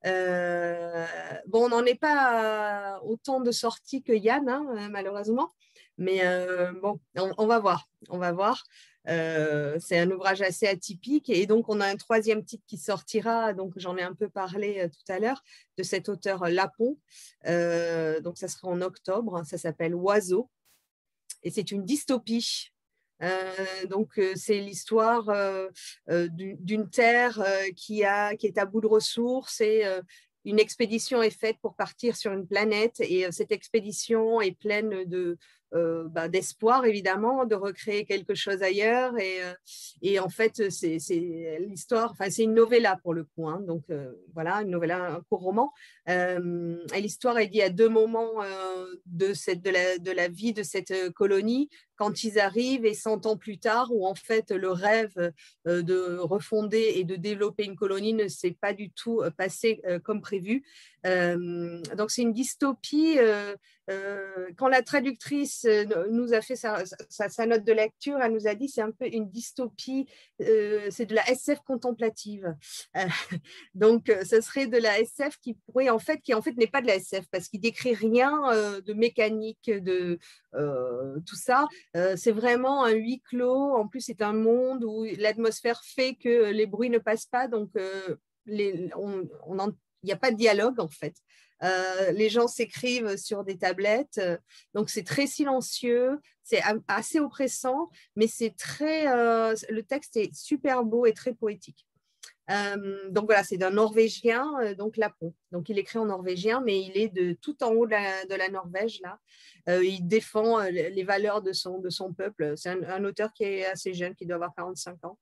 B: Euh, bon, on n'en est pas autant de sorties que Yann, hein, malheureusement, mais euh, bon, on, on va voir. On va voir. Euh, c'est un ouvrage assez atypique, et donc on a un troisième titre qui sortira. Donc j'en ai un peu parlé euh, tout à l'heure de cet auteur Lapon. Euh, donc ça sera en octobre. Ça s'appelle Oiseau, et c'est une dystopie. Euh, donc euh, c'est l'histoire euh, euh, d'une terre euh, qui, a, qui est à bout de ressources, et euh, une expédition est faite pour partir sur une planète, et euh, cette expédition est pleine de, euh, bah, d'espoir évidemment de recréer quelque chose ailleurs, et, euh, et en fait c'est, c'est l'histoire, enfin c'est une novella pour le coup, hein, donc euh, voilà, une novella, un court roman, euh, et l'histoire est liée à deux moments euh, de, cette, de, la, de la vie de cette colonie, quand ils arrivent et cent ans plus tard, où en fait le rêve euh, de refonder et de développer une colonie ne s'est pas du tout passé euh, comme prévu. Euh, donc c'est une dystopie. Euh, euh, quand la traductrice nous a fait sa, sa, sa note de lecture, elle nous a dit c'est un peu une dystopie, euh, c'est de la S F contemplative. Euh, donc ce serait de la S F qui pourrait en fait, qui en fait n'est pas de la S F, parce qu'il décrit rien euh, de mécanique, de euh, tout ça. Euh, c'est vraiment un huis clos. En plus, c'est un monde où l'atmosphère fait que les bruits ne passent pas, donc euh, les, on, on en, il n'y a pas de dialogue en fait. Euh, les gens s'écrivent sur des tablettes, euh, donc c'est très silencieux, c'est assez oppressant, mais c'est très, euh, le texte est super beau et très poétique. Euh, donc voilà, c'est d'un Norvégien, euh, donc Lapon. Donc il écrit en norvégien, mais il est de tout en haut de la, de la Norvège là. Euh, il défend euh, les valeurs de son, de son peuple. C'est un, un auteur qui est assez jeune, qui doit avoir quarante-cinq ans.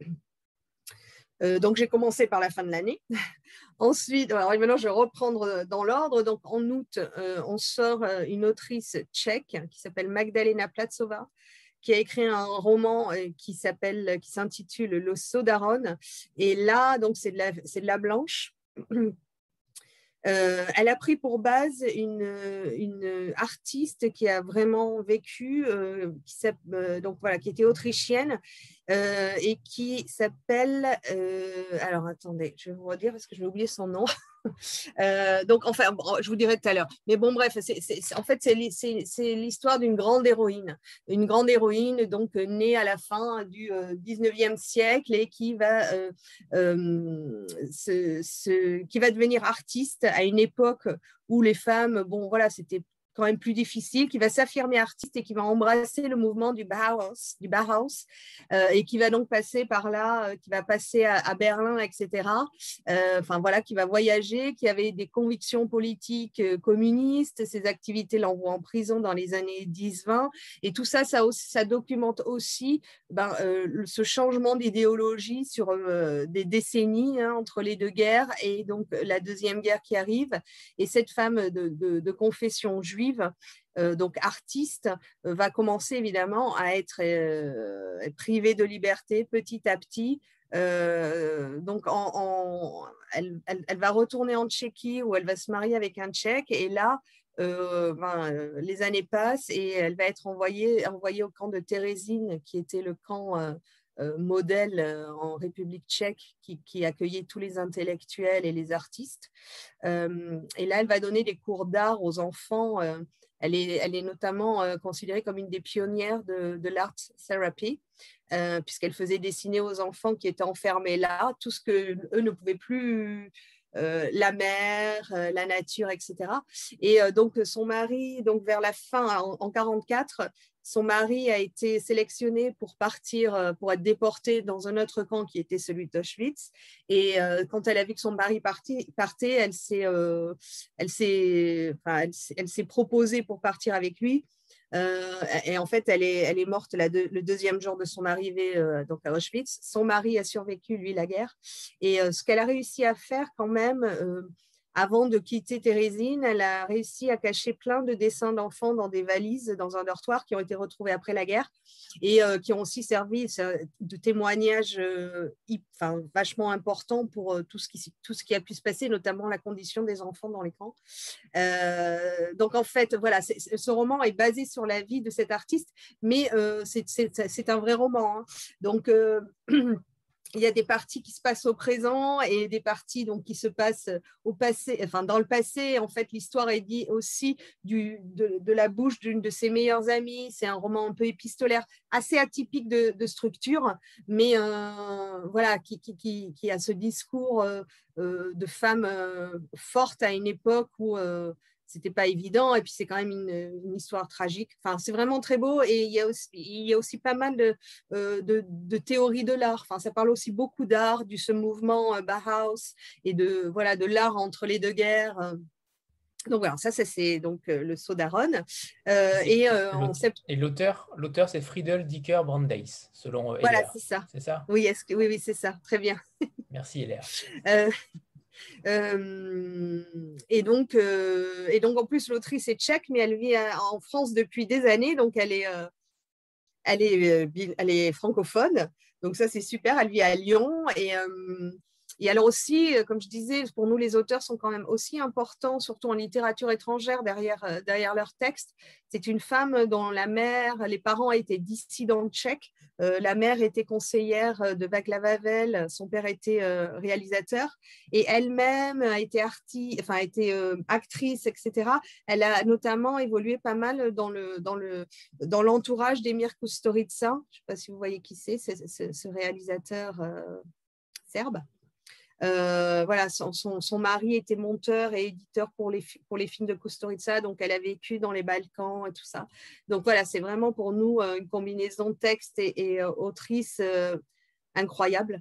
B: Euh, donc j'ai commencé par la fin de l'année. Ensuite, alors maintenant je vais reprendre dans l'ordre. Donc en août, euh, on sort euh, une autrice tchèque qui s'appelle Magdalena Placová, qui a écrit un roman euh, qui s'appelle, qui s'intitule Le Saut d'Aaron. Et là, donc c'est de la, c'est de la blanche. Euh, elle a pris pour base une, une artiste qui a vraiment vécu, euh, qui, euh, donc, voilà, qui était autrichienne euh, et qui s'appelle… Euh, alors, attendez, je vais vous redire parce que je vais oublier son nom. Euh, donc, enfin, bon, je vous dirai tout à l'heure. Mais bon, bref, c'est, c'est, c'est, en fait, c'est, c'est, c'est l'histoire d'une grande héroïne. Une grande héroïne, donc, née à la fin du euh, dix-neuvième siècle et qui va, euh, euh, se, se, qui va devenir artiste à une époque où les femmes, bon, voilà, c'était quand même plus difficile, qui va s'affirmer artiste et qui va embrasser le mouvement du Bauhaus, du Bauhaus euh, et qui va donc passer par là, euh, qui va passer à, à Berlin, et cetera. Euh, enfin voilà, qui va voyager, qui avait des convictions politiques euh, communistes, ses activités l'envoient en prison dans les années dix vingt, et tout ça, ça, aussi, ça documente aussi ben, euh, ce changement d'idéologie sur euh, des décennies hein, entre les deux guerres et donc la deuxième guerre qui arrive, et cette femme de, de, de confession juive Euh, donc artiste, euh, va commencer évidemment à être euh, privée de liberté petit à petit. Euh, donc, en, en, elle, elle, elle va retourner en Tchéquie où elle va se marier avec un Tchèque. Et là, euh, ben, euh, les années passent et elle va être envoyée, envoyée au camp de Terezín, qui était le camp euh, euh, modèle euh, en République tchèque, qui, qui accueillait tous les intellectuels et les artistes. Euh, et là, elle va donner des cours d'art aux enfants. Euh, elle, est, elle est notamment euh, considérée comme une des pionnières de, de l'art therapy, euh, puisqu'elle faisait dessiner aux enfants qui étaient enfermés là, tout ce qu'eux ne pouvaient plus, euh, la mer, euh, la nature, et cetera. Et euh, donc, son mari, donc vers la fin, en, en mille neuf cent quarante-quatre, son mari a été sélectionné pour partir, pour être déporté dans un autre camp qui était celui d'Auschwitz. Et euh, quand elle a vu que son mari parti, partait, elle s'est, euh, elle s'est, enfin, elle, elle s'est proposée pour partir avec lui. Euh, et en fait, elle est, elle est morte la deux, le deuxième jour de son arrivée euh, donc à Auschwitz. Son mari a survécu, lui, la guerre. Et euh, ce qu'elle a réussi à faire quand même… Euh, avant de quitter Terezín, elle a réussi à cacher plein de dessins d'enfants dans des valises, dans un dortoir, qui ont été retrouvés après la guerre et euh, qui ont aussi servi de témoignages euh, enfin, vachement importants pour euh, tout, ce qui, tout ce qui a pu se passer, notamment la condition des enfants dans les camps. Euh, donc, en fait, voilà, c'est, ce roman est basé sur la vie de cet artiste, mais euh, c'est, c'est, c'est un vrai roman. Hein. Donc, euh, il y a des parties qui se passent au présent et des parties donc, qui se passent au passé, enfin, dans le passé. En fait, l'histoire est dit aussi du, de, de la bouche d'une de ses meilleures amies. C'est un roman un peu épistolaire, assez atypique de, de structure, mais euh, voilà, qui, qui, qui, qui a ce discours euh, euh, de femme euh, forte à une époque où euh, c'était pas évident, et puis c'est quand même une, une histoire tragique. Enfin, c'est vraiment très beau, et il y a aussi, il y a aussi pas mal de, euh, de, de théories de l'art. Enfin, ça parle aussi beaucoup d'art, du ce mouvement euh, Bauhaus et de voilà de l'art entre les deux guerres. Donc voilà, ça, ça c'est donc euh, le Saut d'Aaron. Euh, et euh, en sept...
A: et l'auteur, l'auteur c'est Friedel Dicker Brandeis, selon euh,
B: Voilà,
A: Heller.
B: c'est ça.
A: C'est ça.
B: Oui, est-ce que... oui, oui, c'est ça. Très bien.
A: Merci Heller.
B: Euh... Euh, et, donc, euh, et donc, en plus, l'autrice est tchèque, mais elle vit à, en France depuis des années, donc elle est, euh, elle est, elle est francophone. Donc, ça, c'est super. Elle vit à Lyon. Et, euh, et alors aussi, comme je disais, pour nous, les auteurs sont quand même aussi importants, surtout en littérature étrangère, derrière, derrière leurs textes. C'est une femme dont la mère, les parents étaient dissidents tchèques. Euh, la mère était conseillère de Václav Havel, son père était euh, réalisateur, et elle-même a été, arti, enfin, a été euh, actrice, et cetera. Elle a notamment évolué pas mal dans, le, dans, le, dans l'entourage d'Emir Kusturica. Je ne sais pas si vous voyez qui c'est, c'est, c'est ce réalisateur euh, serbe. Euh, voilà, son, son, son mari était monteur et éditeur pour les, pour les films de Kusturica, donc elle a vécu dans les Balkans et tout ça. Donc voilà, c'est vraiment pour nous euh, une combinaison de texte et, et euh, autrice euh, incroyable.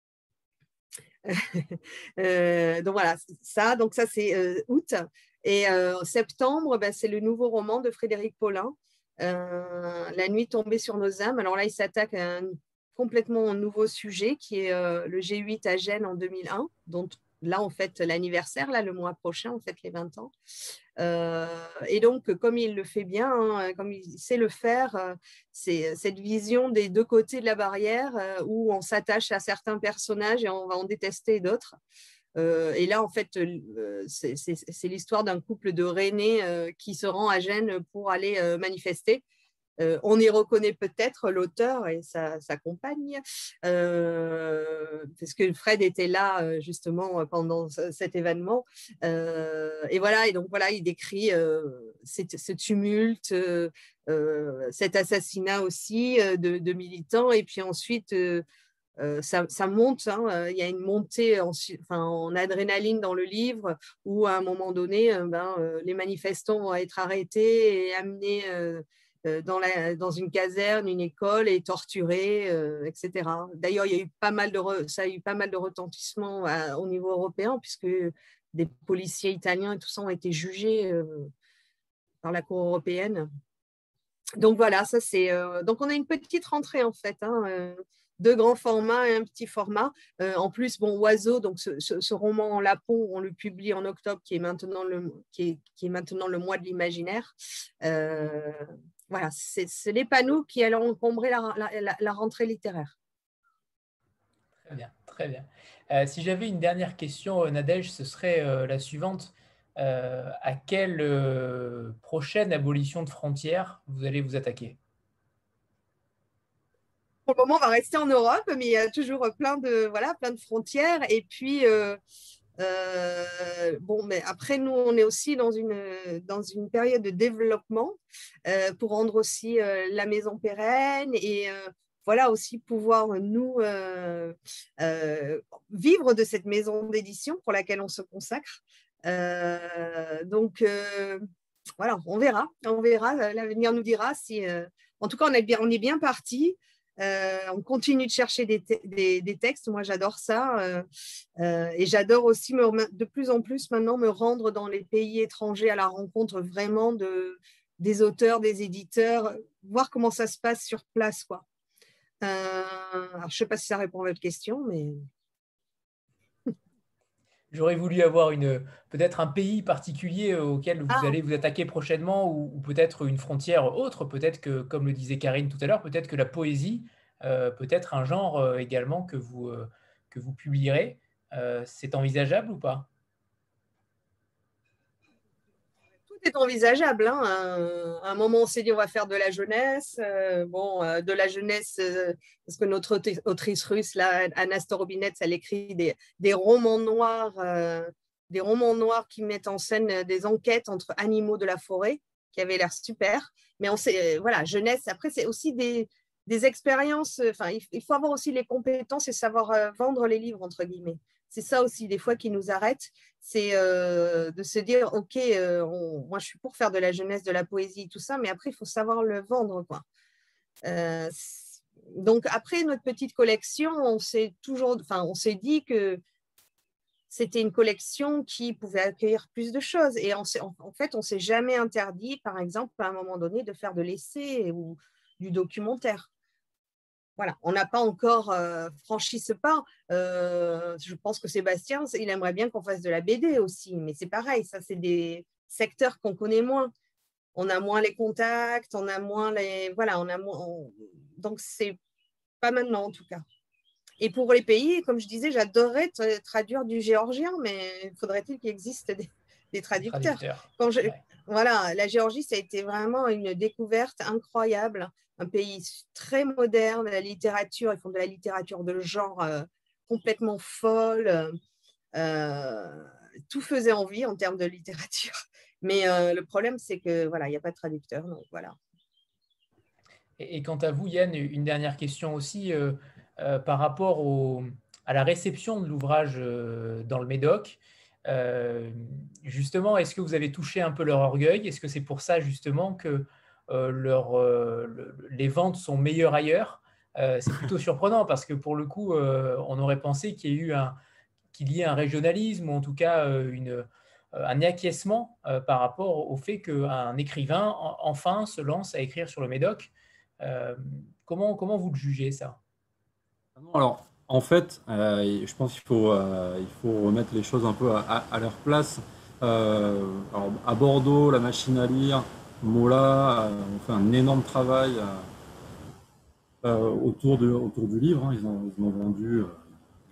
B: euh, donc voilà, ça, donc ça c'est euh, août. Et euh, septembre, ben, c'est le nouveau roman de Frédéric Paulin, euh, La nuit tombée sur nos âmes. Alors là, il s'attaque à un complètement nouveau sujet qui est euh, le G huit à Gênes en deux mille un, dont là on fête l'anniversaire, là le mois prochain on fête les vingt ans. Euh, et donc comme il le fait bien, hein, comme il sait le faire, euh, c'est cette vision des deux côtés de la barrière euh, où on s'attache à certains personnages et on va en détester d'autres. Euh, et là, en fait, euh, c'est l'histoire d'un couple de Rennais euh, qui se rend à Gênes pour aller euh, manifester. Euh, on y reconnaît peut-être l'auteur et sa, sa compagne, euh, parce que Fred était là justement pendant cet événement. Euh, et voilà, et donc voilà, il décrit euh, ce tumulte, euh, cet assassinat aussi de, de militants, et puis ensuite euh, euh, ça, ça monte. Hein, il y a une montée en, enfin, en adrénaline dans le livre où à un moment donné, ben, les manifestants vont être arrêtés et amenés euh, Dans, la, dans une caserne, une école, et torturé, euh, et cetera. D'ailleurs, il y a eu pas mal de re, ça a eu pas mal de retentissement à, au niveau européen, puisque des policiers italiens et tout ça ont été jugés euh, par la Cour européenne. Donc voilà, ça c'est. Euh, donc on a une petite rentrée en fait, hein, euh, deux grands formats et un petit format. Euh, en plus, bon, Oiseau, donc ce, ce, ce roman en lapon, on le publie en octobre, qui est maintenant le, qui est, qui est maintenant le mois de l'imaginaire. Euh, Voilà, c'est les panneaux qui allons encombrer la, la, la rentrée littéraire.
A: Très bien, très bien. Euh, si j'avais une dernière question, Nadège, ce serait euh, la suivante. Euh, à quelle euh, prochaine abolition de frontières vous allez vous attaquer?
B: Pour le moment, on va rester en Europe, mais il y a toujours plein de, voilà, plein de frontières. Et puis, euh, Euh, bon, mais après, nous, on est aussi dans une, dans une période de développement euh, pour rendre aussi euh, la maison pérenne et euh, voilà, aussi pouvoir, nous, euh, euh, vivre de cette maison d'édition pour laquelle on se consacre. Euh, donc, euh, voilà, on verra, on verra, l'avenir nous dira si… Euh, en tout cas, on est bien, on est bien parti. Euh, on continue de chercher des, des, des textes. Moi, j'adore ça. Euh, euh, et j'adore aussi me, de plus en plus maintenant me rendre dans les pays étrangers à la rencontre vraiment de, des auteurs, des éditeurs, voir comment ça se passe sur place, quoi. Euh, alors, je ne sais pas si ça répond à votre question, mais…
A: J'aurais voulu avoir une peut-être un pays particulier auquel vous
B: Ah.
A: allez vous attaquer prochainement, ou, ou peut-être une frontière autre. Peut-être que, comme le disait Karine tout à l'heure, peut-être que la poésie euh, peut être un genre euh, également que vous, euh, que vous publierez. Euh, c'est envisageable ou pas?
B: Tout est envisageable. Hein. À un moment, on s'est dit on va faire de la jeunesse. Euh, bon, euh, de la jeunesse, euh, parce que notre autrice russe, là, Anna Storobinets, elle écrit des, des romans noirs, euh, des romans noirs qui mettent en scène des enquêtes entre animaux de la forêt, qui avaient l'air super. Mais on sait, voilà, jeunesse. Après, c'est aussi des, des expériences. Enfin, il, il faut avoir aussi les compétences et savoir euh, vendre les livres, entre guillemets. C'est ça aussi, des fois, qui nous arrête, c'est euh, de se dire, OK, euh, on, moi, je suis pour faire de la jeunesse, de la poésie, tout ça, mais après, il faut savoir le vendre, quoi. Euh, donc, après notre petite collection, on s'est toujours, enfin, on s'est dit que c'était une collection qui pouvait accueillir plus de choses. Et on en, en fait, on ne s'est jamais interdit, par exemple, à un moment donné, de faire de l'essai ou du documentaire. Voilà, on n'a pas encore euh, franchi ce pas. Euh, je pense que Sébastien, il aimerait bien qu'on fasse de la B D aussi, mais c'est pareil, ça c'est des secteurs qu'on connaît moins. On a moins les contacts, on a moins les… Voilà, on a moins… On... Donc, c'est pas maintenant en tout cas. Et pour les pays, comme je disais, j'adorerais tra traduire du géorgien, mais faudrait-il qu'il existe des, des traducteurs.
A: Traducteur.
B: Quand je…
A: Ouais.
B: Voilà, la Géorgie, ça a été vraiment une découverte incroyable. Un pays très moderne, la littérature, ils font de la littérature de genre euh, complètement folle. Euh, tout faisait envie en termes de littérature. Mais euh, le problème, c'est que voilà, il n'y a pas de traducteur. Donc voilà.
A: Et, et quant à vous, Yann, une dernière question aussi euh, euh, par rapport au, à la réception de l'ouvrage euh, dans le Médoc. Euh, justement, est-ce que vous avez touché un peu leur orgueil? Est-ce que c'est pour ça justement que euh, leur, euh, le, les ventes sont meilleures ailleurs? euh, C'est plutôt surprenant parce que pour le coup, euh, on aurait pensé qu'il y ait eu un, qu'il y ait un régionalisme ou en tout cas euh, une, un acquiescement euh, par rapport au fait qu'un écrivain en, enfin se lance à écrire sur le Médoc. Euh, comment, comment vous le jugez ça?
F: Alors, en fait, euh, je pense qu'il faut, euh, il faut remettre les choses un peu à, à, à leur place. Euh, alors, à Bordeaux, la machine à lire, Mola, euh, on fait un énorme travail euh, euh, autour, de, autour du livre. Hein. Ils, ont, ils ont vendu euh,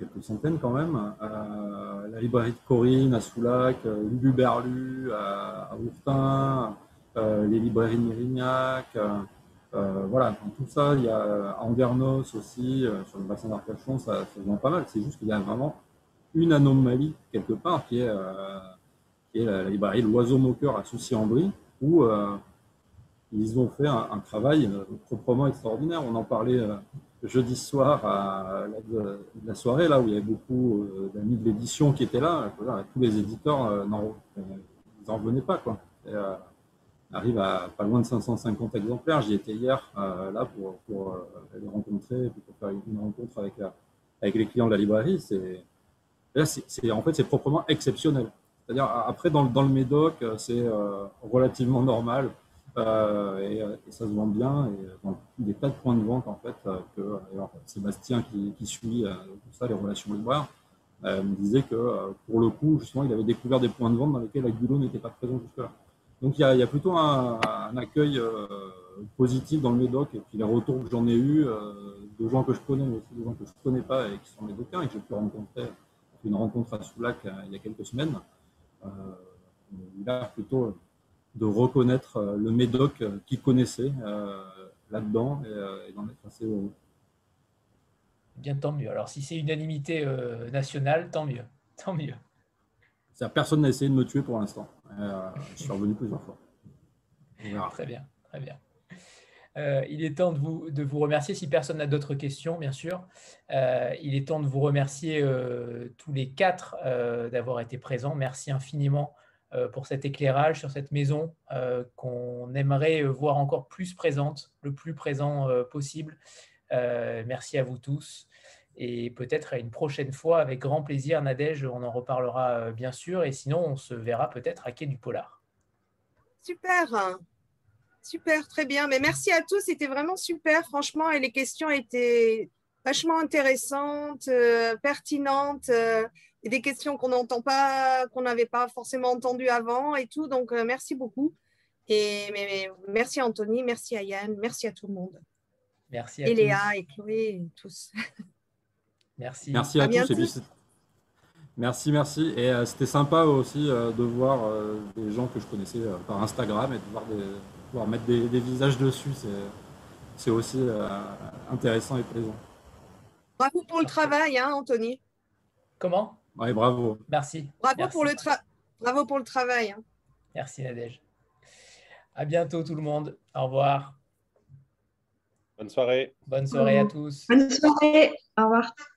F: quelques centaines quand même. Euh, la librairie de Corinne à Soulac, euh, Lulu Berlu à, à Ourtin, euh, les librairies de Mérignac. Euh, euh, voilà, dans tout ça, il y a à Andernos aussi, euh, sur le bassin d'Arcachon, ça, ça se vend pas mal. C'est juste qu'il y a vraiment une anomalie quelque part qui est, euh, qui est la, la librairie de l'Oiseau Moqueur à Soucy-en-Brie, où euh, ils ont fait un, un travail euh, proprement extraordinaire. On en parlait euh, jeudi soir à la, de, de la soirée, là où il y avait beaucoup euh, d'amis de l'édition qui étaient là. Voilà, tous les éditeurs euh, n'en euh, revenaient pas, quoi. Et, euh, on arrive à pas loin de cinq cent cinquante exemplaires. J'y étais hier, euh, là, pour, pour euh, les rencontrer, pour faire une rencontre avec, la, avec les clients de la librairie. C'est, là, c'est, c'est, en fait, c'est proprement exceptionnel. C'est-à-dire, après, dans, dans le Médoc, c'est euh, relativement normal. Euh, et, et ça se vend bien, et dans des tas de points de vente en fait, euh, que alors, Sébastien qui, qui suit euh, tout ça, les relations libraires, euh, me disait que euh, pour le coup justement il avait découvert des points de vente dans lesquels Agulo n'était pas présent jusque-là. Donc il y a, il y a plutôt un, un accueil euh, positif dans le Médoc, et puis les retours que j'en ai eu euh, de gens que je connais, mais aussi de gens que je ne connais pas et qui sont médocains et que j'ai pu rencontrer, une rencontre à Soulac euh, il y a quelques semaines, euh, il a plutôt de reconnaître le Médoc qu'ils connaissaient euh, là-dedans, et, euh, et d'en être assez heureux.
A: Bien, tant mieux. Alors, si c'est unanimité euh, nationale, tant mieux. Tant mieux.
F: Personne n'a essayé de me tuer pour l'instant. Euh, je suis revenu plusieurs fois. On verra.
A: Très bien, très bien. Euh, il est temps de vous, de vous remercier. Si personne n'a d'autres questions, bien sûr, euh, il est temps de vous remercier euh, tous les quatre euh, d'avoir été présents. Merci infiniment pour cet éclairage sur cette maison euh, qu'on aimerait voir encore plus présente, le plus présent euh, possible. Euh, merci à vous tous, et peut-être à une prochaine fois avec grand plaisir. Nadège, on en reparlera euh, bien sûr, et sinon on se verra peut-être à Quai du Polar.
B: Super, super, très bien. Mais merci à tous, c'était vraiment super, franchement, et les questions étaient vachement intéressantes, euh, pertinentes. Euh, et des questions qu'on n'entend pas, qu'on n'avait pas forcément entendues avant et tout. Donc, euh, merci beaucoup. Et mais, mais, merci à Anthony, merci à Yann, merci à tout le monde.
A: Merci à
B: et
A: tous.
B: Léa et Chloé et tous.
A: Merci.
F: Merci à, à tous. Et puis, merci, merci. Et euh, c'était sympa aussi euh, de voir euh, des gens que je connaissais euh, par Instagram et de voir des, pouvoir mettre des, des visages dessus. C'est aussi euh, intéressant et plaisant.
B: Bravo pour le travail, hein, Anthony.
A: Comment?
F: Oui, bravo.
A: Merci.
B: Bravo,
A: Merci.
B: Pour, le bravo pour le travail. Hein.
A: Merci, Nadège. À bientôt, tout le monde. Au revoir.
C: Bonne soirée.
A: Bonne soirée à tous.
H: Bonne soirée. Au revoir.